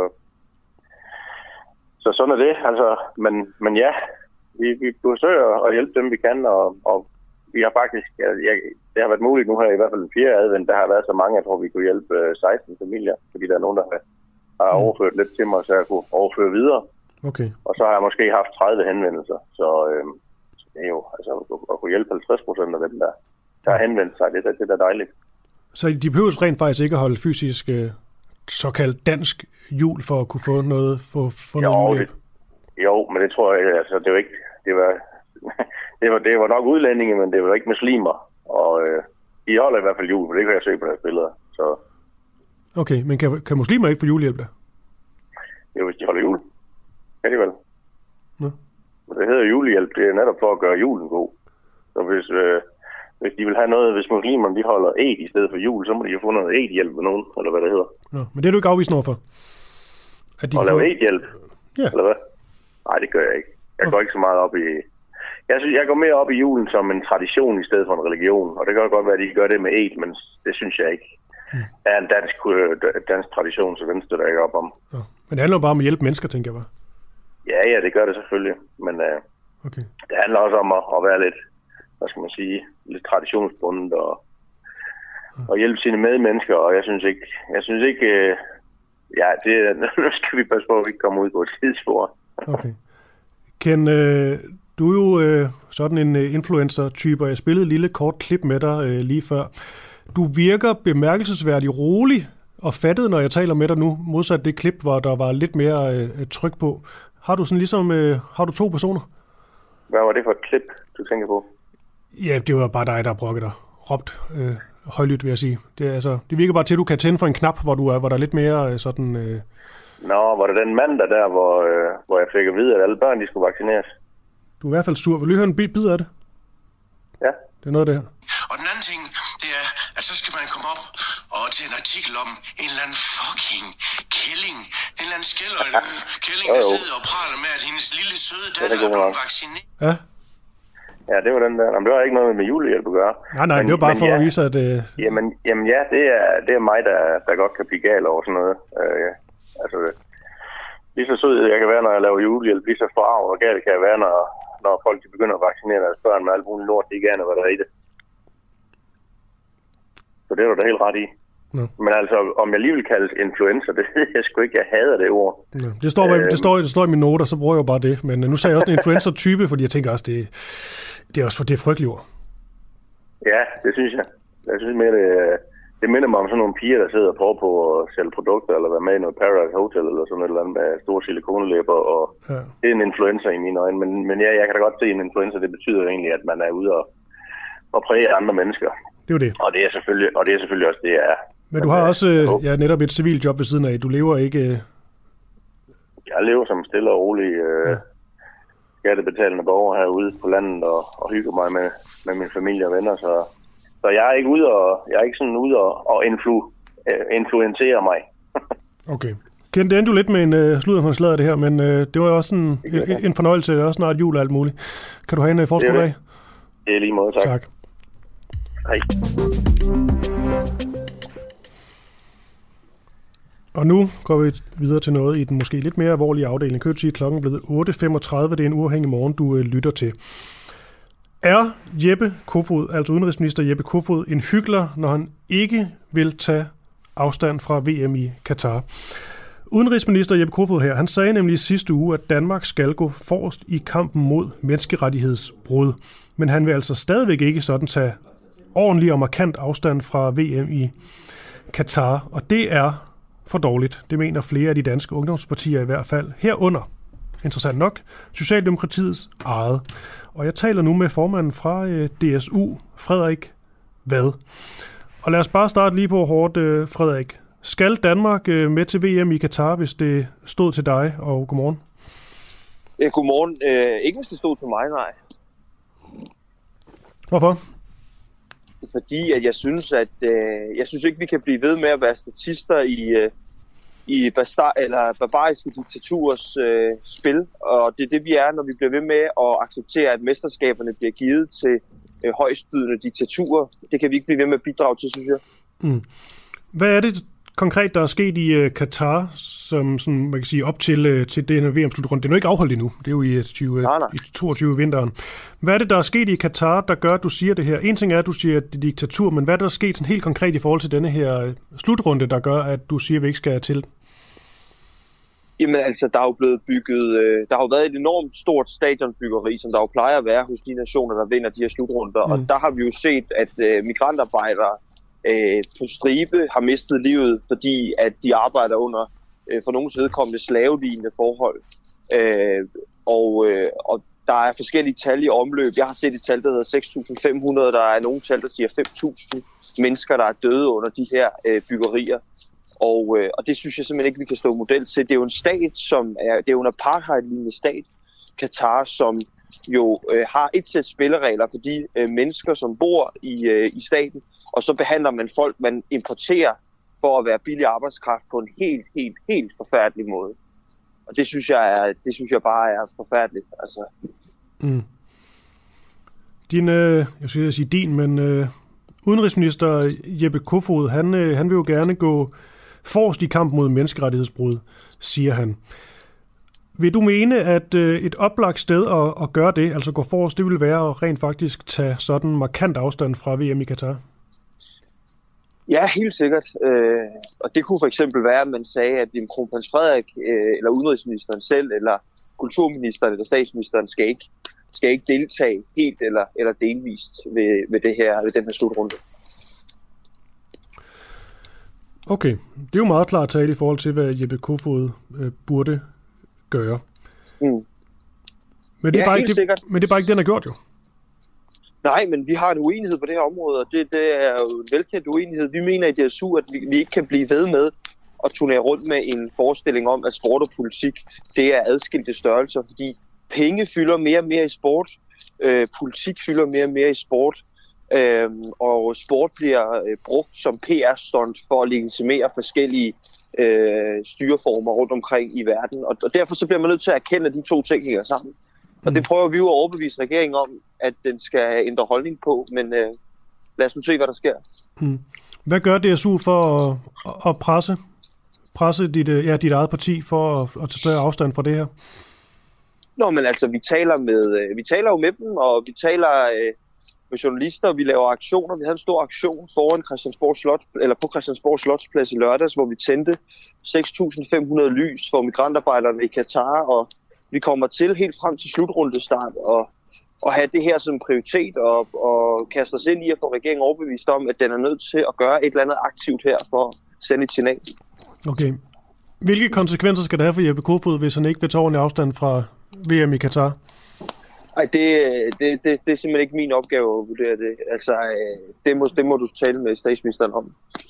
P: så sådan er det, altså, men, men ja, vi, vi forsøger at hjælpe dem, vi kan, og, og vi har faktisk, jeg, det har været muligt nu her, i hvert fald den fjerde advent, der har været så mange, jeg tror, vi kunne hjælpe seksten familier, fordi der er nogen, der har har overført lidt til mig, så jeg kunne overføre videre.
A: Okay.
P: Og så har jeg måske haft tredive henvendelser, så, øh, så det er jo altså at kunne hjælpe halvtreds procent af dem, der, der har henvendt sig. Det, det er da dejligt.
A: Så de behøver rent faktisk ikke at holde fysisk øh, såkaldt dansk jul for at kunne få noget for, for
P: jo,
A: noget
P: det, jo, men det tror jeg, altså det var ikke, det var, det var, det var nok udlændinge, men det var ikke muslimer. Og øh, de holder i hvert fald jul, for det kan jeg se på deres billeder, så.
A: Okay, men kan, kan muslimer ikke få julehjælp da?
P: Jo, hvis de holder jul. Kan de vel.
A: Ja.
P: Men det hedder julehjælp, det er netop for at gøre julen god. Så hvis, øh, hvis de vil have noget, hvis muslimerne de holder Eid i stedet for jul, så må de jo få noget Eid-hjælp med nogen, eller hvad det hedder.
A: Ja, men det er du ikke afvist noget for?
P: At de og lave får... Eid-hjælp?
A: Ja.
P: Eller hvad? Nej, det gør jeg ikke. Jeg går ikke så meget op i... Jeg synes, jeg går mere op i julen som en tradition i stedet for en religion, og det kan godt være, at de gør det med Eid, men det synes jeg ikke. Det er en dansk, dansk tradition, så venstre der ikke op om.
A: Ja. Men det handler jo bare om at hjælpe mennesker, tænker jeg bare.
P: Ja, ja, det gør det selvfølgelig. Men uh,
A: okay.
P: Det handler også om at, at være lidt, hvad skal man sige, lidt traditionsbundet og, ja. og hjælpe sine medmennesker. Og jeg synes ikke, jeg synes ikke, uh, ja, det, nu skal vi passe på, at vi ikke kommer ud på et tidsspor.
A: Okay. Ken, øh, du er jo øh, sådan en øh, influencer-type, og jeg spillede et lille kort klip med dig øh, lige før. Du virker bemærkelsesværdigt rolig og fattet, når jeg taler med dig nu, modsat det klip, hvor der var lidt mere øh, tryk på. Har du sådan ligesom, øh, har du to personer?
P: Hvad var det for et klip, du tænker på?
A: Ja, det var bare dig, der brokkede dig. Råbt, øh, højlydt, vil jeg sige. Det, er, altså, det virker bare til, at du kan tænde for en knap, hvor, du er, hvor der er lidt mere øh, sådan... Øh...
P: Nå, var det den mandag der, hvor, øh, hvor jeg fik at vide, at alle børn de skulle vaccineres?
A: Du er i hvert fald sur. Vil du høre en bid af det?
P: Ja.
A: Det er noget af det her.
O: Og den anden ting, det er, at så skal man komme op og til en artikel om en eller anden fucking kælling. En eller anden skældøjde kælling, der sidder og praler med, at hendes lille søde datter er blevet vaccineret.
A: Ja.
P: Ja, det var den der. Jamen, det var ikke noget med julehjælp at gøre.
A: Nej, nej, men, det var bare for ja, at vise, at... Øh...
P: Jamen, jamen ja, det er, det er mig, der, der godt kan blive gal over sådan noget. Øh, ja. Altså, lige så sød jeg kan være, når jeg laver julehjælp, lige så forarvet og galt kan jeg være, når, når folk de begynder at vaccinere deres børn med alt muligt lort, de ikke aner, hvad der er i det. Så det er du da helt ret i. Ja. Men altså, om jeg lige vil kaldes influencer, det ved jeg sgu ikke. Jeg hader det ord.
A: Ja, det, står, øh, det, står, det står i mine noter, så bruger jeg jo bare det. Men nu sagde jeg også en influencer-type, fordi jeg tænker også, det, det er også for det er frygteligt ord.
P: Ja, det synes jeg. Jeg synes mere, det, det minder mig om sådan nogle piger, der sidder og prøver på at sælge produkter, eller være med i noget Paradise Hotel, eller sådan et eller andet med store silikonlæber, og ja. Det er en influencer i mine øjne. Men, men ja, jeg kan da godt se, at en influencer, det betyder egentlig, at man er ude og, og præge andre mennesker.
A: Det er jo det.
P: Og det er selvfølgelig, og det er selvfølgelig også det, jeg er.
A: Men du har også ja, netop et civilt job ved siden af. Du lever ikke...
P: Jeg lever som stille og rolig øh, ja. skattebetalende borger herude på landet og, og hygger mig med, med min familie og venner. Så, så jeg er ikke ude og, jeg er ikke sådan ude og, og influ, øh, influencere mig.
A: Okay. Kent, det endte du lidt med en uh, sludderhåndslader det her, men uh, det var jo også en, en, en fornøjelse. Det er også snart jul og alt muligt. Kan du have en uh, forskud af?
P: Det er lige måde, tak.
A: Tak.
P: Hej.
A: Og nu går vi videre til noget i den måske lidt mere alvorlige afdeling. Kan du sige, klokken er blevet otte femogtredive. Det er en uafhængig morgen, du øh, lytter til. Er Jeppe Kofod, altså udenrigsminister Jeppe Kofod, en hykler, når han ikke vil tage afstand fra V M i Katar? Udenrigsminister Jeppe Kofod her, han sagde nemlig sidste uge, at Danmark skal gå forrest i kampen mod menneskerettighedsbrud. Men han vil altså stadigvæk ikke sådan tage ordentlig og markant afstand fra V M i Katar. Og det er for dårligt. Det mener flere af de danske ungdomspartier i hvert fald. Herunder, interessant nok, Socialdemokratiets eget. Og jeg taler nu med formanden fra øh, D S U, Frederik Vad. Og lad os bare starte lige på hårdt, øh, Frederik. Skal Danmark øh, med til V M i Katar, hvis det stod til dig? Og godmorgen.
Q: Ja, godmorgen. Øh, ikke hvis det stod til mig, nej.
A: Hvorfor?
Q: Fordi at jeg synes, at øh, jeg synes ikke, vi kan blive ved med at være statister i, øh, i bastar, eller barbariske diktaturs øh, spil. Og det er det, vi er, når vi bliver ved med at acceptere, at mesterskaberne bliver givet til øh, højstbydende diktaturer. Det kan vi ikke blive ved med at bidrage til, synes jeg. Mm.
A: Hvad er det konkret, der er sket i uh, Katar, som sådan, man kan sige, op til, uh, til den her V M-slutrunde? Det er nu ikke afholdt endnu. Det er jo i, tyve, nej, nej. i toogtyve vinteren. Hvad er det, der er sket i Katar, der gør, at du siger det her? En ting er, at du siger, at det er diktatur, men hvad er der sket sådan helt konkret i forhold til denne her slutrunde, der gør, at du siger, at vi ikke skal til?
Q: Jamen altså, der er jo blevet bygget, øh, der har jo været et enormt stort stadionbyggeri, som der jo plejer at være hos de nationer, der vinder de her slutrunder. Mm. Og der har vi jo set, at øh, migrantarbejdere øh, på stribe har mistet livet, fordi at de arbejder under øh, for nogens vedkommende slavelignende forhold. Øh, og, øh, og der er forskellige tal i omløb. Jeg har set et tal, der hedder seks tusind fem hundrede. Der er nogle tal, der siger fem tusind mennesker, der er døde under de her øh, byggerier. Og, øh, og det synes jeg simpelthen ikke, vi kan stå model til. Det er jo en stat, som er, det er jo en apartheid-lignende stat, Katar, som jo øh, har et sæt spilleregler for de øh, mennesker, som bor i, øh, i staten, og så behandler man folk, man importerer for at være billig arbejdskraft på en helt, helt, helt forfærdelig måde. Og det synes jeg, er, det synes jeg bare er forfærdeligt. Altså.
A: Mm. Din, øh, jeg skal sige din, men øh, udenrigsminister Jeppe Kofod, han, øh, han vil jo gerne gå forrest i kampen mod menneskerettighedsbrud, siger han. Vil du mene, at øh, et oplagt sted at, at gøre det, altså gå forrest, det vil være at rent faktisk tage sådan markant afstand fra V M i Katar?
Q: Ja, helt sikkert. Øh, og det kunne for eksempel være, at man sagde, at kronprins Frederik, øh, eller udenrigsministeren selv, eller kulturministeren eller statsministeren skal ikke, skal ikke deltage helt eller, eller delvist ved, ved, det her, ved den her slutrunde.
A: Okay, det er jo meget klart tale i forhold til, hvad Jeppe Kofod øh, burde gøre. Mm. Men, det er
Q: ja,
A: bare ikke, det, men det er bare ikke det, han har gjort jo.
Q: Nej, men vi har en uenighed på det her område, og det, det er jo en velkendt uenighed. Vi mener i D S U, at vi, vi ikke kan blive ved med at turnere rundt med en forestilling om, at sport og politik, det er adskilte størrelser, fordi penge fylder mere og mere i sport, øh, politik fylder mere og mere i sport, øh, og sport bliver øh, brugt som P R-stunt for at legitimere forskellige øh, styreformer rundt omkring i verden, og, og derfor så bliver man nødt til at erkende, at de to ting hænger sammen. Og det prøver vi jo at overbevise regeringen om, at den skal ændre holdning på, men øh, lad os nu se, hvad der sker.
A: Hmm. Hvad gør D S U for at, at presse, presse dit, ja, dit eget parti for at, at tage større afstand fra det her?
Q: Nå, men altså, vi taler, med, vi taler jo med dem, og vi taler øh, med journalister, og vi laver aktioner. Vi havde en stor aktion foran Christiansborg Slot, eller på Christiansborg Slotsplads i lørdags, hvor vi tændte seks tusind fem hundrede lys for migrantarbejderne i Katar, og vi kommer til helt frem til slutrundestart og, og have det her som prioritet og, og kaste os ind i at få regeringen overbevist om, at den er nødt til at gøre et eller andet aktivt her for at sende et signal.
A: Okay. Hvilke konsekvenser skal det have for Jeppe Kofod, hvis han ikke vil tage ordentlig afstand fra V M i Katar?
Q: Nej, det, det, det, det er simpelthen ikke min opgave at vurdere det. Altså, det må, det må du tale med statsministeren om.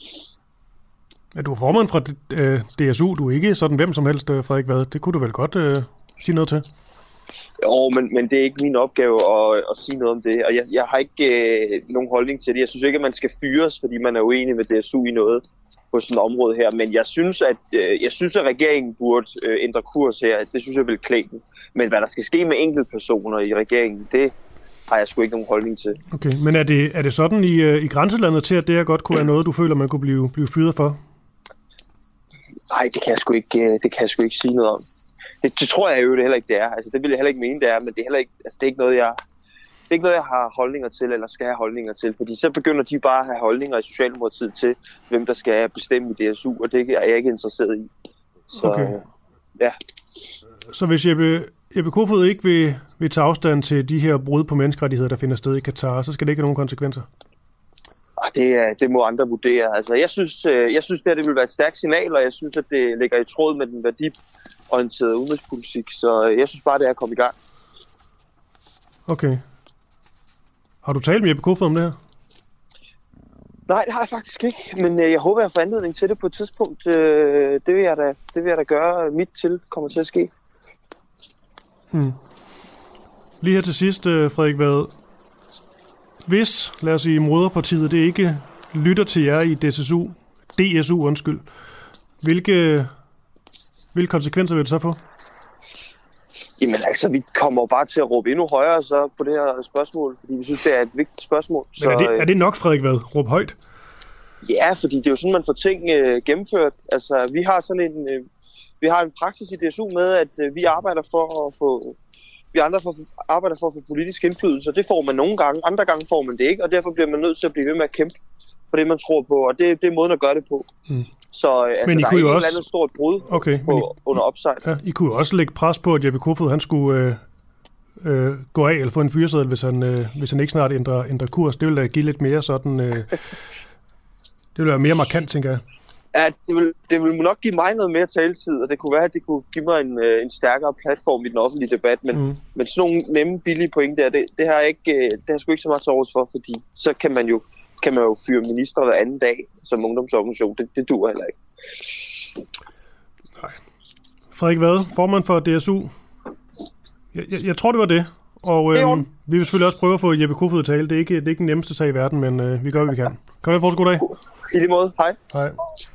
A: Ja, du er formand fra D S U, du er ikke sådan hvem som helst, Frederik Vad. Det kunne du vel godt øh, sige noget til?
Q: Jo, men, men det er ikke min opgave at, at sige noget om det, og jeg, jeg har ikke øh, nogen holdning til det. Jeg synes ikke, at man skal fyres, fordi man er uenig med D S U i noget på sådan et område her, men jeg synes, at, øh, jeg synes, at regeringen burde øh, ændre kurs her. Det synes jeg vil klæde den. Men hvad der skal ske med enkeltpersoner i regeringen, det har jeg sgu ikke nogen holdning til.
A: Okay, men er det, er det sådan i, i grænselandet til, at det her godt kunne være noget, du føler, man kunne blive, blive fyret for?
Q: Nej, det kan jeg sgu ikke, det kan jeg sgu ikke sige noget om. Det, det tror jeg jo det heller ikke, det er. Altså, det vil jeg heller ikke mene, det er, men det er heller ikke, altså, det er ikke noget, jeg, det er ikke noget, jeg har holdninger til, eller skal have holdninger til, fordi så begynder de bare at have holdninger i Socialdemokratiet til, hvem der skal bestemme i D S U, og det er jeg ikke interesseret i. Så,
A: okay.
Q: Ja.
A: Så hvis Jeppe, Jeppe Kofod ikke vil, vil tage afstand til de her brud på menneskerettigheder, der finder sted i Katar, så skal det ikke have nogen konsekvenser?
Q: Det, det må andre vurdere. Altså, jeg synes, jeg synes det her det vil være et stærkt signal, og jeg synes, at det ligger i tråd med den værdiorienterede udenrigspolitik. Så jeg synes bare, det er at komme i gang.
A: Okay. Har du talt med Jeppe Kofod om det her?
Q: Nej, det har jeg faktisk ikke. Men jeg håber, jeg får anledning til det på et tidspunkt. Det vil jeg da, det vil jeg da gøre. Mit til kommer til at ske.
A: Hmm. Lige her til sidst, Frederik Vad. Hvis, lad os sige, moderpartiet, det ikke lytter til jer i D S U, D S U, undskyld, hvilke, hvilke konsekvenser vil det så få?
Q: Jamen altså, vi kommer bare til at råbe endnu højere så på det her spørgsmål, fordi vi synes, det er et vigtigt spørgsmål.
A: Men er det, er det nok, Frederik Vad? Råb højt?
Q: Ja, fordi det er jo sådan, man får ting øh, gennemført. Altså, vi har sådan en, øh, vi har en praksis i D S U med, at øh, vi arbejder for at få... Vi andre for, arbejder for at få politisk indflydelse, og det får man nogle gange, andre gange får man det ikke, og derfor bliver man nødt til at blive ved med at kæmpe for det, man tror på, og det, det er måden at gøre det på. Mm. Så altså, men I der er ikke også... et eller andet stort brud
A: okay,
Q: på,
A: I...
Q: under opsejl.
A: Ja, I kunne jo også lægge pres på, at Jeppe Kofod, han skulle øh, øh, gå af eller få en fyreseddel, hvis han, øh, hvis han ikke snart ændrer, ændrer kurs. Det ville da give lidt mere sådan... Øh, det ville være mere markant, tænker jeg.
Q: Ja, det vil, det vil nok give mig noget mere taletid, og det kunne være, at det kunne give mig en, en stærkere platform i den offentlige debat, men, mm. men sådan nogle nemme, billige point der, det, det har jeg ikke, det har jeg sgu ikke så meget til overs for, fordi så kan man jo, kan man jo fyre minister hver anden dag som ungdomsorganisation. Det, det duer heller ikke.
A: Nej. Frederik Vad, formand for D S U. Jeg, jeg, jeg tror, det var det. Og øhm, vi vil selvfølgelig også prøve at få Jeppe Kofod at tale. Det er ikke, det er ikke den nemmeste sag i verden, men øh, vi gør, hvad vi kan. Kan du have en god dag?
Q: I lige måde. Hej.
A: Hej.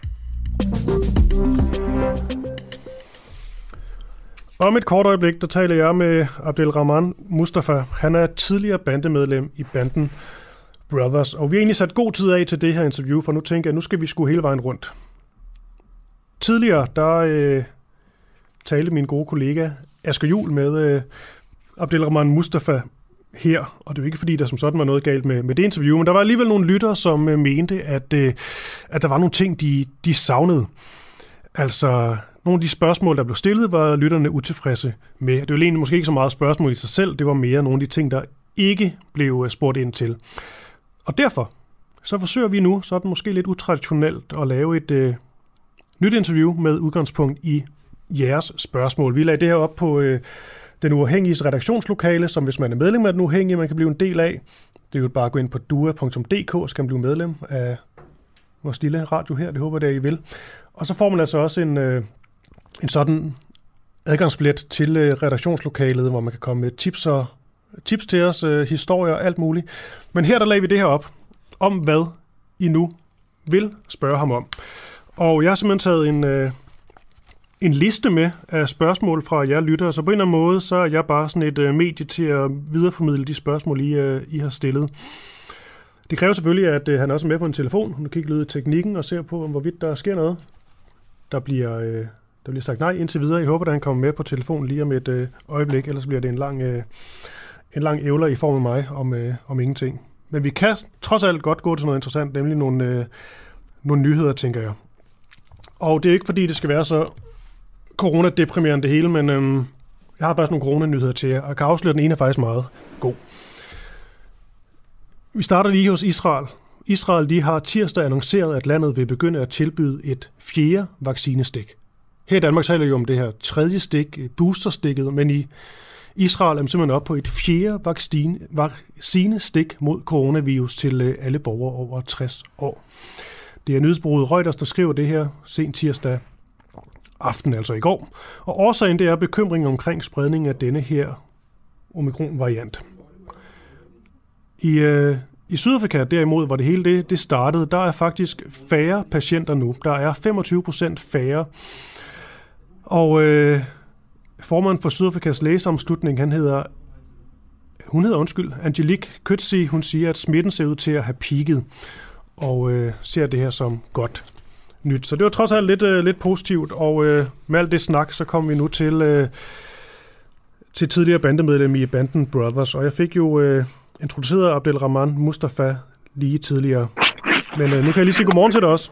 A: Om et kort øjeblik, der taler jeg med Abdelrahman Mustafa. Han er tidligere bandemedlem i banden Brothers, og vi har egentlig sat god tid af til det her interview, for nu tænker jeg, at nu skal vi sgu hele vejen rundt. Tidligere, der øh, talte min gode kollega Asger Juhl med øh, Abdelrahman Mustafa her, og det er jo ikke fordi, der som sådan var noget galt med, med det interview, men der var alligevel nogle lyttere, som øh, mente, at, øh, at der var nogle ting, de, de savnede. Altså, nogle af de spørgsmål, der blev stillet, var lytterne utilfredse med. Det var egentlig måske ikke så meget spørgsmål i sig selv, det var mere nogle af de ting, der ikke blev spurgt ind til. Og derfor, så forsøger vi nu, sådan måske lidt utraditionelt, at lave et øh, nyt interview med udgangspunkt i jeres spørgsmål. Vi lagde det her op på, øh, Den Uafhængiges redaktionslokale, som hvis man er medlem af Den Uafhængige, man kan blive en del af. Det er jo bare at gå ind på dua punktum d k, så kan man blive medlem af vores lille radio her. Det håber jeg, I vil. Og så får man altså også en, øh, en sådan adgangsbillet til øh, redaktionslokalet, hvor man kan komme med tips, og, tips til os, øh, historier og alt muligt. Men her der lagde vi det her op, om hvad I nu vil spørge ham om. Og jeg har simpelthen taget en, øh, en liste med af spørgsmål fra jer lyttere, så på en eller anden måde, så er jeg bare sådan et øh, medie til at videreformidle de spørgsmål, I, øh, I har stillet. Det kræver selvfølgelig, at øh, han også er med på en telefon. Hun kigger lidt i teknikken og ser på, hvorvidt der sker noget. Der bliver, øh, der bliver sagt nej indtil videre. Jeg håber, at han kommer med på telefonen lige om et øh, øjeblik, ellers bliver det en lang, øh, en lang ævler i form af mig om, øh, om ingenting. Men vi kan trods alt godt gå til noget interessant, nemlig nogle, øh, nogle nyheder, tænker jeg. Og det er ikke, fordi det skal være så coronadeprimerende det hele, men øh, jeg har faktisk nogle coronanyheder til jer, og kan afsløre, den ene er faktisk meget god. Vi starter lige hos Israel. Israel de har tirsdag annonceret, at landet vil begynde at tilbyde et fjerde vaccinestik. Her i Danmark taler vi om det her tredje stik, boosterstikket, men i Israel er man simpelthen op på et fjerde vaccine, vaccinestik mod coronavirus til alle borgere over tres år. Det er nyhedsbureauet Reuters, der skriver det her sent tirsdag aften, altså i går. Og årsagen det er bekymringen omkring spredningen af denne her omikron-variant. I, øh, I Sydafrika derimod, hvor det hele det, det startede, der er faktisk færre patienter nu. Der er femogtyve procent færre. Og øh, formanden for Sydafrikas lægesammenslutning, han hedder, hun hedder undskyld, Angelique Coetzee, hun siger, at smitten ser ud til at have peaked, og øh, ser det her som godt nyt. Så det var trods alt lidt, øh, lidt positivt, og øh, med alt det snak, så kommer vi nu til, øh, til tidligere bandemedlem i banden Brothers, og jeg fik jo øh, introduceret Abdelrahman Mustafa lige tidligere. Men øh, nu kan jeg lige sige godmorgen til dig også.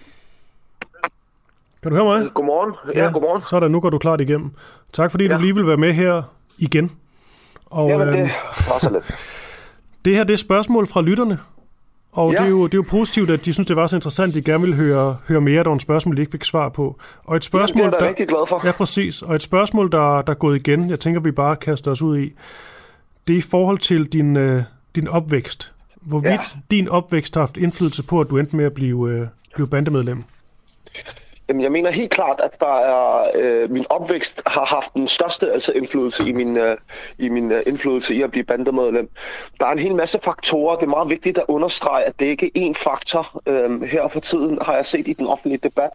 A: Kan du høre mig?
R: Godmorgen. Ja, ja godmorgen.
A: Sådan, nu går du klart igennem. Tak fordi ja. du lige vil være med her igen. Og,
R: Jamen, det var så lidt.
A: Det her, det er spørgsmål fra lytterne. Og ja. det, er jo, det er jo positivt, at de synes, det var så interessant, de gerne ville høre, høre mere. Der var en spørgsmål, de ikke fik svar på. Og et spørgsmål,
R: Jamen, det er jeg der, rigtig glad for.
A: Ja, præcis. Og et spørgsmål, der, der er gået igen, jeg tænker, vi bare kaster os ud i, det er i forhold til din, øh, din opvækst. Hvorvidt ja. din opvækst har haft indflydelse på, at du endte med at blive, øh, blive bandemedlem?
R: Jamen, jeg mener helt klart, at der er, øh, min opvækst har haft den største altså indflydelse i min, øh, i min øh, indflydelse i at blive bandemedlem. Der er en hel masse faktorer. Det er meget vigtigt at understrege, at det ikke er én faktor. Øh, her for tiden har jeg set i den offentlige debat,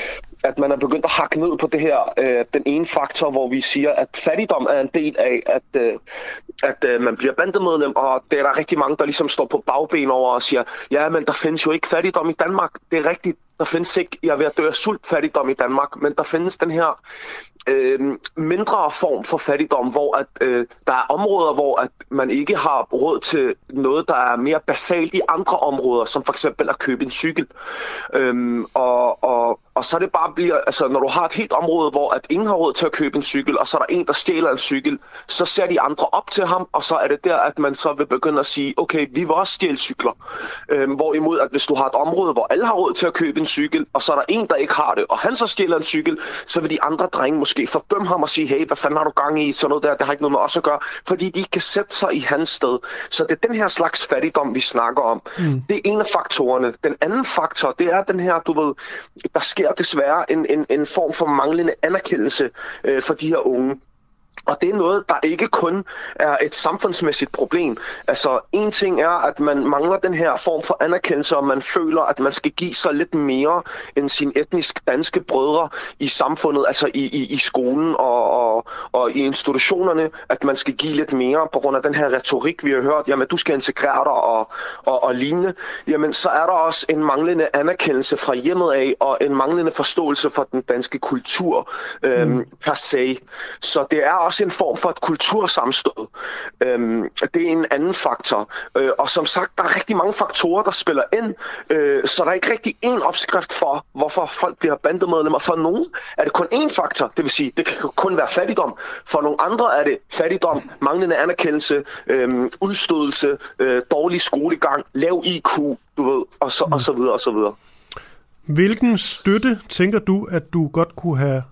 R: at man er begyndt at hakke ned på det her, øh, den ene faktor, hvor vi siger, at fattigdom er en del af, at, øh, at øh, man bliver bandemedlem, og det er der rigtig mange, der ligesom står på bagben over og siger, ja, men der findes jo ikke fattigdom i Danmark. Det er rigtigt. Der findes ikke, jeg er ved at dø af sultfattigdom i Danmark, men der findes den her øh, mindre form for fattigdom, hvor at, øh, der er områder, hvor at man ikke har råd til noget, der er mere basalt i andre områder, som for eksempel at købe en cykel. Øhm, og, og, og så det bare bliver, altså når du har et helt område, hvor at ingen har råd til at købe en cykel, og så er der en, der stjæler en cykel, så ser de andre op til ham, og så er det der, at man så vil begynde at sige, okay, vi vil også stjæle cykler. Øhm, hvorimod, at hvis du har et område, hvor alle har råd til at købe en cykel, og så er der en, der ikke har det, og han så stjæler en cykel, så vil de andre drenge måske fordømme ham og sige, hey, hvad fanden har du gang i, sådan noget der, det har ikke noget med os at gøre, fordi de ikke kan sætte sig i hans sted. Så det er den her slags fattigdom, vi snakker om. Mm. Det er en af faktorerne. Den anden faktor, det er den her, du ved, der sker desværre en, en, en form for manglende anerkendelse øh, for de her unge. Og det er noget, der ikke kun er et samfundsmæssigt problem. Altså, en ting er, at man mangler den her form for anerkendelse, og man føler, at man skal give sig lidt mere end sine etnisk danske brødre i samfundet, altså i, i, i skolen og, og, og i institutionerne, at man skal give lidt mere på grund af den her retorik, vi har hørt, jamen du skal integrere dig og, og, og lignende. Jamen, så er der også en manglende anerkendelse fra hjemmet af, og en manglende forståelse for den danske kultur øhm, mm. per se. Så det er også en form for et kultursammenstød. Øhm, det er en anden faktor. Øh, og som sagt, der er rigtig mange faktorer, der spiller ind, øh, så der er ikke rigtig én opskrift for, hvorfor folk bliver bandemedlemmer. For nogen er det kun én faktor, det vil sige, det kan kun være fattigdom. For nogle andre er det fattigdom, manglende anerkendelse, øh, udstødelse, øh, dårlig skolegang, lav I Q, du ved, og så, og så videre, og så videre.
A: Hvilken støtte tænker du, at du godt kunne have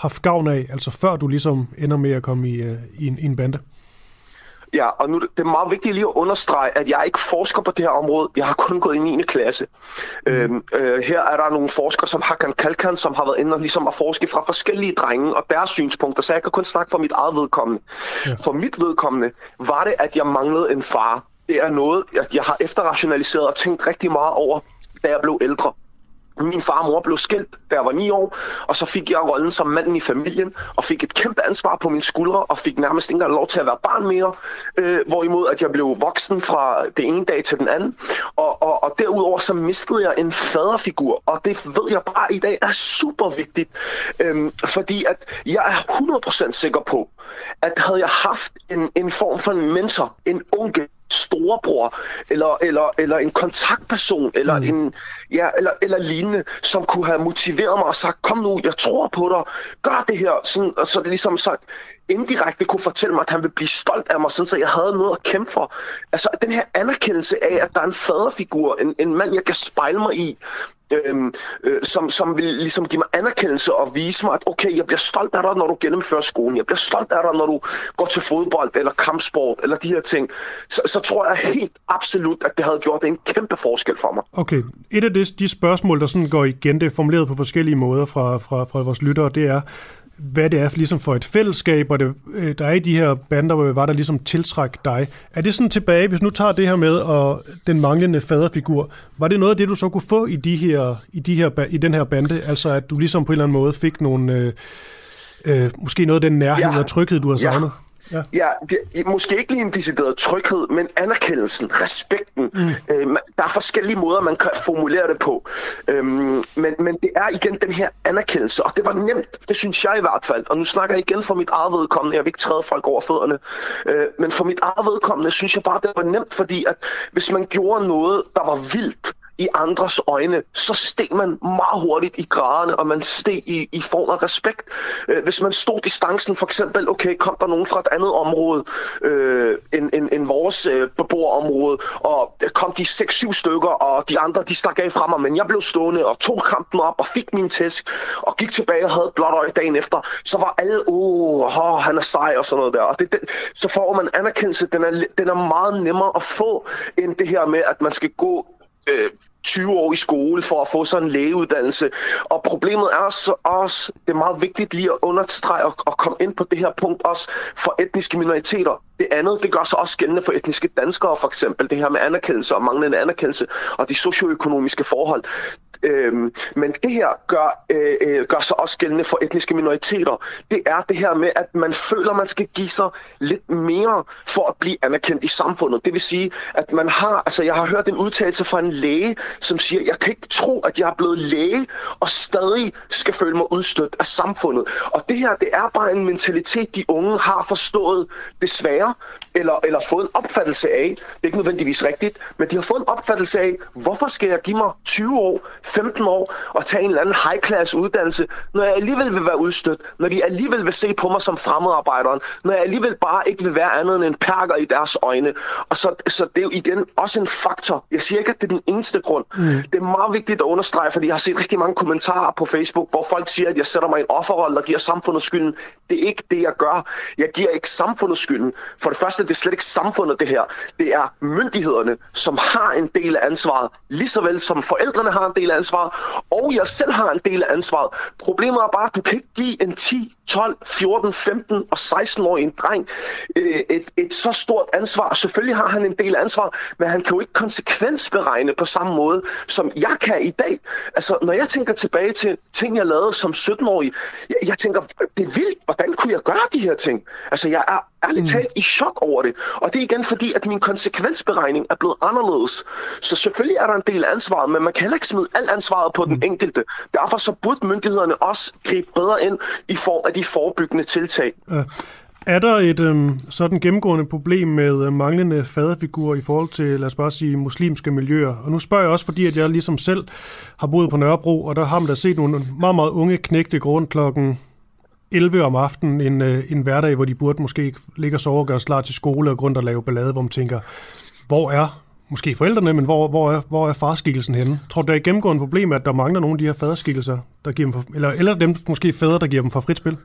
A: haft gavn af, altså før du ligesom ender med at komme i, uh, i, en, i en bande?
R: Ja, og nu det er meget vigtigt lige at understrege, at jeg ikke forsker på det her område. Jeg har kun gået i niende klasse. Mm. Øhm, øh, her er der nogle forskere, som Hakan Kalkan, som har været inde og ligesom at forske fra forskellige drenge og deres synspunkter, så jeg kan kun snakke for mit eget vedkommende. Ja. For mit vedkommende var det, at jeg manglede en far. Det er noget, at jeg har efterrationaliseret og tænkt rigtig meget over, da jeg blev ældre. Min far og mor blev skilt, da jeg var ni år, og så fik jeg rollen som manden i familien, og fik et kæmpe ansvar på mine skuldre, og fik nærmest ikke engang lov til at være barn mere, øh, hvorimod at jeg blev voksen fra det ene dag til den anden. Og, og, og derudover så mistede jeg en faderfigur, og det ved jeg bare i dag er super vigtigt, øh, fordi at jeg er hundrede procent sikker på, at havde jeg haft en, en form for en mentor, en onkel, storebror, eller, eller, eller en kontaktperson, eller, mm. en, ja, eller, eller lignende, som kunne have motiveret mig og sagt, kom nu, jeg tror på dig, gør det her, sådan, og så det ligesom sagt, indirekte kunne fortælle mig, at han vil blive stolt af mig, sådan så jeg havde noget at kæmpe for. Altså den her anerkendelse af, at der er en faderfigur, en, en mand, jeg kan spejle mig i, øhm, øh, som, som vil ligesom give mig anerkendelse og vise mig, at okay, jeg bliver stolt af dig, når du gennemfører skolen, jeg bliver stolt af dig, når du går til fodbold eller kampsport, eller de her ting, så, så tror jeg helt absolut, at det havde gjort en kæmpe forskel for mig.
A: Okay, et af de, de spørgsmål, der sådan går igen, det er formuleret på forskellige måder fra, fra, fra vores lyttere, det er, hvad det er for, ligesom for et fællesskab, og det, der er i de her bander, hvor var der ligesom tiltræk dig. Er det sådan tilbage, hvis nu tager det her med og den manglende faderfigur, var det noget af det, du så kunne få i, de her, i, de her, i den her bande? Altså at du ligesom på en eller anden måde fik nogle, øh, øh, måske noget af den nærhed ja. og tryghed, du har savnet? Ja. Ja,
R: ja det, måske ikke lige en decideret tryghed, men anerkendelsen, respekten. Mm. Øh, der er forskellige måder, man kan formulere det på. Øhm, men, men det er igen den her anerkendelse, og det var nemt, det synes jeg i hvert fald. Og nu snakker jeg igen for mit eget vedkommende, jeg vil ikke træde folk over fødderne. Øh, men for mit eget vedkommende synes jeg bare, det var nemt, fordi at hvis man gjorde noget, der var vildt, i andres øjne, så steg man meget hurtigt i graderne, og man steg i, i form af respekt. Øh, hvis man stod distancen, for eksempel, okay, kom der nogen fra et andet område øh, end, end, end vores øh, beboerområde, og kom de seks syv stykker, og de andre, de stak af fra mig, men jeg blev stående og tog kampen op og fik min tæsk, og gik tilbage og havde et blåt øje dagen efter, så var alle, åh, oh, han er sej, og sådan noget der. Og det, det, så får man anerkendelse, den er, den er meget nemmere at få, end det her med, at man skal gå Øh, tyve år i skole for at få sådan en lægeuddannelse. Og problemet er så også, det er meget vigtigt lige at understrege og, og komme ind på det her punkt også for etniske minoriteter. Det andet, det gør sig også gældende for etniske danskere, for eksempel det her med anerkendelse og manglende anerkendelse og de socioøkonomiske forhold. Øhm, men det her gør, øh, gør sig også gældende for etniske minoriteter. Det er det her med, at man føler, man skal give sig lidt mere for at blive anerkendt i samfundet. Det vil sige, at man har, altså jeg har hørt en udtalelse fra en læge, som siger, jeg kan ikke tro, at jeg er blevet læge og stadig skal føle mig udstødt af samfundet. Og det her, det er bare en mentalitet, de unge har forstået desværre, eller, eller fået en opfattelse af. Det er ikke nødvendigvis rigtigt, men de har fået en opfattelse af, hvorfor skal jeg give mig tyve år, femten år og tage en eller anden high-class uddannelse, når jeg alligevel vil være udstødt, når de alligevel vil se på mig som fremmedarbejderen, når jeg alligevel bare ikke vil være andet end en perker i deres øjne. Og så, så det er jo igen også en faktor. Jeg siger ikke, at det er den eneste grund. Mm. Det er meget vigtigt at understrege, fordi jeg har set rigtig mange kommentarer på Facebook, hvor folk siger, at jeg sætter mig i en offerrolle og giver samfundet skylden. Det er ikke det, jeg gør. Jeg giver ikke samfundet skylden. For det første, det er slet ikke samfundet, det her. Det er myndighederne, som har en del af ansvaret, lige så vel som forældrene har en del af ansvaret, og jeg selv har en del af ansvaret. Problemet er bare, at du kan ikke give en ti, tolv, fjorten, femten og seksten-årig en dreng et, et så stort ansvar. Selvfølgelig har han en del af ansvaret, men han kan jo ikke konsekvensberegne på samme måde, som jeg kan i dag. Altså, når jeg tænker tilbage til ting, jeg lavede som sytten-årig, jeg, jeg tænker, det er vildt, hvordan kunne jeg gøre de her ting? Altså, jeg er ærligt talt i chok over det. Og det er igen fordi, at min konsekvensberegning er blevet anderledes. Så selvfølgelig er der en del af ansvaret, men man kan heller ikke smide alt ansvaret på den enkelte. Derfor så burde myndighederne også gribe bedre ind i form af de forebyggende tiltag.
A: Ja. Er der et øhm, sådan gennemgående problem med øh, manglende faderfigurer i forhold til, lad os bare sige, muslimske miljøer? Og nu spørger jeg også, fordi at jeg ligesom selv har boet på Nørrebro, og der har man da set nogle meget, meget unge knægte grund klokken elleve om aftenen, en, øh, en hverdag, hvor de burde måske ligge og sove og gøre os klar til skole og grund og lave ballade, hvor man tænker, hvor er måske forældrene, men hvor, hvor, er, hvor er farskikkelsen henne? Tror du, der er et gennemgående problem, at der mangler nogle af de her faderskikkelser, der giver dem for, eller, eller dem måske fædre, der giver dem for frit spil?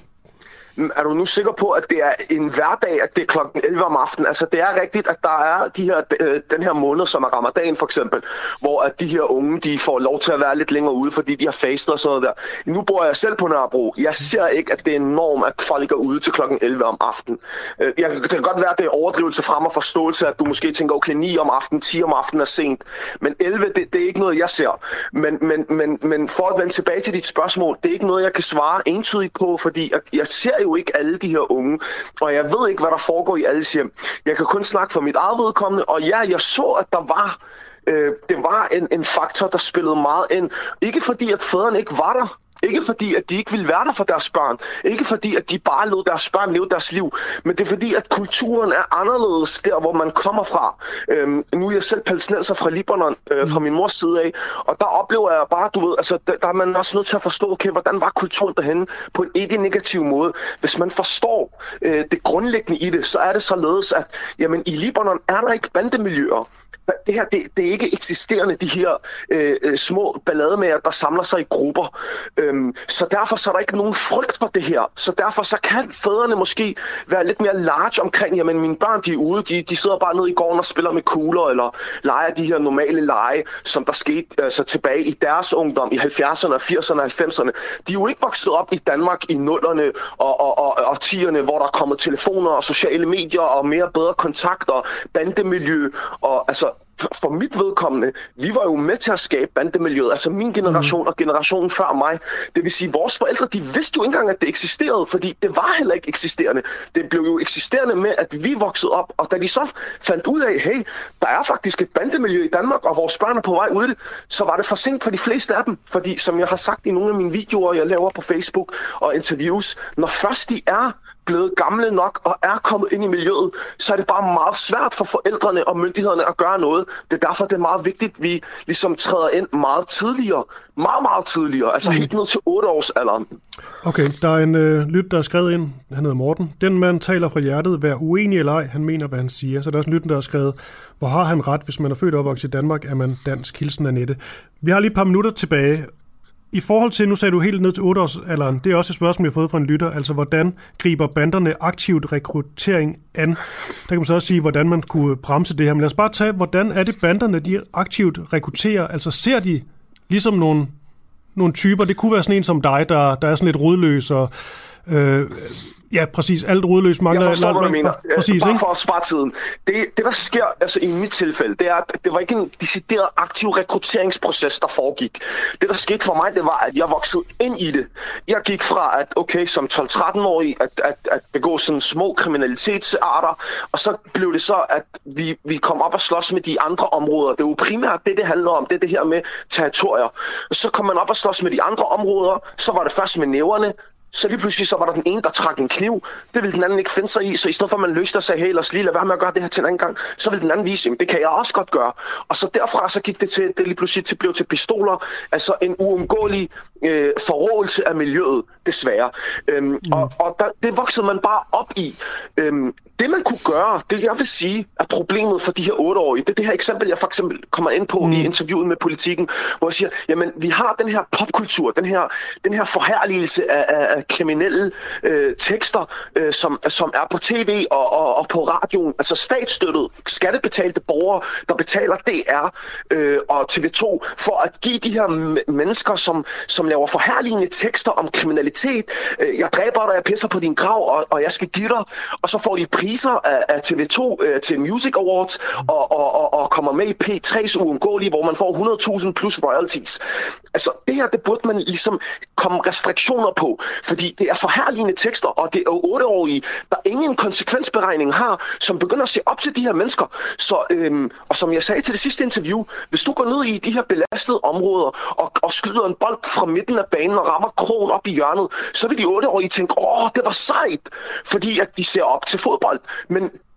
R: Er du nu sikker på, at det er en hverdag, at det er klokken elleve om aftenen? Altså, det er rigtigt, at der er de her, øh, den her måned, som er ramadan for eksempel, hvor at de her unge, de får lov til at være lidt længere ude, fordi de har fastet og sådan noget der. Nu bor jeg selv på Nørrebro. Jeg ser ikke, at det er enormt, at folk er ude til klokken elleve om aftenen. Øh, jeg, det kan godt være, at det er overdrivelse frem og forståelse, at du måske tænker, okay, ni om aftenen, ti om aftenen er sent. Men elleve, det, det er ikke noget, jeg ser. Men, men, men, men for at vende tilbage til dit spørgsmål, det er ikke noget, jeg kan svare entydigt på, fordi at jeg ser jo ikke alle de her unge, og jeg ved ikke, hvad der foregår i alles hjem. Jeg kan kun snakke for mit eget vedkommende, og ja, jeg så, at der var øh, det var en, en faktor, der spillede meget ind. Ikke fordi, at fædrene ikke var der. Ikke fordi, at de ikke ville være der for deres børn. Ikke fordi, at de bare lod deres børn leve deres liv. Men det er fordi, at kulturen er anderledes der, hvor man kommer fra. Øhm, nu er jeg selv palæstinenser fra Libanon, øh, fra min mors side af. Og der oplever jeg bare, du ved, altså, der, der er man også nødt til at forstå, okay, hvordan var kulturen derhenne på en ikke negativ måde. Hvis man forstår øh, det grundlæggende i det, så er det således, at jamen, i Libanon er der ikke bandemiljøer. Det her, det, det er ikke eksisterende, de her øh, små ballademager, der samler sig i grupper. Øhm, så derfor så er der ikke nogen frygt for det her. Så derfor så kan fædrene måske være lidt mere large omkring, jamen mine børn, de er ude, de, de sidder bare nede i gården og spiller med kugler, eller leger de her normale lege, som der skete altså, tilbage i deres ungdom, i halvfjerdserne, firserne og halvfemserne. De er jo ikke vokset op i Danmark i nullerne og, og, og, og tierne, hvor der er kommet telefoner og sociale medier og mere bedre kontakter, bandemiljø og altså for mit vedkommende, vi var jo med til at skabe bandemiljøet, altså min generation mm. og generationen før mig. Det vil sige, vores forældre, de vidste jo ikke engang, at det eksisterede, fordi det var heller ikke eksisterende. Det blev jo eksisterende med, at vi voksede op, og da de så fandt ud af, hey, der er faktisk et bandemiljø i Danmark, og vores børn er på vej ud af det, så var det for sent for de fleste af dem, fordi som jeg har sagt i nogle af mine videoer, jeg laver på Facebook og interviews, når først de er blevet gamle nok og er kommet ind i miljøet, så er det bare meget svært for forældrene og myndighederne at gøre noget. Det er derfor, det er meget vigtigt, at vi ligesom træder ind meget tidligere. Meget, meget tidligere. Altså mm. helt ned til otte års alderen.
A: Okay, der er en øh, lyt, der er skrevet ind. Han hedder Morten. Den mand taler fra hjertet. Vær uenig eller ej. Han mener, hvad han siger. Så der er også en lytten, der har skrevet, hvor har han ret, hvis man er født og opvokset i Danmark, er man dansk. Hilsen Annette. Vi har lige et par minutter tilbage. I forhold til, nu sagde du helt ned til otte års alderen, det er også et spørgsmål, jeg har fået fra en lytter, altså hvordan griber banderne aktivt rekruttering an? Der kan man så også sige, hvordan man kunne bremse det her. Men lad os bare tage, hvordan er det banderne, de aktivt rekrutterer? Altså ser de ligesom nogle, nogle typer, det kunne være sådan en som dig, der, der er sådan lidt rodløs og øh, ja, præcis. Alt rodløs mangler...
R: Jeg forstår, hvad du mener.
A: Præcis,
R: bare
A: ikke?
R: for at spare tiden. Det, det, der sker altså i mit tilfælde, det er, at det var ikke en decideret aktiv rekrutteringsproces, der foregik. Det, der skete for mig, det var, at jeg voksede ind i det. Jeg gik fra, at okay, som tolv-tretten-årig, at, at, at begå sådan små kriminalitetsarter, og så blev det så, at vi, vi kom op og slås med de andre områder. Det er jo primært det, det handler om. Det er det her med territorier. Og så kom man op og slås med de andre områder. Så var det først med næverne. Så lige pludselig så var der den ene, der trak en kniv. Det ville den anden ikke finde sig i. Så i stedet for, at man løste og sagde, hey, lad os lige lade være med at gøre det her til en anden gang, så ville den anden vise, jamen det kan jeg også godt gøre. Og så derfra så gik det til, det lige pludselig til, blev til pistoler. Altså en uundgåelig øh, forrådelse af miljøet, desværre. Øhm, mm. Og, og der, det voksede man bare op i. Øhm, det man kunne gøre, det jeg vil sige, er problemet for de her otteårige. Det er det her eksempel, jeg for eksempel kommer ind på mm. i interviewet med Politikken, hvor jeg siger, jamen vi har den her popkultur, den her, den her forherligelse af, af, af kriminelle øh, tekster, øh, som, som er på tv og, og, og på radioen. Altså statsstøttet, skattebetalte borgere, der betaler D R øh, og T V to for at give de her m- mennesker, som, som laver forherligende tekster om kriminalitet. Øh, jeg dræber dig, jeg pisser på din grav, og, og jeg skal give dig. Og så får de priser af, af T V to øh, til Music Awards og, og, og, og kommer med i P tre's uundgåelige, hvor man får hundrede tusind plus royalties. Altså det her, det burde man ligesom komme restriktioner på, fordi det er forherligende tekster, og det er jo otteårige, der ingen konsekvensberegning har, som begynder at se op til de her mennesker. Så, øhm, og som jeg sagde til det sidste interview, hvis du går ned i de her belastede områder og, og skyder en bold fra midten af banen og rammer krogen op i hjørnet, så vil de otteårige tænke, åh, det var sejt, fordi at de ser op til fodbold. Men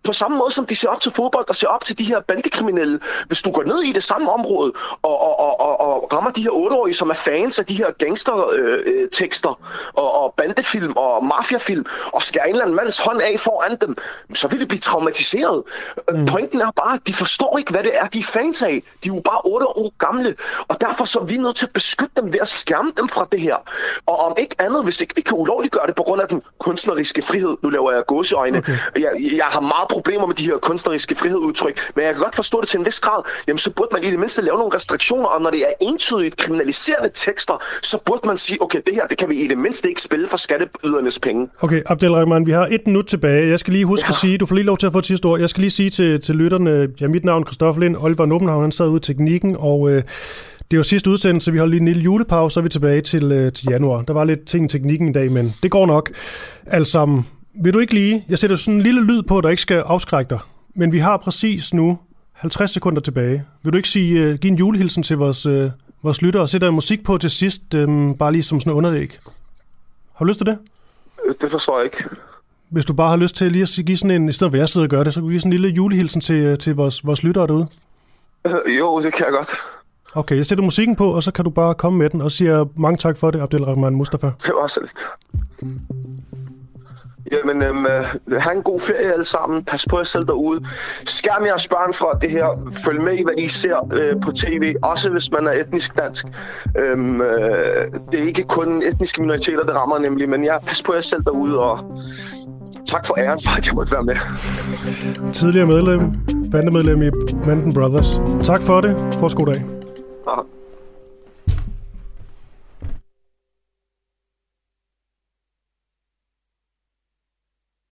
R: på samme måde som de ser op til fodbold og ser op til de her bandekriminelle. Hvis du går ned i det samme område og, og, og, og, og rammer de her otteårige, som er fans af de her gangstertekster øh, og, og bandefilm og mafiafilm, og skærer en eller anden mands hånd af foran dem, så vil de blive traumatiseret. Mm. Pointen er bare, at de forstår ikke, hvad det er, de er fans af. De er jo bare otte år gamle, og derfor så er vi nødt til at beskytte dem ved at skærme dem fra det her. Og om ikke andet, hvis ikke vi kan ulovliggøre det på grund af den kunstneriske frihed, nu laver jeg gåseøjne, okay. jeg, jeg har meget problemer med de her kunstneriske frihedsudtryk, men jeg kan godt forstå det til en vis grad, jamen så burde man i det mindste lave nogle restriktioner, og når det er entydigt kriminaliserende tekster, så burde man sige, okay, det her, det kan vi i det mindste ikke spille for skatteydernes penge.
A: Okay, Abdelrahman, vi har et minut tilbage. Jeg skal lige huske ja. at sige, du får lige lov til at få et sidste ord. Jeg skal lige sige til, til lytterne, ja, mit navn er Christoffer Lind, Oliver Nobenhavn, han sad ude i teknikken, og øh, det er jo sidste udsendelse, vi holder lige en lille julepause, så er vi tilbage til, øh, til januar. Der var lidt ting i teknikken i dag, men det går nok. Altså, vil du ikke lige, jeg sætter sådan en lille lyd på, der ikke skal afskrække dig, men vi har præcis nu halvtreds sekunder tilbage. Vil du ikke sige, uh, give en julehilsen til vores, uh, vores lyttere og sætte musik på til sidst, um, bare lige som sådan en underlæg? Har du lyst til det?
R: Det forstår jeg ikke.
A: Hvis du bare har lyst til lige at give sådan en, i stedet for at jeg sidder og gør det, så kan du give sådan en lille julehilsen til, til vores, vores lyttere derude.
R: Uh, jo, det kan jeg godt. Okay,
A: jeg sætter musikken på, og så kan du bare komme med den, og siger mange tak for det, Abdelrahman Mustafa.
R: Det var så lidt. Jamen, øhm, øh, have en god ferie alle sammen. Pas på jer selv derude. Skærm jeres børn fra det her. Følg med i, hvad I ser øh, på tv. Også hvis man er etnisk dansk. Øhm, øh, det er ikke kun etniske minoriteter, det rammer nemlig. Men ja, pas på jer selv derude, og tak for æren for, at jeg måtte være med.
A: Tidligere medlem, bandemedlem i Manton Brothers. Tak for det. Fortsat god dag.
R: Aha.